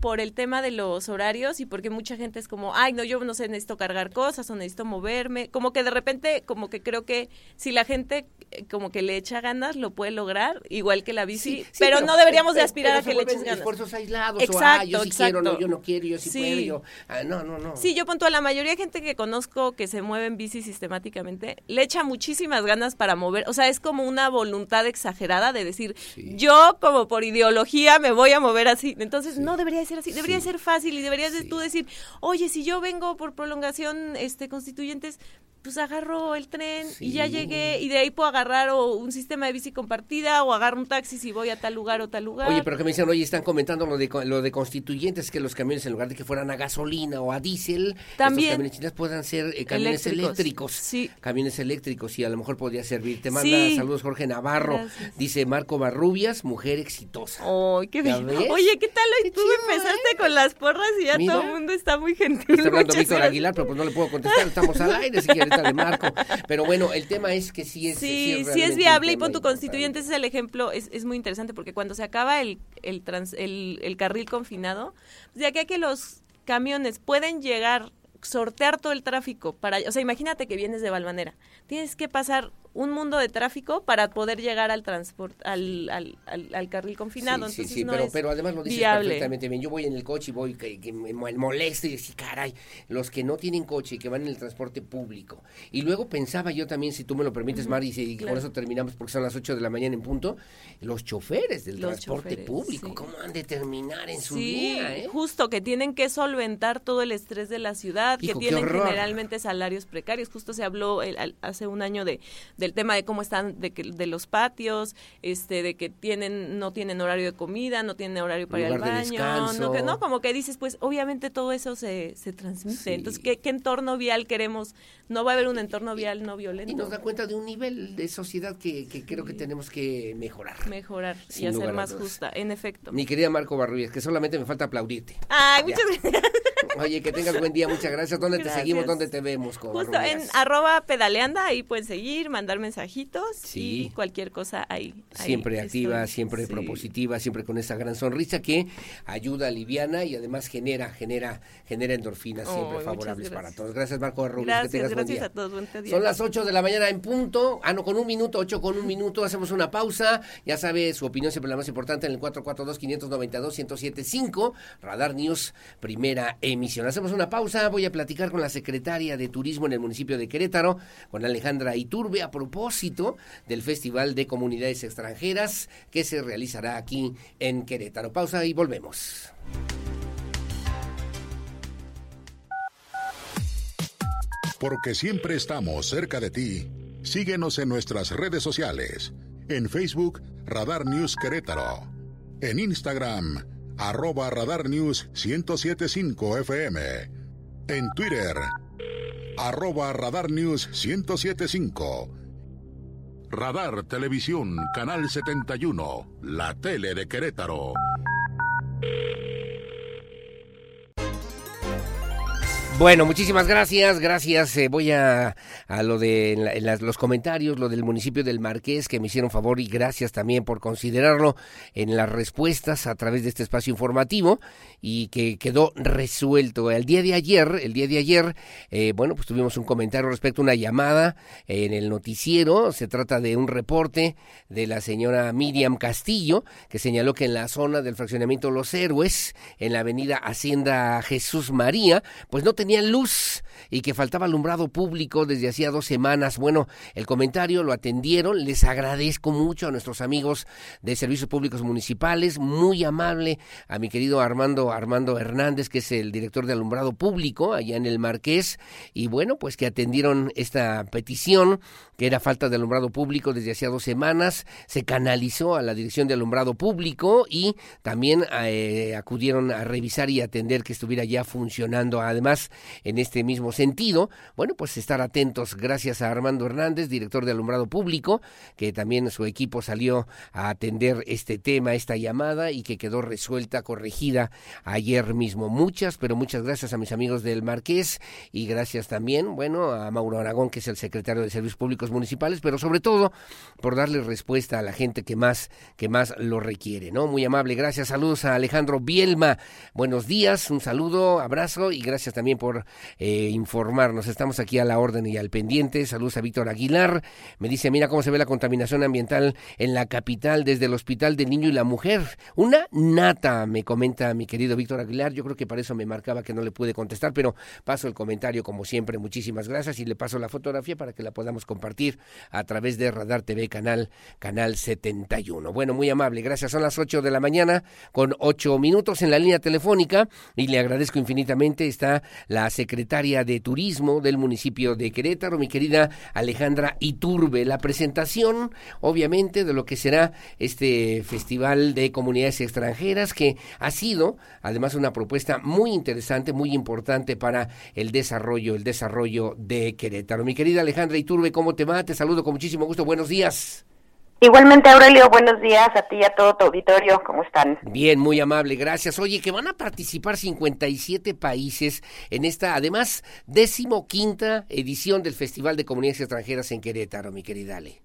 por el tema de los horarios y porque mucha gente es como, ay, no, yo no sé, necesito cargar cosas o necesito moverme, como que de repente, como que creo que si la gente eh, como que le echa ganas, lo puede lograr, igual que la bici, Sí, sí, pero, pero no deberíamos pero, de aspirar pero a que le eches ganas. esfuerzos aislados, Exacto, o ah, yo sí exacto. quiero, no, yo no quiero, yo sí, Sí. puedo, yo, ah, no, no, no. Sí, yo punto a la mayoría de gente que conozco que se mueve en bici sistemáticamente, le echa muchísimas ganas para mover, o sea, es como una voluntad exagerada de decir, Sí. yo como por ideología me voy a mover así, entonces no debería de ser así, debería de Sí. ser fácil y deberías de Sí. tú decir, oye, si yo vengo por prolongación este constituyentes, pues agarro el tren y ya Sí. llegué y de ahí puedo agarrar o un sistema de bici compartida o agarro un taxi si voy a tal lugar o tal lugar. Oye, pero que me dicen, oye, están comentando lo de lo de constituyentes, que los camiones en lugar de que fueran a gasolina o a diésel, También. estos camiones chinas puedan ser eh, camiones Eléctricos. eléctricos. Sí. Camiones eléctricos y a lo mejor podría servir. Te manda Sí. saludos Jorge Navarro. Gracias. Dice Marco Barrubias, mujer exitosa. Ay, qué ¿Ya bello. ves? Oye, ¿qué tal hoy? Qué Tú chido, empezaste con las porras y ya Mira. todo el mundo está muy gentil. Está hablando Muchas Víctor gracias. Aguilar, pero pues no le puedo contestar, estamos al aire, si quiere ahorita le marco. Pero bueno, el tema es que sí es Sí, sí sí es realmente viable un y pon tu tema constituyente, ese es el ejemplo, es, es muy interesante porque cuando se acaba el el, trans, el, el carril confinado, de aquí a que los camiones pueden llegar, sortear todo el tráfico, para, o sea, imagínate que vienes de Valvanera, tienes que pasar un mundo de tráfico para poder llegar al transporte, al, al, al, al carril confinado, Sí, sí, entonces sí, no pero, es pero además lo dices viable. perfectamente bien. Yo voy en el coche y voy que, que me molesto y decir, caray, los que no tienen coche y que van en el transporte público. Y luego pensaba yo también, si tú me lo permites, Ujú, Mari, y claro. con eso terminamos porque son las ocho de la mañana en punto, los choferes del Los transporte choferes, público, sí. ¿cómo han de terminar en su Sí, día? ¿eh? justo, que tienen que solventar todo el estrés de la ciudad, Hijo, que qué tienen horror. generalmente salarios precarios. Justo se habló el- al- hace un año de del tema de cómo están, de que de los patios, este, de que tienen no tienen horario de comida, no tienen horario para ir al Lugar de baño, descanso. no, que no, como que dices, pues obviamente todo eso se, se transmite. Sí. Entonces, ¿qué, ¿qué entorno vial queremos? No va a haber un entorno vial no violento. Y nos da cuenta de un nivel de sociedad que, que creo que tenemos que mejorar. Mejorar y Sin hacer lugar a más dudas. justa, en efecto. Mi querida Marco Barrubias, que solamente me falta aplaudirte. Ay, Ya. muchas gracias. Oye, que tengas buen día, muchas gracias. ¿Dónde Gracias. te seguimos? ¿Dónde te vemos? Justo en arroba pedaleanda, ahí pueden seguir, mandar mensajitos Sí. y cualquier cosa ahí. ahí Siempre activa, estoy. siempre Sí. propositiva, siempre con esa gran sonrisa que ayuda, aliviana y además genera, genera, genera endorfinas Oh, siempre muchas favorables gracias. para todos. Gracias, Marco Barrubias, Gracias, que tengas buen gracias día. a todos, buen día. Son las ocho de la mañana en punto, ah no, con un minuto, ocho con un minuto, hacemos una pausa, ya sabe, su opinión siempre la más importante en el cuatro cuatro dos, cinco nueve dos, uno cero siete cinco, Radar News, primera emisión. Hacemos una pausa, voy a platicar con la secretaria de Turismo en el municipio de Querétaro, con Alejandra Iturbe, a propósito del Festival de Comunidades Extranjeras que se realizará aquí en Querétaro. Pausa y volvemos. Porque siempre estamos cerca de ti, síguenos en nuestras redes sociales. En Facebook, Radar News Querétaro. En Instagram, arroba Radar News ciento setenta y cinco F M. En Twitter, arroba Radar News ciento setenta y cinco. Radar Televisión, Canal setenta y uno, la tele de Querétaro. Bueno, muchísimas gracias, gracias. Eh, voy a, a lo de en la, en las, los comentarios, lo del municipio del Marqués, que me hicieron favor, y gracias también por considerarlo en las respuestas a través de este espacio informativo y que quedó resuelto. El día de ayer, el día de ayer, eh, bueno, pues tuvimos un comentario respecto a una llamada en el noticiero. Se trata de un reporte de la señora Miriam Castillo, que señaló que en la zona del fraccionamiento Los Héroes, en la avenida Hacienda Jesús María, pues no tenía tenían luz y que faltaba alumbrado público desde hacía dos semanas. Bueno, el comentario lo atendieron, les agradezco mucho a nuestros amigos de Servicios Públicos Municipales, muy amable a mi querido Armando Armando Hernández, que es el director de alumbrado público allá en el Marqués, y bueno, pues que atendieron esta petición, que era falta de alumbrado público desde hacía dos semanas, se canalizó a la Dirección de Alumbrado Público y también eh, acudieron a revisar y atender que estuviera ya funcionando. Además, en este mismo sentido. Bueno, pues estar atentos, gracias a Armando Hernández, director de Alumbrado Público, que también su equipo salió a atender este tema, esta llamada, y que quedó resuelta, corregida ayer mismo. Muchas, pero muchas gracias a mis amigos del Marqués, y gracias también, bueno, a Mauro Aragón, que es el secretario de Servicios Públicos Municipales, pero sobre todo por darle respuesta a la gente que más, que más lo requiere, ¿no? Muy amable, gracias. Saludos a Alejandro Bielma, buenos días, un saludo, abrazo, y gracias también por eh, informarnos. Estamos aquí a la orden y al pendiente. Saludos a Víctor Aguilar, me dice, mira cómo se ve la contaminación ambiental en la capital desde el Hospital del Niño y la Mujer. Una nata, me comenta mi querido Víctor Aguilar. Yo creo que para eso me marcaba que no le pude contestar, pero paso el comentario como siempre. Muchísimas gracias, y le paso la fotografía para que la podamos compartir a través de Radar T V Canal, Canal setenta y uno. Bueno, muy amable, gracias. Son las ocho de la mañana con ocho minutos en la línea telefónica, y le agradezco infinitamente. Está la secretaria de Turismo del municipio de Querétaro, mi querida Alejandra Iturbe. La presentación, obviamente, de lo que será este Festival de Comunidades Extranjeras, que ha sido, además, una propuesta muy interesante, muy importante para el desarrollo, el desarrollo de Querétaro. Mi querida Alejandra Iturbe, ¿cómo te va? Te saludo con muchísimo gusto. Buenos días. Igualmente, Aurelio, buenos días a ti y a todo tu auditorio, ¿cómo están? Bien, muy amable, gracias. Oye, que van a participar cincuenta y siete países en esta, además, decimoquinta edición del Festival de Comunidades Extranjeras en Querétaro, mi querida Ale.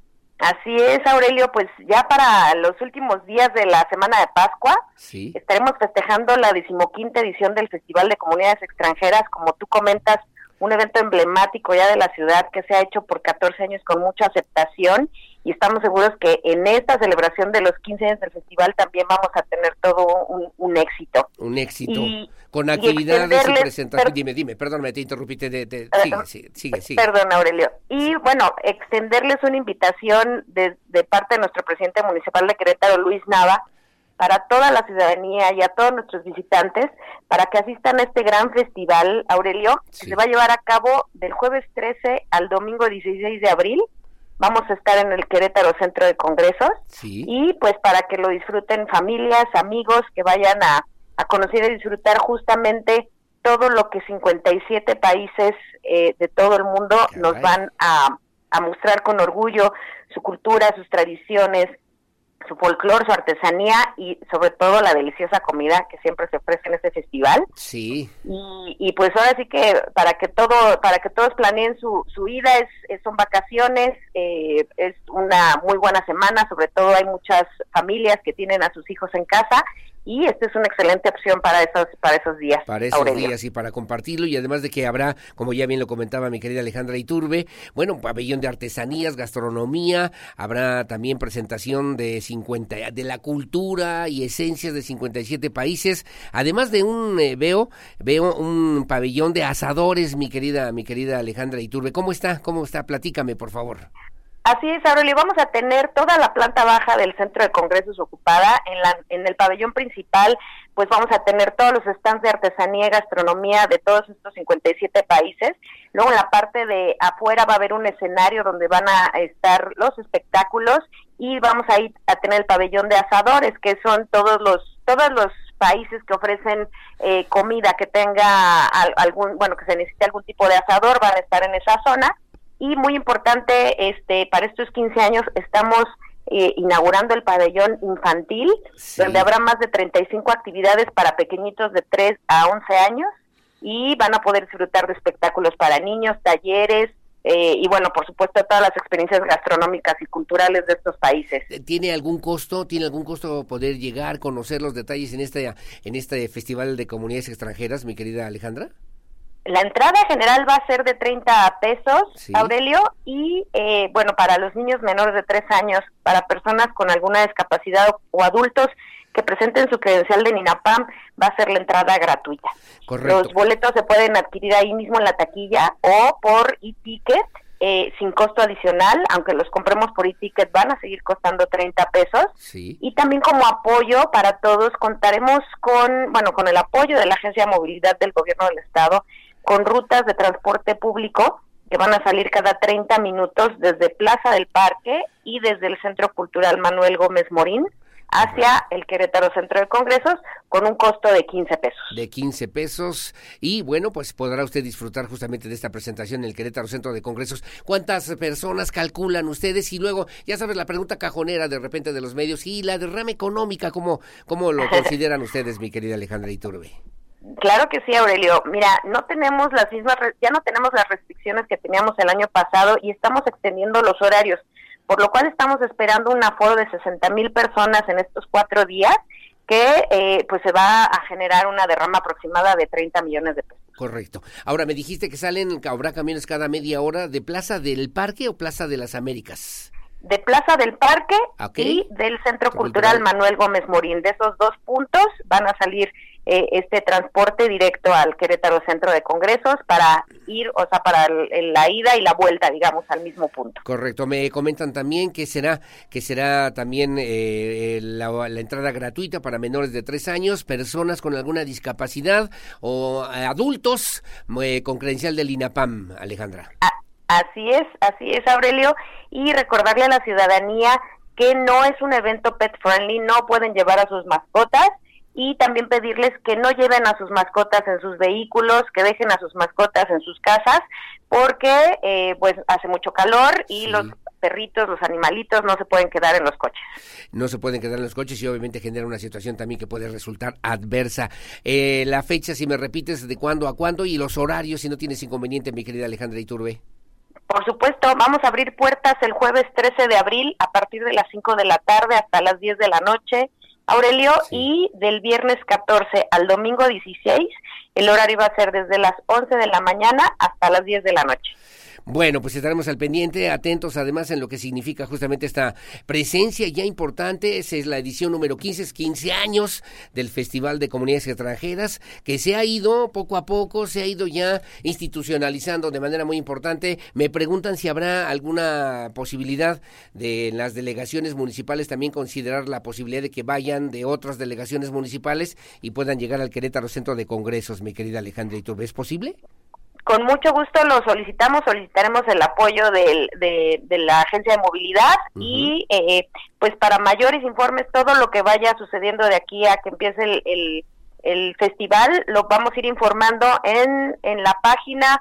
Así es, Aurelio, pues ya para los últimos días de la semana de Pascua, sí, estaremos festejando la decimoquinta edición del Festival de Comunidades Extranjeras, como tú comentas, un evento emblemático ya de la ciudad que se ha hecho por catorce años con mucha aceptación, y estamos seguros que en esta celebración de los quince años del festival también vamos a tener todo un, un éxito. Un éxito, y, y con actividades y presentaciones. Per- dime, dime, perdóname, te interrumpí, te, te, te, sigue, uh, sigue, sigue, sigue. Perdón, Aurelio. Y bueno, extenderles una invitación de, de parte de nuestro presidente municipal de Querétaro, Luis Nava, para toda la ciudadanía y a todos nuestros visitantes, para que asistan a este gran festival, Aurelio, sí, que se va a llevar a cabo del jueves trece al domingo dieciséis de abril. Vamos a estar en el Querétaro Centro de Congresos, sí, y pues para que lo disfruten familias, amigos, que vayan a, a conocer y disfrutar justamente todo lo que cincuenta y siete países eh, de todo el mundo Caray. nos van a, a mostrar con orgullo, su cultura, sus tradiciones, su folclor, su artesanía, y sobre todo la deliciosa comida que siempre se ofrece en este festival. Sí. Y, y pues ahora sí que para que todo, para que todos planeen su, su ida, es, es son vacaciones, eh, es una muy buena semana, sobre todo hay muchas familias que tienen a sus hijos en casa, y esta es una excelente opción para esos para esos días. Para esos Aurelio. días y para compartirlo, y además de que habrá, como ya bien lo comentaba mi querida Alejandra Iturbe, bueno, un pabellón de artesanías, gastronomía, habrá también presentación de cincuenta de la cultura y esencias de cincuenta y siete países, además de un eh, veo veo un pabellón de asadores, mi querida mi querida Alejandra Iturbe. ¿Cómo está? ¿Cómo está? Platícame, por favor. Así es, Aurelio, vamos a tener toda la planta baja del Centro de Congresos ocupada. En la en el pabellón principal, pues vamos a tener todos los stands de artesanía y gastronomía de todos estos cincuenta y siete países. Luego en la parte de afuera va a haber un escenario donde van a estar los espectáculos, y vamos a ir a tener el pabellón de asadores, que son todos los todos los países que ofrecen eh, comida que tenga al, algún, bueno, que se necesite algún tipo de asador, van a estar en esa zona. Y muy importante, este, para estos quince años estamos eh, inaugurando el pabellón infantil, sí, donde habrá más de treinta y cinco actividades para pequeñitos de tres a once años, y van a poder disfrutar de espectáculos para niños, talleres, eh, y bueno, por supuesto, todas las experiencias gastronómicas y culturales de estos países. ¿Tiene algún costo? ¿Tiene algún costo poder llegar, conocer los detalles en este, en este Festival de Comunidades Extranjeras, mi querida Alejandra? La entrada general va a ser de treinta pesos, sí, Aurelio, y eh, bueno, para los niños menores de tres años, para personas con alguna discapacidad o, o adultos que presenten su credencial de NINAPAM, va a ser la entrada gratuita. Correcto. Los boletos se pueden adquirir ahí mismo en la taquilla o por e-ticket, eh, sin costo adicional, aunque los compremos por e-ticket van a seguir costando treinta pesos. Sí. Y también como apoyo para todos contaremos con, bueno, con el apoyo de la Agencia de Movilidad del Gobierno del Estado, con rutas de transporte público que van a salir cada treinta minutos desde Plaza del Parque y desde el Centro Cultural Manuel Gómez Morín, hacia el Querétaro Centro de Congresos con un costo de quince pesos. De quince pesos y bueno, pues podrá usted disfrutar justamente de esta presentación en el Querétaro Centro de Congresos. ¿Cuántas personas calculan ustedes? Y luego, ya sabes, la pregunta cajonera de repente de los medios, y la derrama económica, ¿cómo, cómo lo consideran ustedes, mi querida Alejandra Iturbe? Claro que sí, Aurelio. Mira, no tenemos las mismas, ya no tenemos las restricciones que teníamos el año pasado y estamos extendiendo los horarios, por lo cual estamos esperando un aforo de sesenta mil personas en estos cuatro días, que eh, pues se va a generar una derrama aproximada de treinta millones de pesos. Correcto. Ahora, me dijiste que salen, habrá camiones cada media hora, ¿de Plaza del Parque o Plaza de las Américas? De Plaza del Parque Okay. y del Centro Cultural, Cultural Manuel Gómez Morín. De esos dos puntos van a salir eh, este transporte directo al Querétaro Centro de Congresos para ir, o sea, para el, el, la ida y la vuelta, digamos, al mismo punto. Correcto. Me comentan también que será que será también eh, la, la entrada gratuita para menores de tres años, personas con alguna discapacidad o eh, adultos eh, con credencial del INAPAM, Alejandra. Ah. Así es, así es, Aurelio, y recordarle a la ciudadanía que no es un evento pet friendly, no pueden llevar a sus mascotas, y también pedirles que no lleven a sus mascotas en sus vehículos, que dejen a sus mascotas en sus casas, porque eh, pues hace mucho calor y sí. Los perritos, los animalitos no se pueden quedar en los coches. No se pueden quedar en los coches y obviamente genera una situación también que puede resultar adversa. Eh, la fecha, si me repites, de cuándo a cuándo, y los horarios, si no tienes inconveniente, mi querida Alejandra Iturbe. Por supuesto, vamos a abrir puertas el jueves trece de abril a partir de las cinco de la tarde hasta las diez de la noche, Aurelio, sí. Y del viernes catorce al domingo dieciséis, el horario va a ser desde las once de la mañana hasta las diez de la noche. Bueno, pues estaremos al pendiente, atentos además en lo que significa justamente esta presencia ya importante. Esa es la edición número quince, es quince años del Festival de Comunidades Extranjeras, que se ha ido poco a poco, se ha ido ya institucionalizando de manera muy importante. Me preguntan si habrá alguna posibilidad de las delegaciones municipales también considerar la posibilidad de que vayan de otras delegaciones municipales y puedan llegar al Querétaro Centro de Congresos, mi querida Alejandra Iturbe. ¿Es posible? Con mucho gusto lo solicitamos, solicitaremos el apoyo del, de, de la Agencia de Movilidad uh-huh. y eh, pues para mayores informes, todo lo que vaya sucediendo de aquí a que empiece el, el, el festival, lo vamos a ir informando en, en la página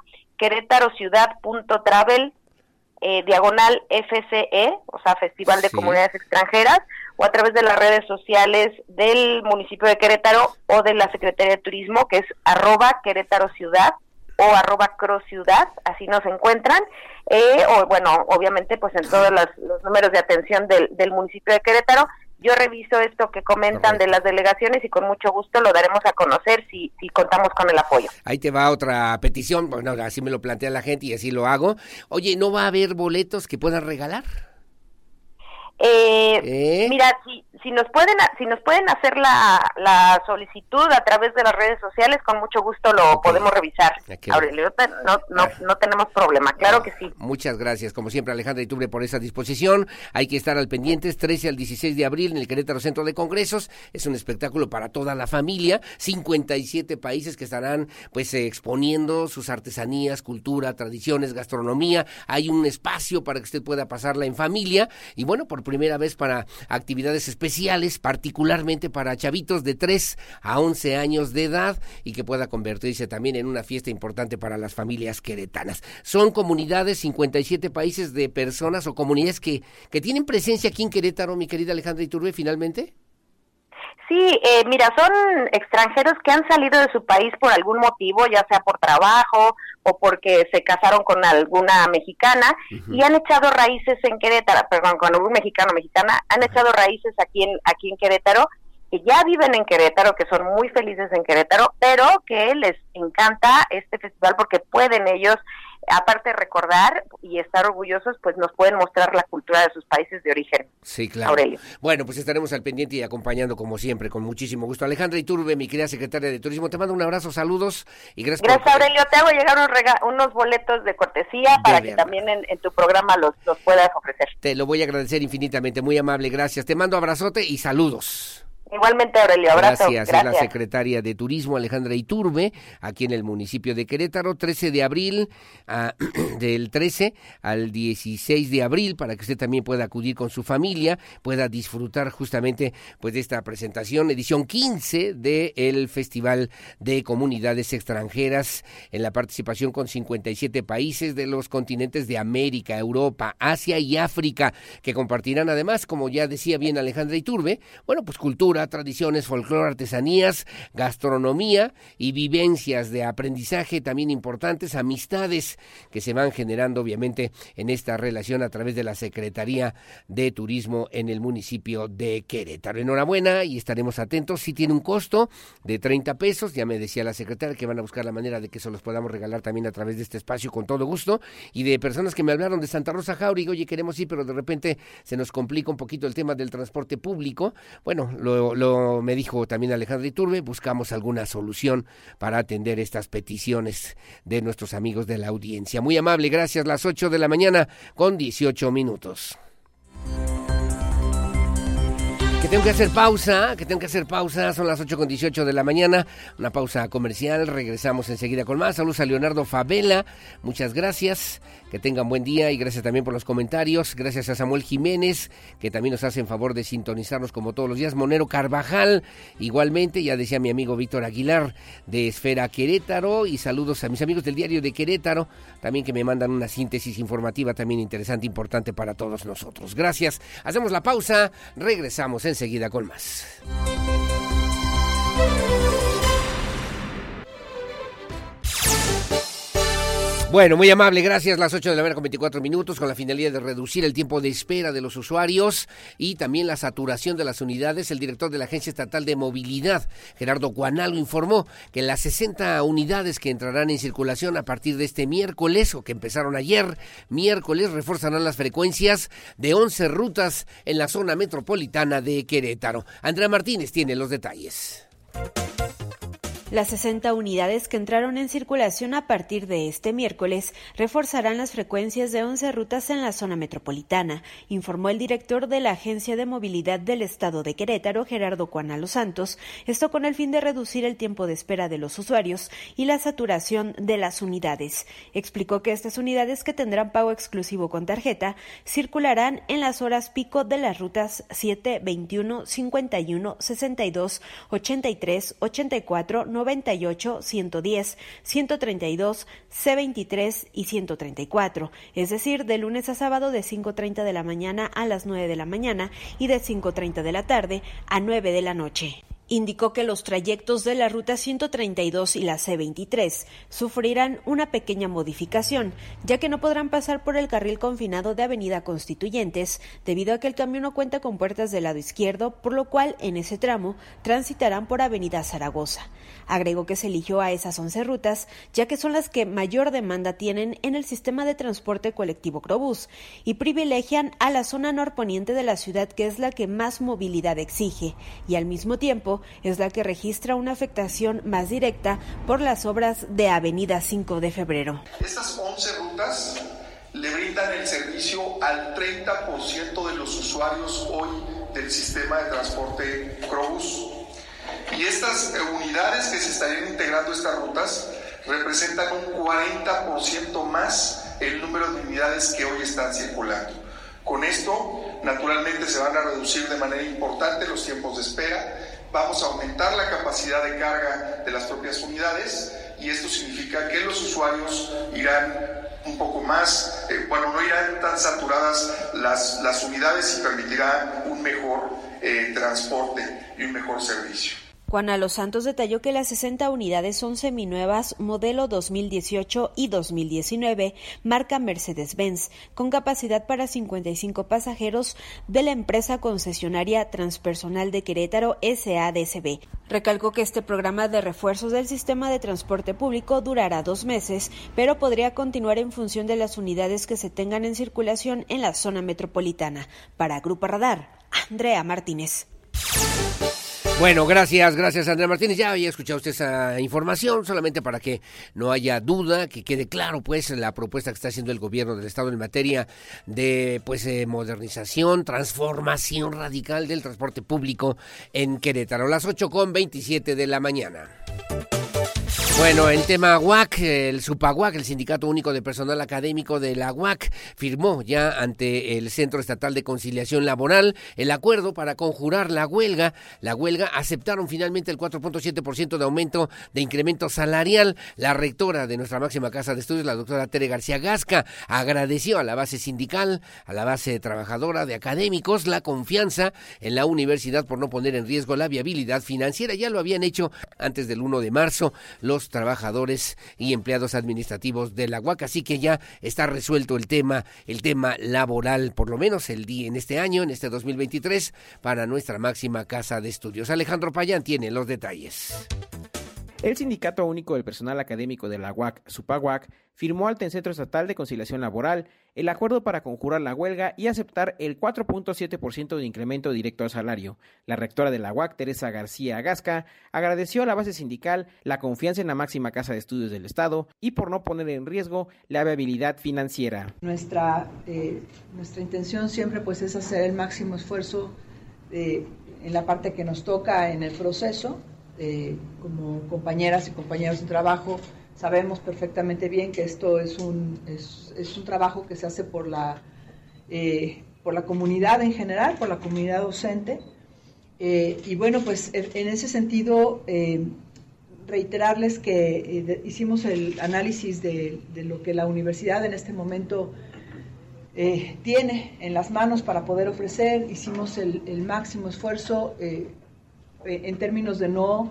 querétarociudad.travel eh, diagonal F C E, o sea, Festival de sí. Comunidades Extranjeras, o a través de las redes sociales del municipio de Querétaro o de la Secretaría de Turismo, que es arroba Querétaro Ciudad, o arroba Cross Ciudad, así nos encuentran, eh, o bueno, obviamente pues en todos los, los números de atención del, del municipio de Querétaro. Yo reviso esto que comentan Correcto. De las delegaciones y con mucho gusto lo daremos a conocer si, si contamos con el apoyo. Ahí te va otra petición, bueno, así me lo plantea la gente y así lo hago. Oye, ¿no va a haber boletos que puedan regalar? Eh, ¿Eh? Mira, si, si nos pueden si nos pueden hacer la, la solicitud a través de las redes sociales, con mucho gusto lo okay. podemos revisar. Okay. Aurelio, no, no, no tenemos problema, claro no, que sí. Muchas gracias, como siempre, Alejandra Iturbe, por esa disposición. Hay que estar al pendiente, trece al dieciséis de abril en el Querétaro Centro de Congresos. Es un espectáculo para toda la familia, cincuenta y siete países que estarán pues eh, exponiendo sus artesanías, cultura, tradiciones, gastronomía. Hay un espacio para que usted pueda pasarla en familia y bueno, por primera vez para actividades especiales, particularmente para chavitos de tres a once años de edad y que pueda convertirse también en una fiesta importante para las familias queretanas. Son comunidades, cincuenta y siete países de personas o comunidades que, que tienen presencia aquí en Querétaro, mi querida Alejandra Iturbe, finalmente. Sí, eh, mira, son extranjeros que han salido de su país por algún motivo, ya sea por trabajo o porque se casaron con alguna mexicana uh-huh. y han echado raíces en Querétaro, perdón, con algún mexicano o mexicana, han uh-huh. echado raíces aquí en aquí en Querétaro, que ya viven en Querétaro, que son muy felices en Querétaro, pero que les encanta este festival porque pueden ellos, aparte de recordar y estar orgullosos, pues nos pueden mostrar la cultura de sus países de origen. Sí, claro. Aurelio. Bueno, pues estaremos al pendiente y acompañando como siempre, con muchísimo gusto. Alejandra Iturbe, mi querida secretaria de Turismo, te mando un abrazo, saludos y gracias. Gracias, por... Aurelio. Te hago llegar unos, rega- unos boletos de cortesía de para verdad. Que también en, en tu programa los, los puedas ofrecer. Te lo voy a agradecer infinitamente, muy amable, gracias. Te mando abrazote y saludos. Igualmente, Aurelio, abrazo. Gracias. Gracias. Es la secretaria de Turismo, Alejandra Iturbe, aquí en el municipio de Querétaro, trece de abril, a, del trece al dieciséis de abril, para que usted también pueda acudir con su familia, pueda disfrutar justamente pues de esta presentación, edición quince del Festival de Comunidades Extranjeras, en la participación con cincuenta y siete países de los continentes de América, Europa, Asia y África, que compartirán además, como ya decía bien Alejandra Iturbe, bueno, pues cultura, tradiciones, folclore, artesanías, gastronomía y vivencias de aprendizaje también importantes, amistades que se van generando obviamente en esta relación a través de la Secretaría de Turismo en el municipio de Querétaro. Enhorabuena y estaremos atentos. Sí tiene un costo de treinta pesos, ya me decía la secretaria que van a buscar la manera de que se los podamos regalar también a través de este espacio con todo gusto, y de personas que me hablaron de Santa Rosa Jauregui, oye, queremos ir, pero de repente se nos complica un poquito el tema del transporte público. Bueno, lo Lo me dijo también Alejandra Iturbe, buscamos alguna solución para atender estas peticiones de nuestros amigos de la audiencia. Muy amable, gracias. Las ocho de la mañana con dieciocho minutos. Que tengo que hacer pausa, que tengo que hacer pausa, son las ocho con dieciocho de la mañana, una pausa comercial, regresamos enseguida con más. Saludos a Leonardo Favela, muchas gracias, que tengan buen día y gracias también por los comentarios, gracias a Samuel Jiménez, que también nos hace en favor de sintonizarnos como todos los días, Monero Carvajal, igualmente, ya decía mi amigo Víctor Aguilar de Esfera Querétaro, y saludos a mis amigos del Diario de Querétaro, también que me mandan una síntesis informativa también interesante, importante para todos nosotros. Gracias, hacemos la pausa, regresamos en enseguida con más. Bueno, muy amable, gracias. Las ocho de la mañana con veinticuatro minutos, con la finalidad de reducir el tiempo de espera de los usuarios y también la saturación de las unidades. El director de la Agencia Estatal de Movilidad, Gerardo Guanalo, informó que las sesenta unidades que entrarán en circulación a partir de este miércoles, o que empezaron ayer, miércoles, reforzarán las frecuencias de once rutas en la zona metropolitana de Querétaro. Andrea Martínez tiene los detalles. Las sesenta unidades que entraron en circulación a partir de este miércoles reforzarán las frecuencias de once rutas en la zona metropolitana, informó el director de la Agencia de Movilidad del Estado de Querétaro, Gerardo Guanalo Santos, esto con el fin de reducir el tiempo de espera de los usuarios y la saturación de las unidades. Explicó que estas unidades, que tendrán pago exclusivo con tarjeta, circularán en las horas pico de las rutas siete, veintiuno, cincuenta y uno, sesenta y dos, ochenta y tres, ochenta y cuatro, noventa y ocho, ciento diez, ciento treinta y dos, C veintitrés y ciento treinta y cuatro, es decir, de lunes a sábado de cinco treinta de la mañana a las nueve de la mañana y de cinco treinta de la tarde a nueve de la noche. Indicó que los trayectos de la ruta ciento treinta y dos y la C veintitrés sufrirán una pequeña modificación, ya que no podrán pasar por el carril confinado de Avenida Constituyentes, debido a que el camión no cuenta con puertas del lado izquierdo, por lo cual en ese tramo transitarán por Avenida Zaragoza. Agregó que se eligió a esas once rutas, ya que son las que mayor demanda tienen en el sistema de transporte colectivo Crobús, y privilegian a la zona norponiente de la ciudad, que es la que más movilidad exige, y al mismo tiempo es la que registra una afectación más directa por las obras de Avenida cinco de febrero. Estas once rutas le brindan el servicio al treinta por ciento de los usuarios hoy del sistema de transporte Crobús. Y estas unidades que se estarían integrando a estas rutas representan un cuarenta por ciento más el número de unidades que hoy están circulando. Con esto, naturalmente, se van a reducir de manera importante los tiempos de espera. Vamos a aumentar la capacidad de carga de las propias unidades, y esto significa que los usuarios irán un poco más, eh, bueno, no irán tan saturadas las, las unidades, y permitirá un mejor eh, transporte y un mejor servicio. Guanalo Santos detalló que las sesenta unidades son seminuevas modelo dos mil dieciocho y dos mil diecinueve, marca Mercedes-Benz, con capacidad para cincuenta y cinco pasajeros, de la empresa concesionaria Transpersonal de Querétaro S A D C B. Recalcó que este programa de refuerzos del sistema de transporte público durará dos meses, pero podría continuar en función de las unidades que se tengan en circulación en la zona metropolitana. Para Grupo Radar, Andrea Martínez. Bueno, gracias, gracias Andrea Martínez. Ya había escuchado usted esa información, solamente para que no haya duda, que quede claro pues la propuesta que está haciendo el gobierno del estado en materia de pues eh, modernización, transformación radical del transporte público en Querétaro. Las ocho con veintisiete de la mañana. Bueno, el tema U A C, el SUPAUAC, el Sindicato Único de Personal Académico de la U A C, firmó ya ante el Centro Estatal de Conciliación Laboral el acuerdo para conjurar la huelga. La huelga aceptaron finalmente el cuatro punto siete por ciento de aumento de incremento salarial. La rectora de nuestra máxima casa de estudios, la doctora Tere García Gasca, agradeció a la base sindical, a la base trabajadora de académicos, la confianza en la universidad por no poner en riesgo la viabilidad financiera. Ya lo habían hecho antes del primero de marzo los trabajadores y empleados administrativos de la U A C, así que ya está resuelto el tema, el tema laboral, por lo menos el día en este año, en este dos mil veintitrés, para nuestra máxima casa de estudios. Alejandro Payán tiene los detalles. El Sindicato Único del Personal Académico de la U A C, SUPAUAC, firmó ante el Centro Estatal de Conciliación Laboral el acuerdo para conjurar la huelga y aceptar el cuatro punto siete por ciento de incremento directo al salario. La rectora de la U A C, Teresa García Gasca, agradeció a la base sindical la confianza en la máxima casa de estudios del Estado y por no poner en riesgo la viabilidad financiera. Nuestra, eh, nuestra intención siempre pues es hacer el máximo esfuerzo eh, en la parte que nos toca en el proceso. Eh, como compañeras y compañeros de trabajo sabemos perfectamente bien que esto es un es, es un trabajo que se hace por la eh, por la comunidad en general, por la comunidad docente eh, y bueno pues en ese sentido eh, reiterarles que eh, de, hicimos el análisis de, de lo que la universidad en este momento eh, tiene en las manos para poder ofrecer. Hicimos el, el máximo esfuerzo eh, en términos de no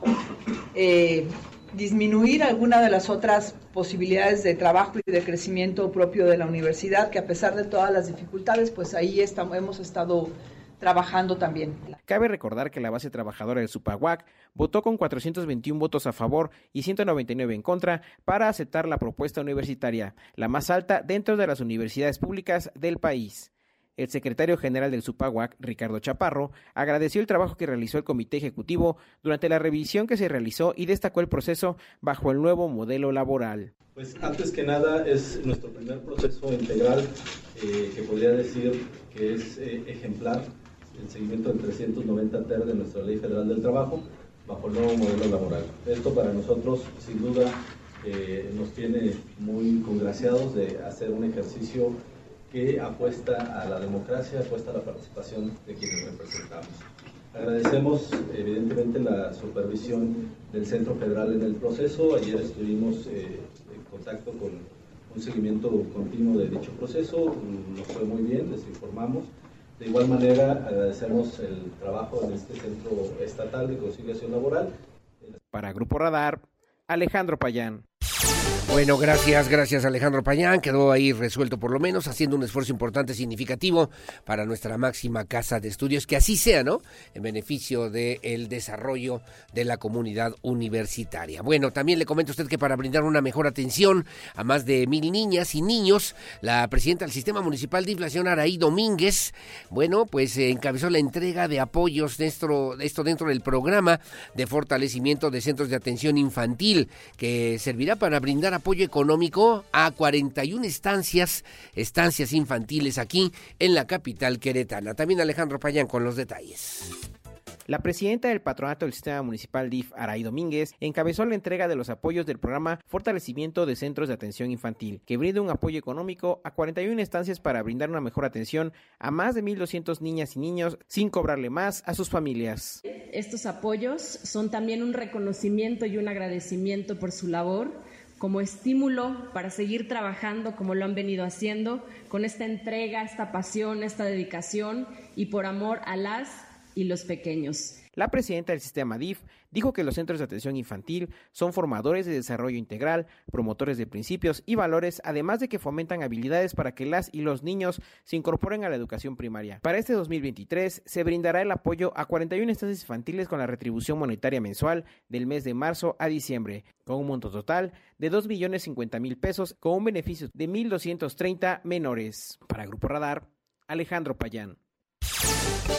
eh, disminuir alguna de las otras posibilidades de trabajo y de crecimiento propio de la universidad, que a pesar de todas las dificultades, pues ahí estamos, hemos estado trabajando también. Cabe recordar que la base trabajadora del SUPAUAC votó con cuatrocientos veintiún votos a favor y ciento noventa y nueve en contra para aceptar la propuesta universitaria, la más alta dentro de las universidades públicas del país. El secretario general del SUPAUAC, Ricardo Chaparro, agradeció el trabajo que realizó el comité ejecutivo durante la revisión que se realizó y destacó el proceso bajo el nuevo modelo laboral. Pues antes que nada es nuestro primer proceso integral eh, que podría decir que es eh, ejemplar el seguimiento del trescientos noventa ter de nuestra Ley Federal del Trabajo bajo el nuevo modelo laboral. Esto para nosotros sin duda eh, nos tiene muy congraciados de hacer un ejercicio que apuesta a la democracia, apuesta a la participación de quienes representamos. Agradecemos evidentemente la supervisión del Centro Federal en el proceso. Ayer estuvimos eh, en contacto con un seguimiento continuo de dicho proceso, nos fue muy bien, les informamos. De igual manera agradecemos el trabajo en este Centro Estatal de Conciliación Laboral. Para Grupo Radar, Alejandro Payán. Bueno, gracias, gracias Alejandro Payán, quedó ahí resuelto por lo menos, haciendo un esfuerzo importante, significativo para nuestra máxima casa de estudios, que así sea, ¿no?, en beneficio del desarrollo de la comunidad universitaria. Bueno, también le comento a usted que para brindar una mejor atención a más de mil niñas y niños, la presidenta del Sistema Municipal de Inflación, Araí Domínguez, bueno, pues eh, encabezó la entrega de apoyos dentro, esto dentro del programa de fortalecimiento de centros de atención infantil, que servirá para brindar apoyo económico a cuarenta y una estancias, estancias infantiles aquí en la capital queretana. También Alejandro Payán con los detalles. La presidenta del Patronato del Sistema Municipal D I F, Araí Domínguez, encabezó la entrega de los apoyos del programa Fortalecimiento de Centros de Atención Infantil, que brinda un apoyo económico a cuarenta y una estancias para brindar una mejor atención a más de mil doscientas niñas y niños sin cobrarle más a sus familias. Estos apoyos son también un reconocimiento y un agradecimiento por su labor, como estímulo para seguir trabajando como lo han venido haciendo, con esta entrega, esta pasión, esta dedicación y por amor a las y los pequeños. La presidenta del sistema D I F dijo que los centros de atención infantil son formadores de desarrollo integral, promotores de principios y valores, además de que fomentan habilidades para que las y los niños se incorporen a la educación primaria. Para este dos mil veintitrés se brindará el apoyo a cuarenta y una estancias infantiles con la retribución monetaria mensual del mes de marzo a diciembre, con un monto total de dos millones cincuenta mil pesos, con un beneficio de mil doscientos treinta menores. Para Grupo Radar, Alejandro Payán.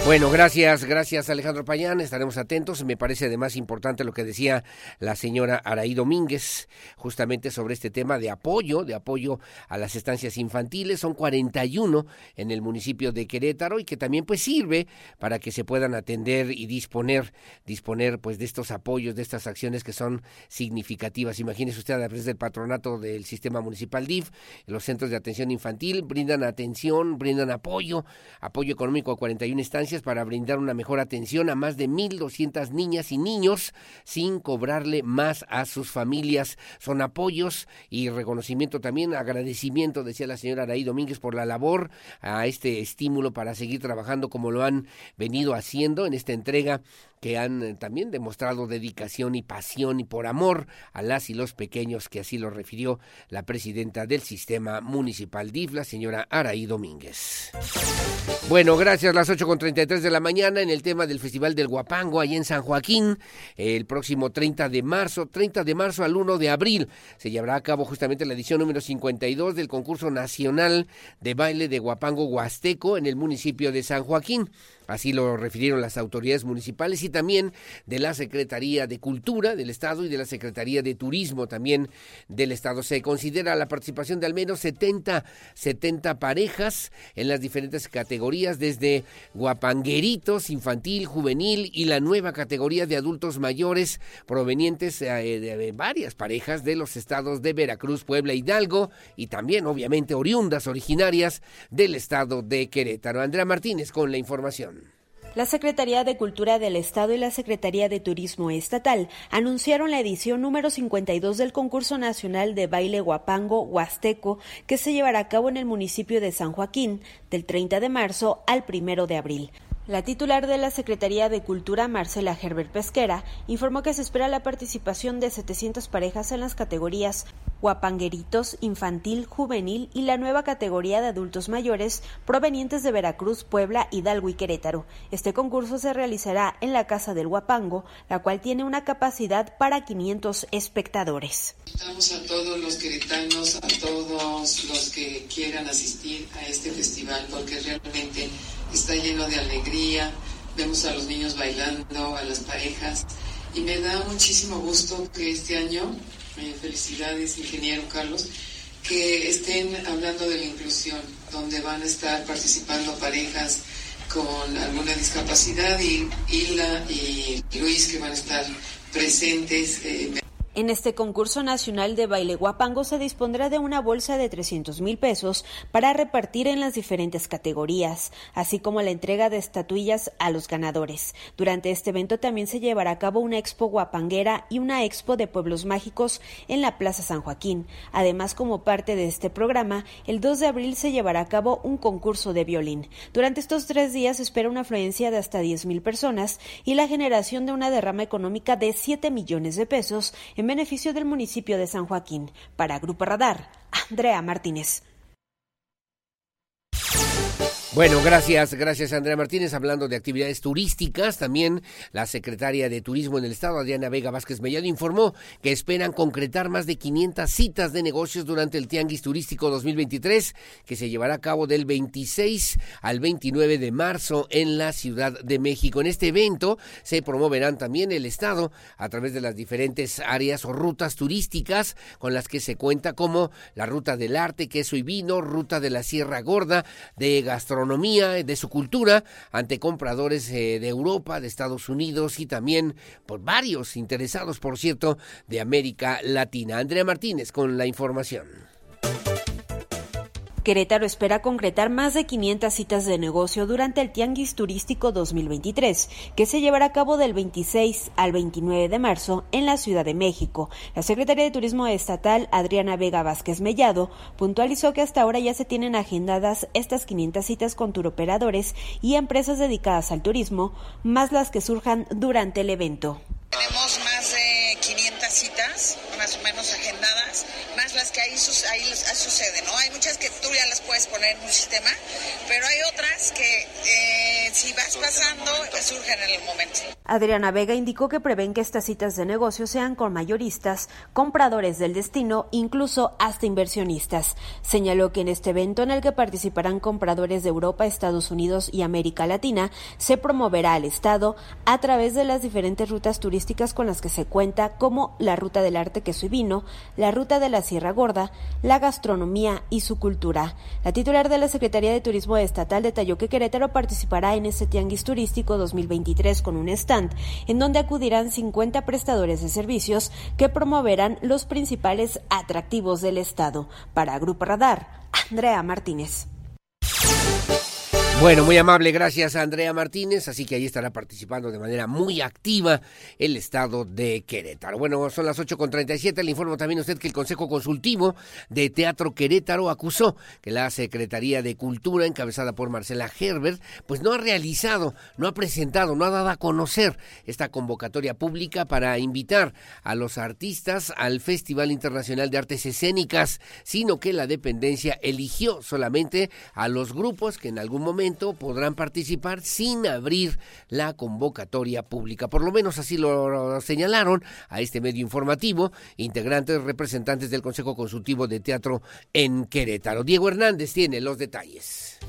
Bueno, gracias, gracias Alejandro Payán, estaremos atentos. Me parece además importante lo que decía la señora Araí Domínguez, justamente sobre este tema de apoyo, de apoyo a las estancias infantiles. Son cuarenta y uno en el municipio de Querétaro y que también pues sirve para que se puedan atender y disponer, disponer pues de estos apoyos, de estas acciones que son significativas. Imagínese usted a través del patronato del sistema municipal D I F, los centros de atención infantil brindan atención, brindan apoyo, apoyo económico a cuarenta y una estancias para brindar una mejor atención a más de mil doscientas niñas y niños sin cobrarle más a sus familias. Son apoyos y reconocimiento también, agradecimiento, decía la señora Araí Domínguez, por la labor, a este estímulo para seguir trabajando como lo han venido haciendo en esta entrega, que han también demostrado dedicación y pasión y por amor a las y los pequeños, que así lo refirió la presidenta del sistema municipal D I F, la señora Araí Domínguez. Bueno, gracias, las ocho con treinta y tres de la mañana en el tema del Festival del Huapango, ahí en San Joaquín, el próximo treinta de marzo, treinta de marzo al uno de abril, se llevará a cabo justamente la edición número cincuenta y dos del concurso nacional de baile de Huapango Huasteco en el municipio de San Joaquín. Así lo refirieron las autoridades municipales y también de la Secretaría de Cultura del Estado y de la Secretaría de Turismo también del Estado. Se considera la participación de al menos setenta, setenta parejas en las diferentes categorías, desde guapangueritos, infantil, juvenil y la nueva categoría de adultos mayores, provenientes eh, de varias parejas de los estados de Veracruz, Puebla, Hidalgo y también obviamente oriundas originarias del estado de Querétaro. Andrea Martínez con la información. La Secretaría de Cultura del Estado y la Secretaría de Turismo Estatal anunciaron la edición número cincuenta y dos del Concurso Nacional de Baile Huapango Huasteco, que se llevará a cabo en el municipio de San Joaquín del treinta de marzo al primero de abril. La titular de la Secretaría de Cultura, Marcela Herbert Pesquera, informó que se espera la participación de setecientas parejas en las categorías guapangueritos, infantil, juvenil y la nueva categoría de adultos mayores provenientes de Veracruz, Puebla, Hidalgo y Querétaro. Este concurso se realizará en la Casa del Huapango, la cual tiene una capacidad para quinientos espectadores. Invitamos a todos los queretanos, a todos los que quieran asistir a este festival, porque realmente está lleno de alegría, vemos a los niños bailando, a las parejas, y me da muchísimo gusto que este año, eh, felicidades ingeniero Carlos, que estén hablando de la inclusión, donde van a estar participando parejas con alguna discapacidad y Hilda y Luis, que van a estar presentes. Eh, En este concurso nacional de baile huapango se dispondrá de una bolsa de trescientos mil pesos para repartir en las diferentes categorías, así como la entrega de estatuillas a los ganadores. Durante este evento también se llevará a cabo una expo guapanguera y una expo de pueblos mágicos en la Plaza San Joaquín. Además, como parte de este programa, el dos de abril se llevará a cabo un concurso de violín. Durante estos tres días se espera una afluencia de hasta diez mil personas y la generación de una derrama económica de siete millones de pesos en beneficio del municipio de San Joaquín. Para Grupo Radar, Andrea Martínez. Bueno, gracias, gracias Andrea Martínez. Hablando de actividades turísticas, también la secretaria de Turismo en el Estado, Adriana Vega Vázquez Mellado, informó que esperan concretar más de quinientas citas de negocios durante el Tianguis Turístico dos mil veintitrés, que se llevará a cabo del veintiséis al veintinueve de marzo en la Ciudad de México. En este evento se promoverán también el Estado a través de las diferentes áreas o rutas turísticas con las que se cuenta, como la Ruta del Arte, Queso y Vino, Ruta de la Sierra Gorda, de Gastronomía, de su cultura, ante compradores eh, de Europa, de Estados Unidos y también por varios interesados, por cierto, de América Latina. Andrea Martínez con la información. Querétaro espera concretar más de quinientas citas de negocio durante el Tianguis Turístico dos mil veintitrés, que se llevará a cabo del veintiséis al veintinueve de marzo en la Ciudad de México. La secretaria de Turismo Estatal, Adriana Vega Vázquez Mellado, puntualizó que hasta ahora ya se tienen agendadas estas quinientas citas con turoperadores y empresas dedicadas al turismo, más las que surjan durante el evento. Tenemos más de quinientas citas, más o menos agendadas, más las que ahí, ahí suceden, ¿no? Hay muchas que tú ya las puedes poner en un sistema, pero hay otras que eh, si vas pasando surgen en el momento. Adriana Vega indicó que prevén que estas citas de negocio sean con mayoristas, compradores del destino, incluso hasta inversionistas. Señaló que en este evento, en el que participarán compradores de Europa, Estados Unidos y América Latina, se promoverá al Estado a través de las diferentes rutas turísticas con las que se cuenta, como la Ruta del Arte, Queso y Vino, la Ruta de la Sierra Gorda, la gastronomía y su cultura. La titular de la Secretaría de Turismo Estatal detalló que Querétaro participará en este Tianguis Turístico dos mil veintitrés con un stand en donde acudirán cincuenta prestadores de servicios que promoverán los principales atractivos del estado. Para Grupo Radar, Andrea Martínez. Bueno, muy amable, gracias a Andrea Martínez, así que ahí estará participando de manera muy activa el estado de Querétaro. Bueno, son las ocho con treinta y siete, le informo también a usted que el Consejo Consultivo de Teatro Querétaro acusó que la Secretaría de Cultura, encabezada por Marcela Herbert, pues no ha realizado, no ha presentado, no ha dado a conocer esta convocatoria pública para invitar a los artistas al Festival Internacional de Artes Escénicas, sino que la dependencia eligió solamente a los grupos que en algún momento podrán participar sin abrir la convocatoria pública. Por lo menos así lo señalaron a este medio informativo integrantes representantes del Consejo Consultivo de Teatro en Querétaro. Diego Hernández tiene los detalles.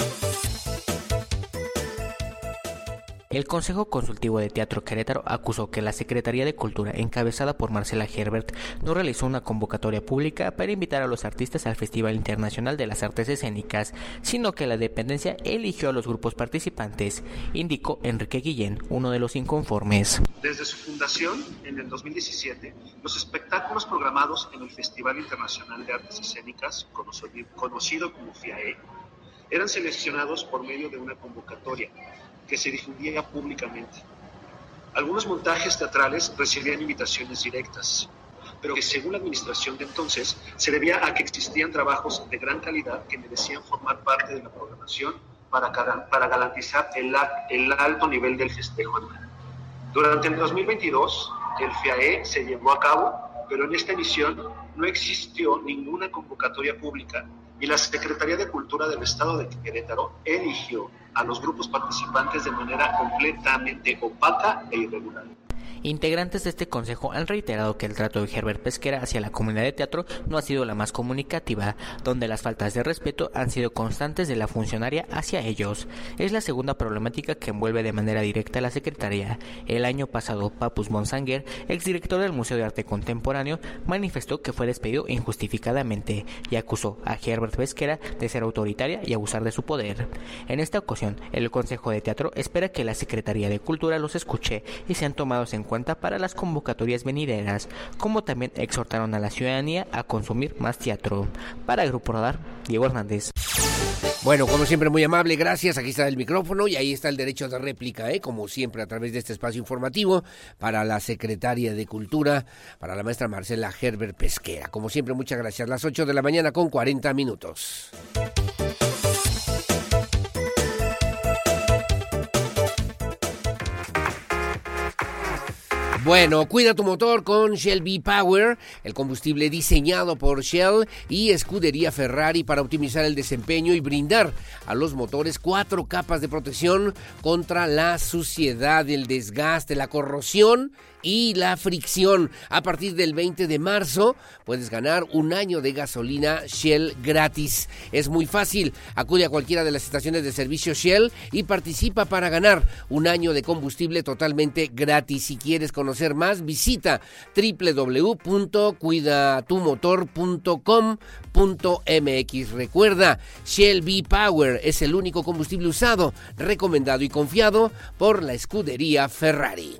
El Consejo Consultivo de Teatro Querétaro acusó que la Secretaría de Cultura, encabezada por Marcela Herbert, no realizó una convocatoria pública para invitar a los artistas al Festival Internacional de las Artes Escénicas, sino que la dependencia eligió a los grupos participantes, indicó Enrique Guillén, uno de los inconformes. Desde su fundación, en el dos mil diecisiete, los espectáculos programados en el Festival Internacional de Artes Escénicas, conocido como F I A E, eran seleccionados por medio de una convocatoria que se difundía públicamente. Algunos montajes teatrales recibían invitaciones directas, pero que según la administración de entonces se debía a que existían trabajos de gran calidad que merecían formar parte de la programación para, para garantizar el, el alto nivel del festejo anual. Durante el dos mil veintidós, el F I A E se llevó a cabo, pero en esta edición no existió ninguna convocatoria pública y la Secretaría de Cultura del Estado de Querétaro eligió a los grupos participantes de manera completamente opaca e irregular. Integrantes de este consejo han reiterado que el trato de Herbert Pesquera hacia la comunidad de teatro no ha sido la más comunicativa, donde las faltas de respeto han sido constantes de la funcionaria hacia ellos. Es la segunda problemática que envuelve de manera directa a la secretaría. El año pasado, Papus Monsanger, exdirector del Museo de Arte Contemporáneo, manifestó que fue despedido injustificadamente y acusó a Herbert Pesquera de ser autoritaria y abusar de su poder. En esta ocasión, el Consejo de Teatro espera que la Secretaría de Cultura los escuche y sean tomados en cuenta para las convocatorias venideras, como también exhortaron a la ciudadanía a consumir más teatro. Para Grupo Radar, Diego Hernández. Bueno, como siempre, muy amable, gracias. Aquí está el micrófono y ahí está el derecho de réplica, ¿eh? Como siempre, a través de este espacio informativo para la Secretaria de Cultura, para la maestra Marcela Herbert Pesquera. Como siempre, muchas gracias. Las ocho de la mañana con cuarenta minutos. Bueno, cuida tu motor con Shell V-Power, el combustible diseñado por Shell y Escudería Ferrari para optimizar el desempeño y brindar a los motores cuatro capas de protección contra la suciedad, el desgaste, la corrosión y la fricción. A partir del veinte de marzo puedes ganar un año de gasolina Shell gratis. Es muy fácil. Acude a cualquiera de las estaciones de servicio Shell y participa para ganar un año de combustible totalmente gratis. Si quieres conocer más, visita doble u doble u doble u punto cuida tu motor punto com punto m x. Recuerda, Shell V-Power es el único combustible usado, recomendado y confiado por la Escudería Ferrari.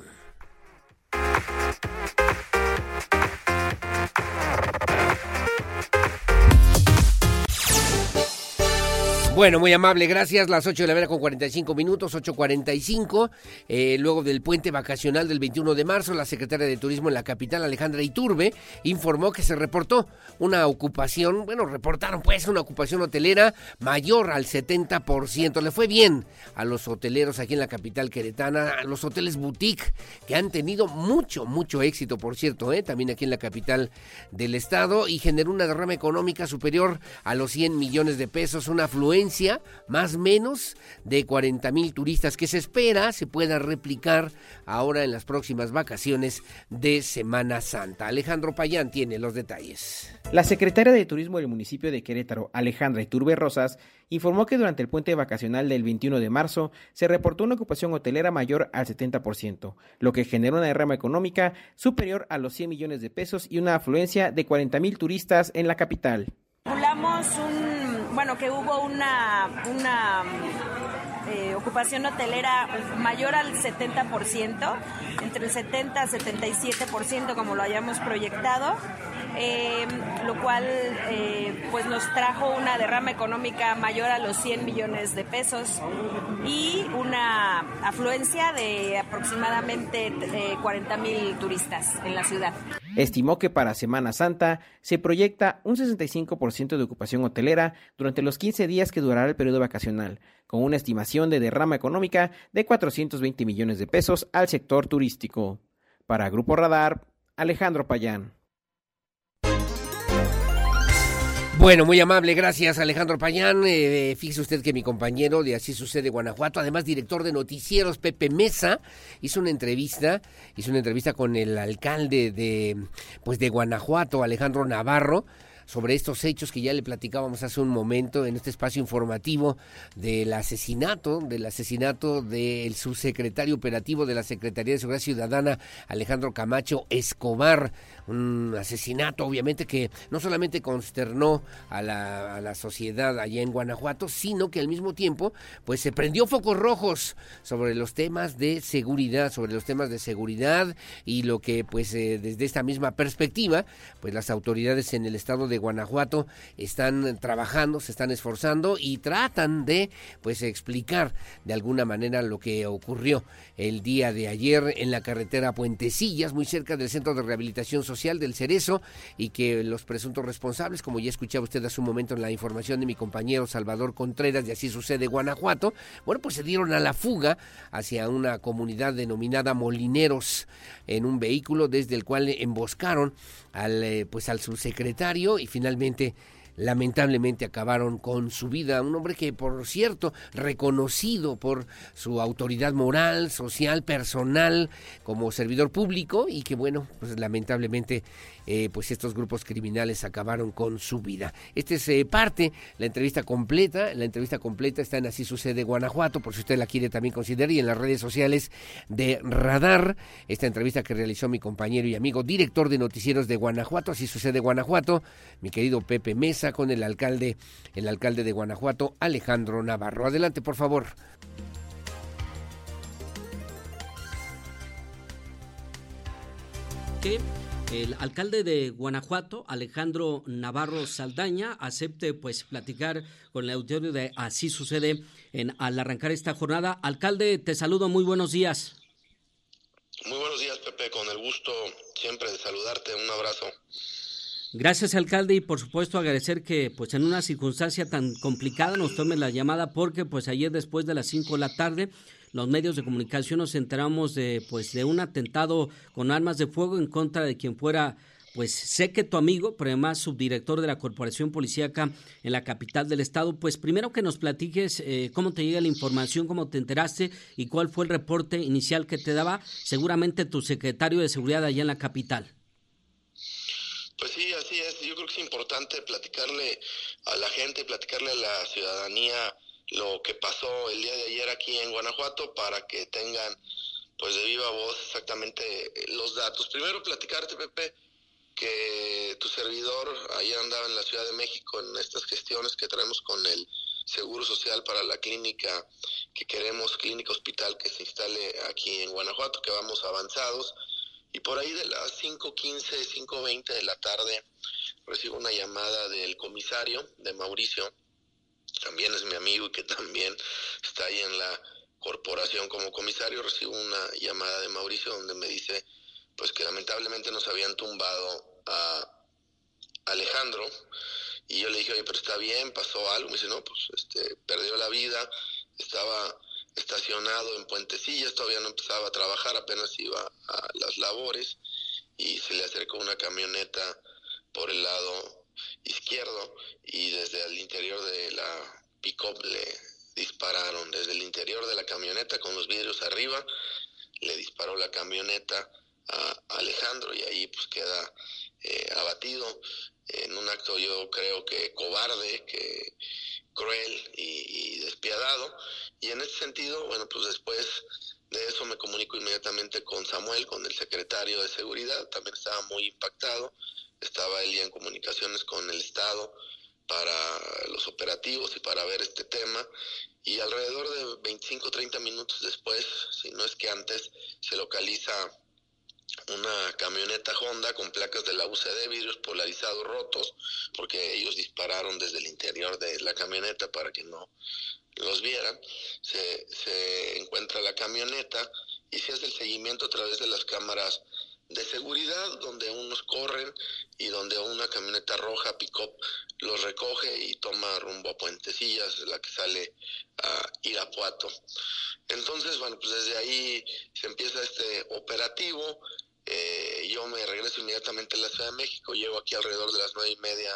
Bueno, muy amable, gracias. Las ocho de la mañana con cuarenta y cinco minutos, ocho cuarenta y cinco. Eh, luego del puente vacacional del veintiuno de marzo, la secretaria de Turismo en la capital, Alejandra Iturbe, informó que se reportó una ocupación, bueno, reportaron pues una ocupación hotelera mayor al setenta por ciento. Le fue bien a los hoteleros aquí en la capital queretana, a los hoteles boutique, que han tenido mucho, mucho éxito, por cierto, eh, también aquí en la capital del estado, y generó una derrama económica superior a los cien millones de pesos, una afluencia afluencia más o menos de cuarenta mil turistas que se espera se pueda replicar ahora en las próximas vacaciones de Semana Santa. Alejandro Payán tiene los detalles. La secretaria de Turismo del municipio de Querétaro, Alejandra Iturbe Rosas, informó que durante el puente vacacional del veintiuno de marzo se reportó una ocupación hotelera mayor al setenta por ciento, lo que generó una derrama económica superior a los cien millones de pesos y una afluencia de cuarenta mil turistas en la capital. Calculamos un, bueno, que hubo una, una eh, ocupación hotelera mayor al setenta por ciento, entre el setenta y setenta y siete por ciento como lo hayamos proyectado, eh, lo cual eh, pues nos trajo una derrama económica mayor a los cien millones de pesos y una afluencia de aproximadamente eh, cuarenta mil turistas en la ciudad. Estimó que para Semana Santa se proyecta un sesenta y cinco por ciento de ocupación hotelera durante los quince días que durará el periodo vacacional, con una estimación de derrama económica de cuatrocientos veinte millones de pesos al sector turístico. Para Grupo Radar, Alejandro Payán. Bueno, muy amable, gracias Alejandro Payán. Eh, fíjese usted que mi compañero de Así Sucede Guanajuato, además director de noticieros, Pepe Mesa, hizo una entrevista, hizo una entrevista con el alcalde de, pues de Guanajuato, Alejandro Navarro, sobre estos hechos que ya le platicábamos hace un momento en este espacio informativo del asesinato, del asesinato del subsecretario operativo de la Secretaría de Seguridad Ciudadana, Alejandro Camacho Escobar. Un asesinato obviamente que no solamente consternó a la, a la sociedad allá en Guanajuato, sino que al mismo tiempo pues se prendió focos rojos sobre los temas de seguridad, sobre los temas de seguridad y lo que pues eh, desde esta misma perspectiva pues las autoridades en el estado de Guanajuato están trabajando, se están esforzando y tratan de pues explicar de alguna manera lo que ocurrió el día de ayer en la carretera Puentecillas, muy cerca del Centro de Rehabilitación Social del Cerezo, y que los presuntos responsables, como ya escuchaba usted hace un momento en la información de mi compañero Salvador Contreras de Así Sucede Guanajuato, bueno, pues se dieron a la fuga hacia una comunidad denominada Molineros en un vehículo desde el cual emboscaron al eh, pues al subsecretario y finalmente lamentablemente acabaron con su vida. Un hombre que, por cierto, reconocido por su autoridad moral, social, personal, como servidor público, y que, bueno, pues lamentablemente eh, pues estos grupos criminales acabaron con su vida. Esta es eh, parte, la entrevista completa, la entrevista completa está en Así Sucede Guanajuato, por si usted la quiere también considerar, y en las redes sociales de Radar, esta entrevista que realizó mi compañero y amigo, director de noticieros de Guanajuato, Así Sucede Guanajuato, mi querido Pepe Mesa, con el alcalde, el alcalde de Guanajuato, Alejandro Navarro. Adelante, por favor. Que el alcalde de Guanajuato, Alejandro Navarro Saldaña, acepte pues platicar con el auditorio de Así Sucede en, al arrancar esta jornada. Alcalde, te saludo, muy buenos días. Muy buenos días, Pepe, con el gusto siempre de saludarte, un abrazo. Gracias, alcalde, y por supuesto agradecer que pues en una circunstancia tan complicada nos tome la llamada, porque pues ayer después de las cinco de la tarde los medios de comunicación nos enteramos de pues de un atentado con armas de fuego en contra de quien fuera, pues sé que tu amigo, pero además subdirector de la Corporación Policíaca en la capital del estado. Pues primero que nos platiques eh, cómo te llega la información, cómo te enteraste y cuál fue el reporte inicial que te daba seguramente tu secretario de Seguridad allá en la capital. Pues sí, así es. Yo creo que es importante platicarle a la gente, platicarle a la ciudadanía lo que pasó el día de ayer aquí en Guanajuato para que tengan pues de viva voz exactamente los datos. Primero platicarte, Pepe, que tu servidor ayer andaba en la Ciudad de México en estas gestiones que traemos con el Seguro Social para la clínica que queremos, clínica hospital que se instale aquí en Guanajuato, que vamos avanzados. Y por ahí de las cinco quince, cinco veinte de la tarde recibo una llamada del comisario, de Mauricio, también es mi amigo y que también está ahí en la corporación como comisario. Recibo una llamada de Mauricio donde me dice pues que lamentablemente nos habían tumbado a Alejandro, y yo le dije, oye, pero está bien, pasó algo. Me dice, no, pues este perdió la vida, estaba estacionado en Puentecillas, todavía no empezaba a trabajar, apenas iba a las labores y se le acercó una camioneta por el lado izquierdo y desde el interior de la pick-up le dispararon desde el interior de la camioneta con los vidrios arriba, le disparó la camioneta a Alejandro y ahí pues queda eh, abatido en un acto yo creo que cobarde, que cruel y, y despiadado. Y en ese sentido, bueno, pues después de eso me comunico inmediatamente con Samuel, con el secretario de Seguridad, también estaba muy impactado, estaba él ya en comunicaciones con el Estado para los operativos y para ver este tema, y alrededor de veinticinco a treinta minutos después, si no es que antes, se localiza una camioneta Honda con placas de la U C D, vidrios polarizados rotos, porque ellos dispararon desde el interior de la camioneta para que no los vieran. Se, se encuentra la camioneta y se hace el seguimiento a través de las cámaras de seguridad, donde unos corren y donde una camioneta roja pick-up los recoge y toma rumbo a Puentecillas, la que sale a Irapuato. Entonces, bueno, pues desde ahí se empieza este operativo. Eh, yo me regreso inmediatamente a la Ciudad de México, llego aquí alrededor de las nueve y media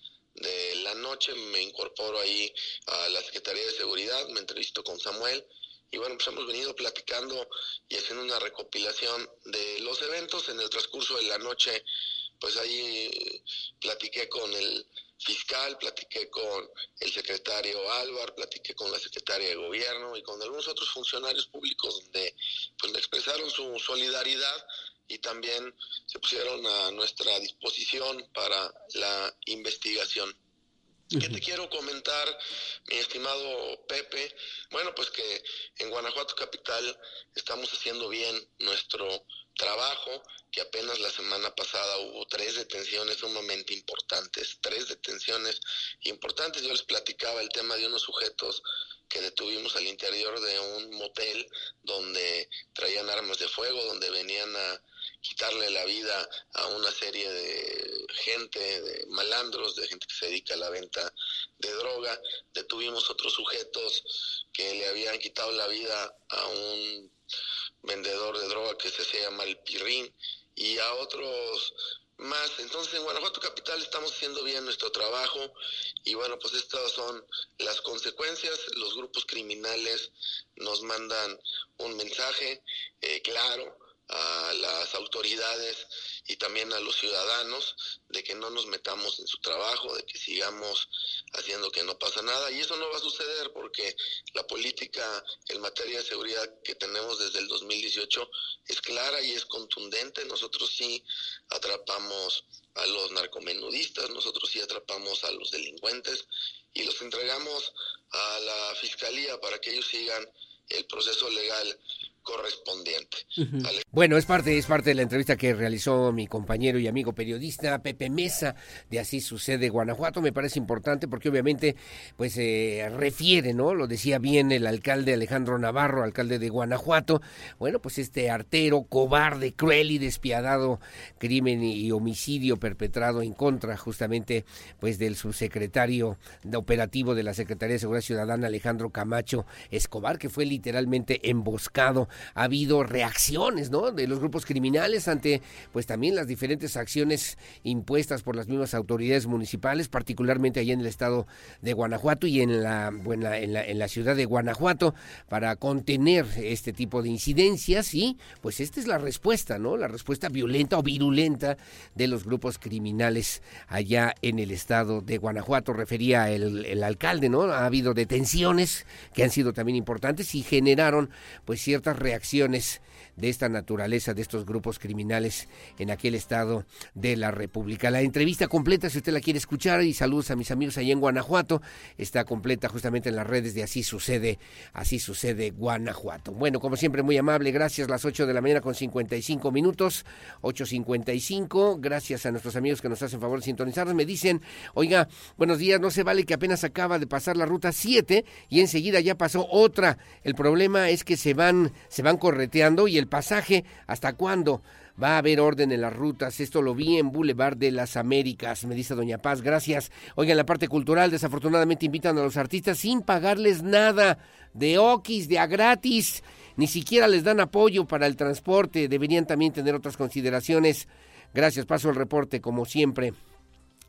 de la noche, me incorporo ahí a la Secretaría de Seguridad, me entrevisto con Samuel y bueno, pues hemos venido platicando y haciendo una recopilación de los eventos. En el transcurso de la noche, pues ahí platiqué con el fiscal, platiqué con el secretario Álvar, platiqué con la secretaria de Gobierno y con algunos otros funcionarios públicos donde pues me expresaron su solidaridad y también se pusieron a nuestra disposición para la investigación. ¿Qué te quiero comentar, mi estimado Pepe? Bueno, pues que en Guanajuato capital estamos haciendo bien nuestro trabajo, que apenas la semana pasada hubo tres detenciones sumamente importantes, tres detenciones importantes. Yo les platicaba el tema de unos sujetos que detuvimos al interior de un motel donde traían armas de fuego, donde venían a quitarle la vida a una serie de gente, de malandros, de gente que se dedica a la venta de droga. Detuvimos otros sujetos que le habían quitado la vida a un vendedor de droga que se hacía llamar el Pirrín y a otros más. Entonces en Guanajuato capital estamos haciendo bien nuestro trabajo y bueno, pues estas son las consecuencias. Los grupos criminales nos mandan un mensaje eh, claro a las autoridades y también a los ciudadanos de que no nos metamos en su trabajo, de que sigamos haciendo que no pasa nada, y eso no va a suceder porque la política en materia de seguridad que tenemos desde el dos mil dieciocho es clara y es contundente. Nosotros sí atrapamos a los narcomenudistas, nosotros sí atrapamos a los delincuentes y los entregamos a la fiscalía para que ellos sigan el proceso legal correspondiente. Uh-huh. Bueno, es parte, es parte de la entrevista que realizó mi compañero y amigo periodista Pepe Mesa de Así Sucede Guanajuato. Me parece importante porque obviamente pues eh, refiere, ¿no? Lo decía bien el alcalde Alejandro Navarro, alcalde de Guanajuato. Bueno, pues este artero, cobarde, cruel y despiadado crimen y homicidio perpetrado en contra justamente pues del subsecretario de operativo de la Secretaría de Seguridad Ciudadana, Alejandro Camacho Escobar, que fue literalmente emboscado. Ha habido reacciones, ¿no?, de los grupos criminales ante pues también las diferentes acciones impuestas por las mismas autoridades municipales, particularmente allá en el estado de Guanajuato y en la, bueno, en la, en la ciudad de Guanajuato, para contener este tipo de incidencias. Y pues esta es la respuesta, ¿no?, la respuesta violenta o virulenta de los grupos criminales allá en el estado de Guanajuato. Refería el, el alcalde, ¿no? Ha habido detenciones que han sido también importantes y generaron pues ciertas reacciones de esta naturaleza de estos grupos criminales en aquel estado de la República. La entrevista completa, si usted la quiere escuchar, y saludos a mis amigos allá en Guanajuato, está completa justamente en las redes de Así Sucede, Así Sucede Guanajuato. Bueno, como siempre, muy amable, gracias. Las ocho de la mañana con cincuenta y cinco minutos, ocho cincuenta y cinco, gracias a nuestros amigos que nos hacen favor de sintonizarnos. Me dicen, oiga, buenos días, no se vale que apenas acaba de pasar la ruta siete y enseguida ya pasó otra. El problema es que se van, se van correteando y el pasaje, ¿hasta cuándo va a haber orden en las rutas? Esto lo vi en Boulevard de las Américas, me dice Doña Paz, gracias. Oigan, en la parte cultural, desafortunadamente invitan a los artistas sin pagarles nada, de oquis, de a gratis, ni siquiera les dan apoyo para el transporte, deberían también tener otras consideraciones. Gracias, paso el reporte como siempre.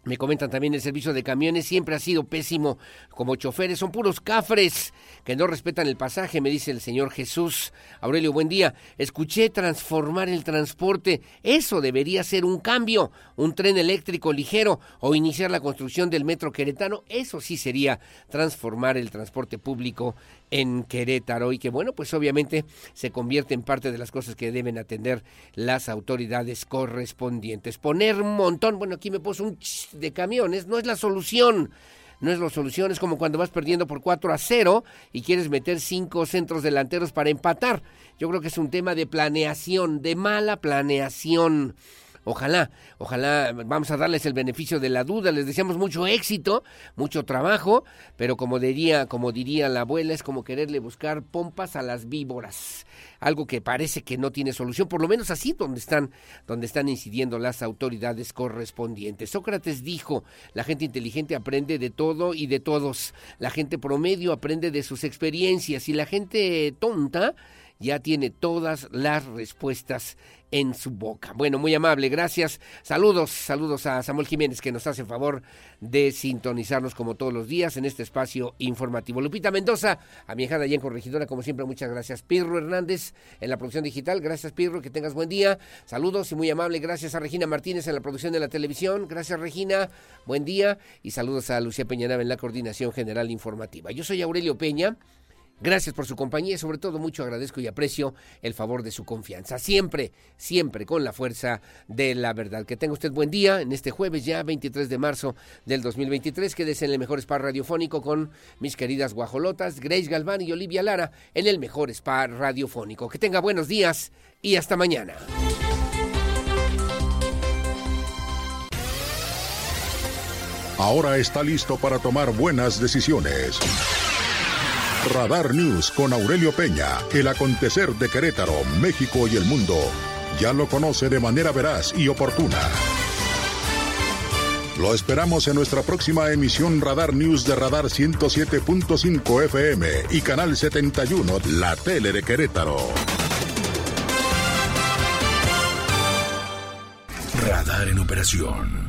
Me comentan también el servicio de camiones siempre ha sido pésimo como choferes, son puros cafres que no respetan el pasaje, me dice el señor Jesús. Aurelio, buen día. Escuché transformar el transporte, eso debería ser un cambio, un tren eléctrico ligero o iniciar la construcción del metro queretano, eso sí sería transformar el transporte público en Querétaro y que bueno, pues obviamente se convierte en parte de las cosas que deben atender las autoridades correspondientes. Poner un montón, bueno, aquí me puso un ch de camiones, no es la solución, no es la solución, es como cuando vas perdiendo por cuatro a cero y quieres meter cinco centros delanteros para empatar. Yo creo que es un tema de planeación, de mala planeación. Ojalá, ojalá, vamos a darles el beneficio de la duda, les deseamos mucho éxito, mucho trabajo, pero como diría, como diría la abuela, es como quererle buscar pompas a las víboras, algo que parece que no tiene solución, por lo menos así donde están, donde están incidiendo las autoridades correspondientes. Sócrates dijo, la gente inteligente aprende de todo y de todos, la gente promedio aprende de sus experiencias y la gente tonta ya tiene todas las respuestas en su boca. Bueno, muy amable, gracias. Saludos, saludos a Samuel Jiménez, que nos hace favor de sintonizarnos como todos los días en este espacio informativo. Lupita Mendoza, a mi hija Dayan Corregidora, como siempre, muchas gracias. Pirro Hernández en la producción digital, gracias Pirro, que tengas buen día. Saludos y muy amable, gracias a Regina Martínez en la producción de la televisión, gracias Regina, buen día. Y saludos a Lucía Peñanaba en la coordinación general informativa. Yo soy Aurelio Peña. Gracias por su compañía y sobre todo mucho agradezco y aprecio el favor de su confianza. Siempre, siempre con la fuerza de la verdad. Que tenga usted buen día en este jueves ya veintitrés de marzo del dos mil veintitrés. Quédese en el mejor spa radiofónico con mis queridas guajolotas, Grace Galván y Olivia Lara en el mejor spa radiofónico. Que tenga buenos días y hasta mañana. Ahora está listo para tomar buenas decisiones. Radar News con Aurelio Peña, el acontecer de Querétaro, México y el mundo. Ya lo conoce de manera veraz y oportuna. Lo esperamos en nuestra próxima emisión Radar News de Radar ciento siete punto cinco F M y Canal setenta y uno, la tele de Querétaro. Radar en operación.